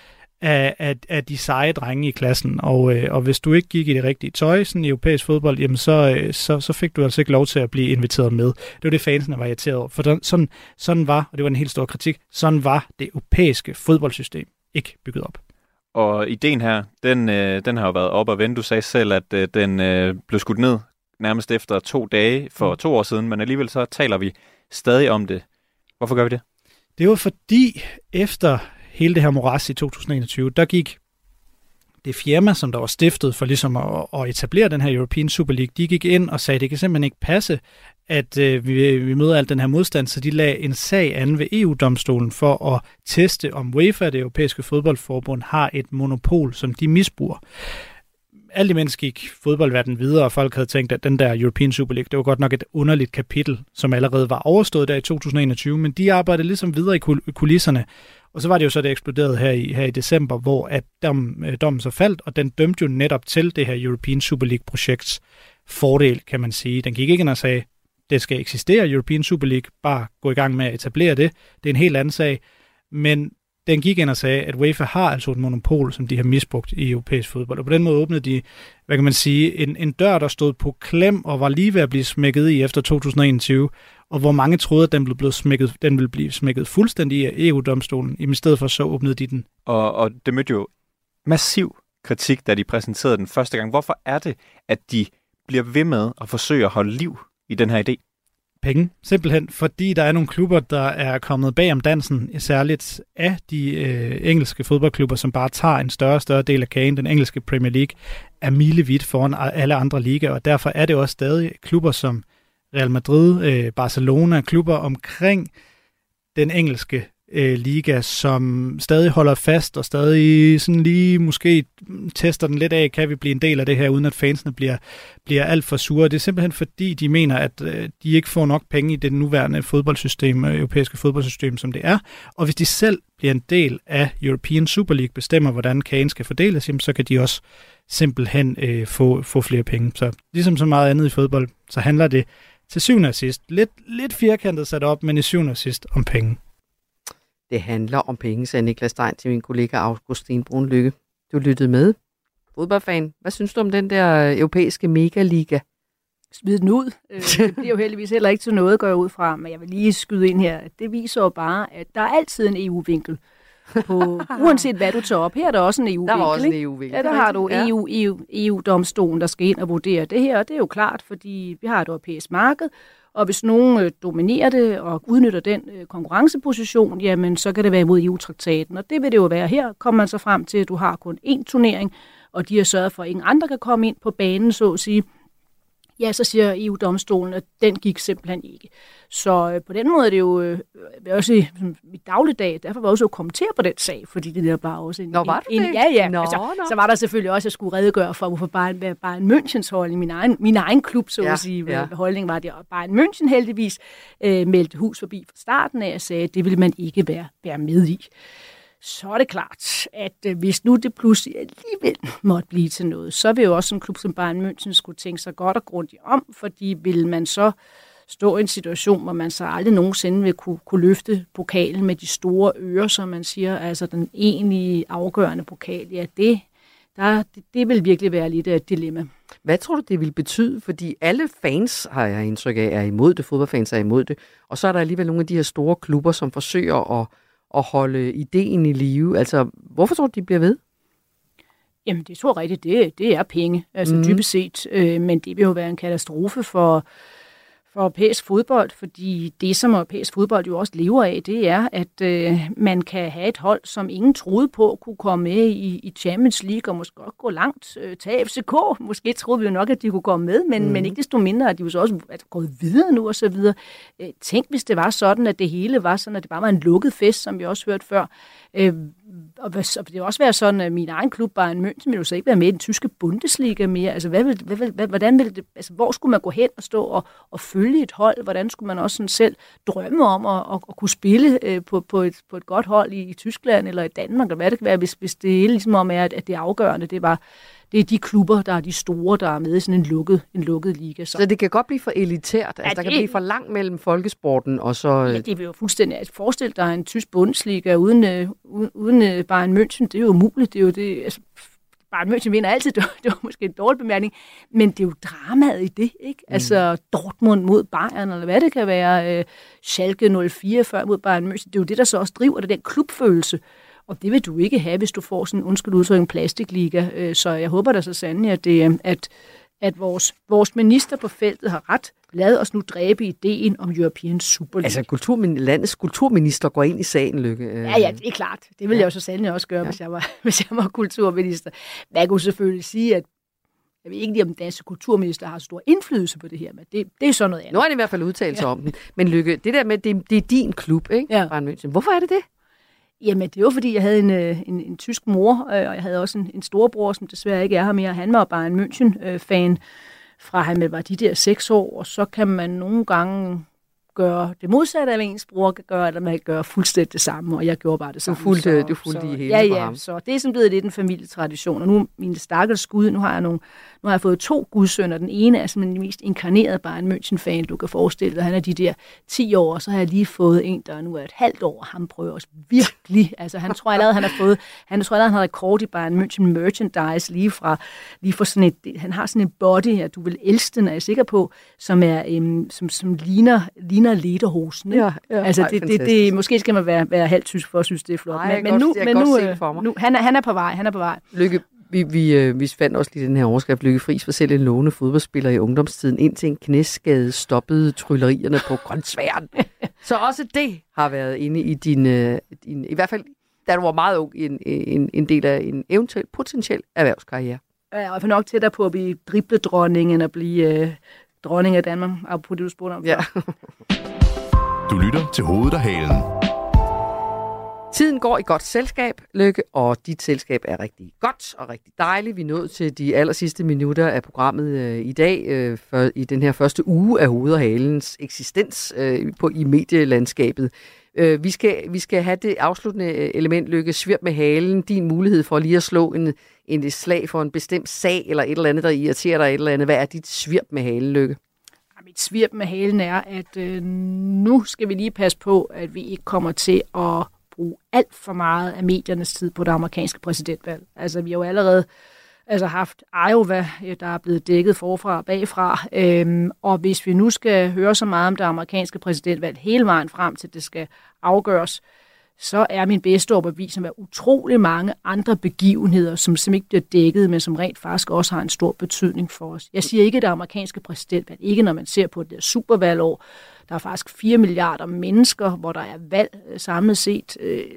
af de seje drenge i klassen, og hvis du ikke gik i det rigtige tøj, sådan i europæisk fodbold, jamen så fik du altså ikke lov til at blive inviteret med. Det var det, fansene var irriteret over. For sådan var, og det var en helt stor kritik, sådan var det europæiske fodboldsystem ikke bygget op. Og ideen her, den har jo været op og vende. Du sagde selv, at den blev skudt ned nærmest efter 2 dage for 2 år siden, men alligevel så taler vi stadig om det. Hvorfor gør vi det? Det var fordi, efter hele det her moras i 2021, der gik det firma, som der var stiftet for ligesom at etablere den her European Super League, de gik ind og sagde, at det kan simpelthen ikke passe, at vi møder al den her modstand, så de lagde en sag an ved EU-domstolen for at teste, om UEFA, det europæiske fodboldforbund, har et monopol, som de misbruger. alt imens gik fodboldverdenen videre, og folk havde tænkt, at den der European Super League, det var godt nok et underligt kapitel, som allerede var overstået der i 2021, men de arbejdede ligesom videre i kulisserne. Og så var det jo så, det eksploderede her i december, hvor at dommen så faldt, og den dømte jo netop til det her European Super League-projekts fordel, kan man sige. Den gik ikke ind og sagde, det skal eksistere, European Super League, bare gå i gang med at etablere det. Det er en helt anden sag. Men den gik ind og sagde, at UEFA har altså et monopol, som de har misbrugt i europæisk fodbold. Og på den måde åbnede de, hvad kan man sige, en dør, der stod på klem og var lige ved at blive smækket i efter 2021, og hvor mange troede, at den ville blive smækket fuldstændig af EU-domstolen. I stedet for så åbnede de den. Og det mødte jo massiv kritik, da de præsenterede den første gang. Hvorfor er det, at de bliver ved med at forsøge at holde liv i den her idé? Penge. Simpelthen fordi der er nogle klubber, der er kommet bag om dansen, særligt af de engelske fodboldklubber, som bare tager en større og større del af kagen. Den engelske Premier League er milevidt foran alle andre ligaer, og derfor er det også stadig klubber som Real Madrid, Barcelona, klubber omkring den engelske liga, som stadig holder fast og stadig sådan lige måske tester den lidt af, kan vi blive en del af det her, uden at fansene bliver alt for sure. Det er simpelthen fordi, de mener, at de ikke får nok penge i det nuværende fodboldsystem, europæiske fodboldsystem, som det er. Og hvis de selv bliver en del af European Super League, bestemmer, hvordan kagen skal fordeles, så kan de også simpelthen få flere penge. Så ligesom så meget andet i fodbold, så handler det til syvende og sidst, lidt firkantet sat op, men i syvende og sidst om penge. Det handler om penge, sagde Niklas Stein til min kollega Augustin Brunlykke. Du lyttede med. Fodboldfan, hvad synes du om den der europæiske megaliga? Smid den ud. Det bliver jo heldigvis heller ikke til noget, går jeg ud fra, men jeg vil lige skyde ind her. Det viser jo bare, at der er altid en EU-vinkel. Uanset hvad du tager op. Her er der også en EU-vinkel. Der var også en EU-vinkel. Ja, der har du EU-domstolen, der skal ind og vurdere det her, og det er jo klart, fordi vi har et europæisk marked, og hvis nogen dominerer det og udnytter den konkurrenceposition, jamen så kan det være imod EU-traktaten, og det vil det jo være her. Kommer man så frem til, at du har kun én turnering, og de har sørget for, at ingen andre kan komme ind på banen, så at sige, ja, så siger EU-domstolen, at den gik simpelthen ikke. Så på den måde er det jo også i dagligdag, derfor var jeg også at kommentere på den sag, fordi det der bare også en... Nå, var det det? Ja. Så var der selvfølgelig også, at jeg skulle redegøre for, hvorfor bare en Münchens holdning, min egen klub, så at sige, hvad holdningen var det. Og bare en München heldigvis meldte hus forbi fra starten af og sagde, at det ville man ikke være med i. Så er det klart, at hvis nu det pludselig alligevel måtte blive til noget, så vil jo også en klub som Bayern München skulle tænke sig godt og grundigt om, fordi vil man så stå i en situation, hvor man så aldrig nogensinde vil kunne løfte pokalen med de store ører, som man siger, altså den egentlige afgørende pokal, ja, det vil virkelig være lidt af et dilemma. Hvad tror du, det vil betyde? Fordi alle fans, har jeg indtryk af, er imod det, fodboldfans er imod det, og så er der alligevel nogle af de her store klubber, som forsøger at holde ideen i live. Altså, hvorfor tror du, de bliver ved? Jamen, det tror jeg rigtigt, det er penge, altså dybest set. Men det vil jo være en katastrofe for europæisk fodbold, fordi det, som europæisk fodbold jo også lever af, det er, at man kan have et hold, som ingen troede på kunne komme med i Champions League, og måske også gå langt. Tage FCK, måske troede vi jo nok, at de kunne komme med, men ikke desto mindre, at de jo så også gået videre nu og så videre. Tænk, hvis det var sådan, at det hele var sådan, at det bare var en lukket fest, som vi også hørte før. Og det vil også være sådan, at min egen klub, Bayern München, vil jo så ikke være med i den tyske Bundesliga mere. Altså, hvordan vil det, altså, hvor skulle man gå hen og stå og følge et hold? Hvordan skulle man også sådan selv drømme om at kunne spille på et godt hold i Tyskland eller i Danmark? Eller hvad det kan være, hvis det hele ligesom om er, at det afgørende, det er de klubber, der er de store, der er med i sådan en lukket liga. Så det kan godt blive for elitært? Altså, der kan blive for langt mellem folkesporten og så... Ja, det vil jo fuldstændig... Forestil dig en tysk Bundesliga uden Bayern München, det er jo umuligt. Det er jo det... Altså, Bayern München vinder altid, det var måske en dårlig bemærkning, men det er jo dramaet i det, ikke? Altså Dortmund mod Bayern, eller hvad det kan være, Schalke 04 før mod Bayern München, det er jo det, der så også driver det, den klubfølelse. Og det vil du ikke have, hvis du får sådan en plastikliga. Så jeg håber da så sandelig, at vores minister på feltet har ret. Lad os nu dræbe ideen om European Super League. Altså landets kulturminister går ind i sagen, Lykke. Ja, det er klart. Det ville jeg jo så sandelig også gøre, hvis jeg var kulturminister. Men jeg kunne selvfølgelig sige, at jeg ved ikke lige, om den danske kulturminister har stor indflydelse på det her, men det er sådan noget andet. Nu har det i hvert fald udtalt sig om den. Men Lykke, det der med, det er din klub, ikke? Ja. Hvorfor er det det? Jamen, det var fordi, jeg havde en tysk mor, og jeg havde også en storebror, som desværre ikke er her mere. Han var bare en München-fan, fra han var de der 6 år, og så kan man nogle gange gøre det modsatte af, hvad ens bror kan gøre, eller man kan gøre fuldstændig det samme, og jeg gjorde bare det samme. Du fulgte i hele ja, så det er sådan blevet lidt en familietradition, og nu mine stakkels Gud, nu har jeg fået 2 gudsønner. Den ene er simpelthen den mest inkarnerede Bayern München-fan, du kan forestille dig. Han er de der 10 år, og så har jeg lige fået en, der nu er et halvt år. Han prøver også virkelig. Altså, han tror allerede, han har rekord i Bayern München merchandise lige fra sådan et, han har sådan en body, at du vil elske den, er jeg sikker på, som er som ligner lederhosen. Ja, altså, det måske skal man være halvt tysk for at synes, det er flot. Nu han er på vej. Lykke, vi fandt også lige den her overskrift. Lykke Friis var selv en lovende fodboldspiller i ungdomstiden, indtil en knæskade stoppede tryllerierne på grøntsværen. Så også det har været inde i din i hvert fald, da du var meget ung, en del af en eventuel potentiel erhvervskarriere. Ja, og for nok tættere på at blive dribledronning, end at blive dronning af Danmark, apropos det, du spurgte om. Ja. Du lytter til Hovedet og Halen. Tiden går i godt selskab, Lykke, og dit selskab er rigtig godt og rigtig dejligt. Vi er nået til de allersidste minutter af programmet i dag, i den her første uge af Hovedet og Halens eksistens i medielandskabet. Vi skal have det afsluttende element, Lykke, svirp med halen, din mulighed for lige at slå en slag for en bestemt sag, eller et eller andet, der irriterer dig et eller andet. Hvad er dit svirp med halen, Lykke? Mit svirp med halen er, at nu skal vi lige passe på, at vi ikke kommer til at bruge alt for meget af mediernes tid på det amerikanske præsidentvalg. Altså, vi har jo allerede haft Iowa, der er blevet dækket forfra og bagfra, og hvis vi nu skal høre så meget om det amerikanske præsidentvalg hele vejen frem til det skal afgøres, så er min bedste overbevisning af utrolig mange andre begivenheder, som simpelthen ikke bliver dækket, men som rent faktisk også har en stor betydning for os. Jeg siger ikke, at det amerikanske præsidentvalg, ikke når man ser på det der supervalgår. Der er faktisk 4 milliarder mennesker, hvor der er valg samlet set.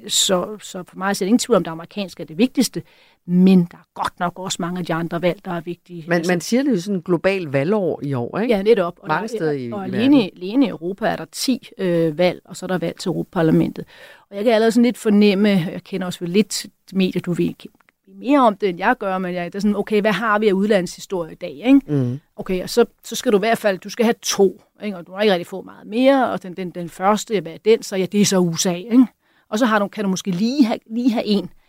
Så for mig er det ingen tvivl om, det amerikanske er det vigtigste, men der er godt nok også mange af de andre valg, der er vigtige. Man siger det jo sådan en global valgår i år, ikke? Ja, netop. Og mange steder i verden. Alene i Europa er der 10 valg, og så er der valg til Europaparlamentet. Og jeg kan allerede sådan lidt fornemme, jeg kender også lidt medier, du ved mere om det, end jeg gør, men jeg er sådan, okay, hvad har vi af udlandshistorie i dag, ikke? Mm. Okay, og så skal du i hvert fald, du skal have 2, ikke? Og du har ikke rigtig få meget mere, og den første, hvad er den, så ja, det er så USA, ikke? Og så kan du måske lige have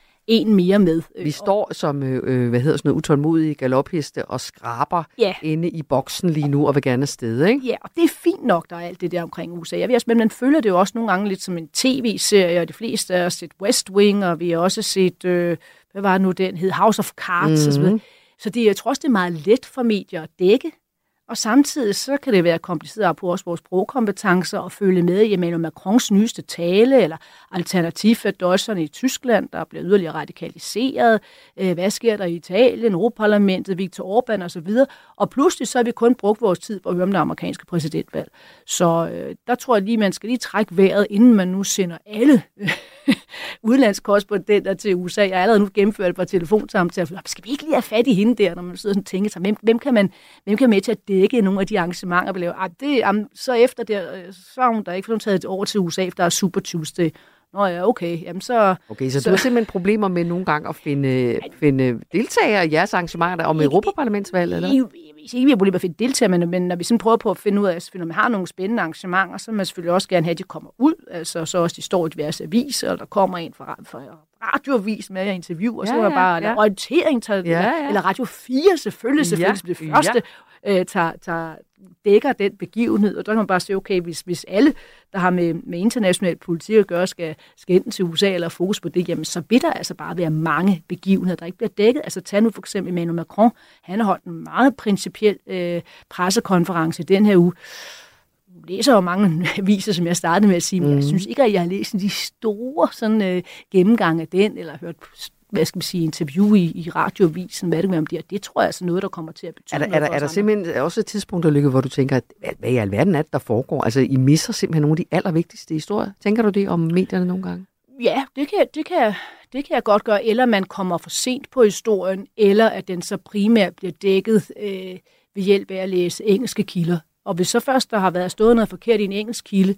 en mere med. Vi står som, utålmodige galopheste og skraber inde i boksen lige nu og vil gerne afsted, ikke? Ja, og det er fint nok, der er alt det der omkring USA. Jeg ved også, men man følger det jo også nogle gange lidt som en tv-serie, og de fleste har set West Wing, og vi har også set, hvad var det nu, den hed House of Cards, og så videre. Så jeg tror også, det er meget let for medier at dække. Og samtidig så kan det være kompliceret på også vores sprogkompetencer og følge med i Emmanuel Macrons nyeste tale, eller Alternativ for Deutschland i Tyskland, der bliver yderligere radikaliseret. Hvad sker der i Italien, Europaparlamentet, Viktor Orbán osv.? Og pludselig så har vi kun brugt vores tid på at høre om det amerikanske præsidentvalg. Så der tror jeg lige, man skal lige trække vejret, inden man nu sender alle udlandskorrespondenter til USA. Jeg har allerede nu gennemført et par telefonsamtaler. Skal vi ikke lige have fat i hende der, når man sidder og tænker sig, hvem kan med til at dække nogle af de arrangementer, vi laver? Så efter det, så har hun der ikke, for hun taget over til USA, for der er Super Tuesday. Nå ja, okay. Jamen så... Okay, så du har simpelthen problemer med nogle gange at finde deltagere i jeres arrangementer om Europaparlamentsvalget, eller? Ikke vi har problemer med at finde deltagere, men når vi sådan prøver på at finde ud af, når man har nogle spændende arrangementer, så vil man selvfølgelig også gerne have, at de kommer ud. Altså så også de står i diverse aviser, eller der kommer en fra radioavis med at interviewe, og så er der bare orientering, eller Radio 4 selvfølgelig det første, dækker den begivenhed, og der kan man bare sige, okay, hvis alle, der har med international politik at gøre, skal enten til USA eller fokus på det, jamen så vil der altså bare være mange begivenheder, der ikke bliver dækket. Altså tag nu for eksempel Emmanuel Macron, han har holdt en meget principiel pressekonference den her uge. Jeg læser jo mange aviser, som jeg startede med at sige, men jeg synes ikke, at jeg har læst de store gennemgang af den, eller hørt interview i radioavisen, hvad det kan være om det, og det tror jeg er noget, der kommer til at betyde noget. Er der simpelthen også et tidspunkt, der Lykke, hvor du tænker, hvad i alverden er det, der foregår? Altså, I misser simpelthen nogle af de allervigtigste historier. Tænker du det om medierne nogle gange? Ja, det kan jeg godt gøre, eller man kommer for sent på historien, eller at den så primært bliver dækket ved hjælp af at læse engelske kilder. Og hvis så først der har været stået noget forkert i en engelsk kilde,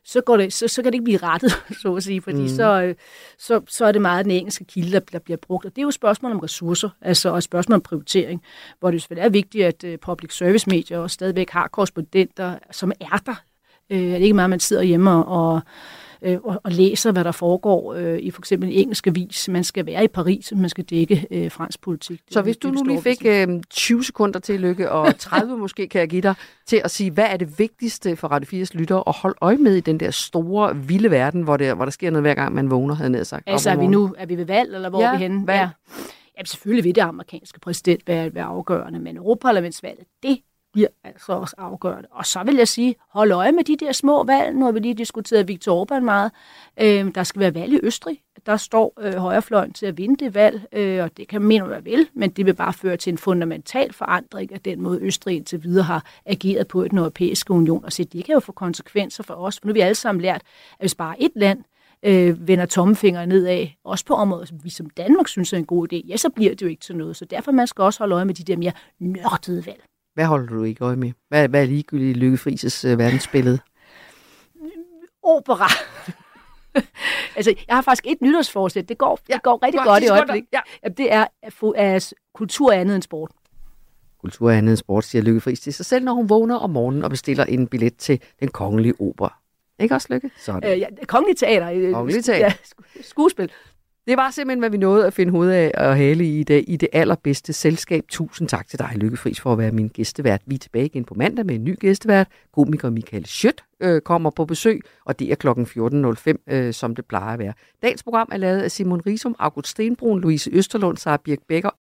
så kan det ikke blive rettet, så at sige, fordi så er det meget den engelske kilde, der bliver brugt. Og det er jo et spørgsmål om ressourcer, altså og et spørgsmål om prioritering, hvor det selvfølgelig er vigtigt, at public service medier også stadigvæk har korrespondenter, som er der. Det er ikke meget, man sidder hjemme og læser, hvad der foregår i for eksempel en engelsk avis. Man skal være i Paris, man skal dække fransk politik. Så hvis du nu lige fik 20 sekunder til, Lykke, og 30 måske kan jeg give dig, til at sige, hvad er det vigtigste for Radio 4's lyttere at holde øje med i den der store, vilde verden, hvor der sker noget hver gang, man vågner, havde jeg sagt. Altså er vi ved valg, eller hvor er vi henne? Ja. Jamen selvfølgelig vil det amerikanske præsident være afgørende, men Europaparlamentsvalget, det bliver altså også afgørende. Og så vil jeg sige, hold øje med de der små valg. Nu har vi lige diskuteret Viktor Orbán meget. Der skal være valg i Østrig. Der står højrefløjen til at vinde det valg, og det kan man mene, hvad vel, men det vil bare føre til en fundamental forandring af den måde, Østrig indtil videre har ageret på i den europæiske union. Og så det kan jo få konsekvenser for os, for nu har vi alle sammen lært, at hvis bare et land vender tommelfingre nedad, også på områder, som vi som Danmark synes er en god idé, ja, så bliver det jo ikke til noget. Så derfor man skal også holde øje med de der mere nørdede valg. Hvad holder du ikke øje med? Hvad er ligegyldigt i Lykke Friis' verdensbillede? Opera. Altså, jeg har faktisk et nytårsforsæt. Det går rigtig godt i øjeblik. Ja. Det er kultur andet end sport. Kultur andet end sport, siger Lykke Friis til sig selv, når hun vågner om morgenen og bestiller en billet til den kongelige opera. Ikke også, Lykke? Sådan. Kongelige teater. Kongelige teater. Ja, skuespil. Det var simpelthen, hvad vi nåede at finde hoved af og hale i dag i det allerbedste selskab. Tusind tak til dig, Lykke Friis, for at være min gæstevært. Vi er tilbage igen på mandag med en ny gæstevært. Komiker Michael Schødt kommer på besøg, og det er kl. 14.05, som det plejer at være. Dagens program er lavet af Simon Riisum, August Stenbrun, Louise Østerlund, Sara Birk Becker.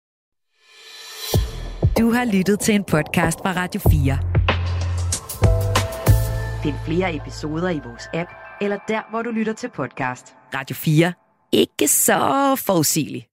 Du har lyttet til en podcast fra Radio 4. Find flere episoder i vores app, eller der, hvor du lytter til podcast. Radio 4. Ikke så forudsigeligt.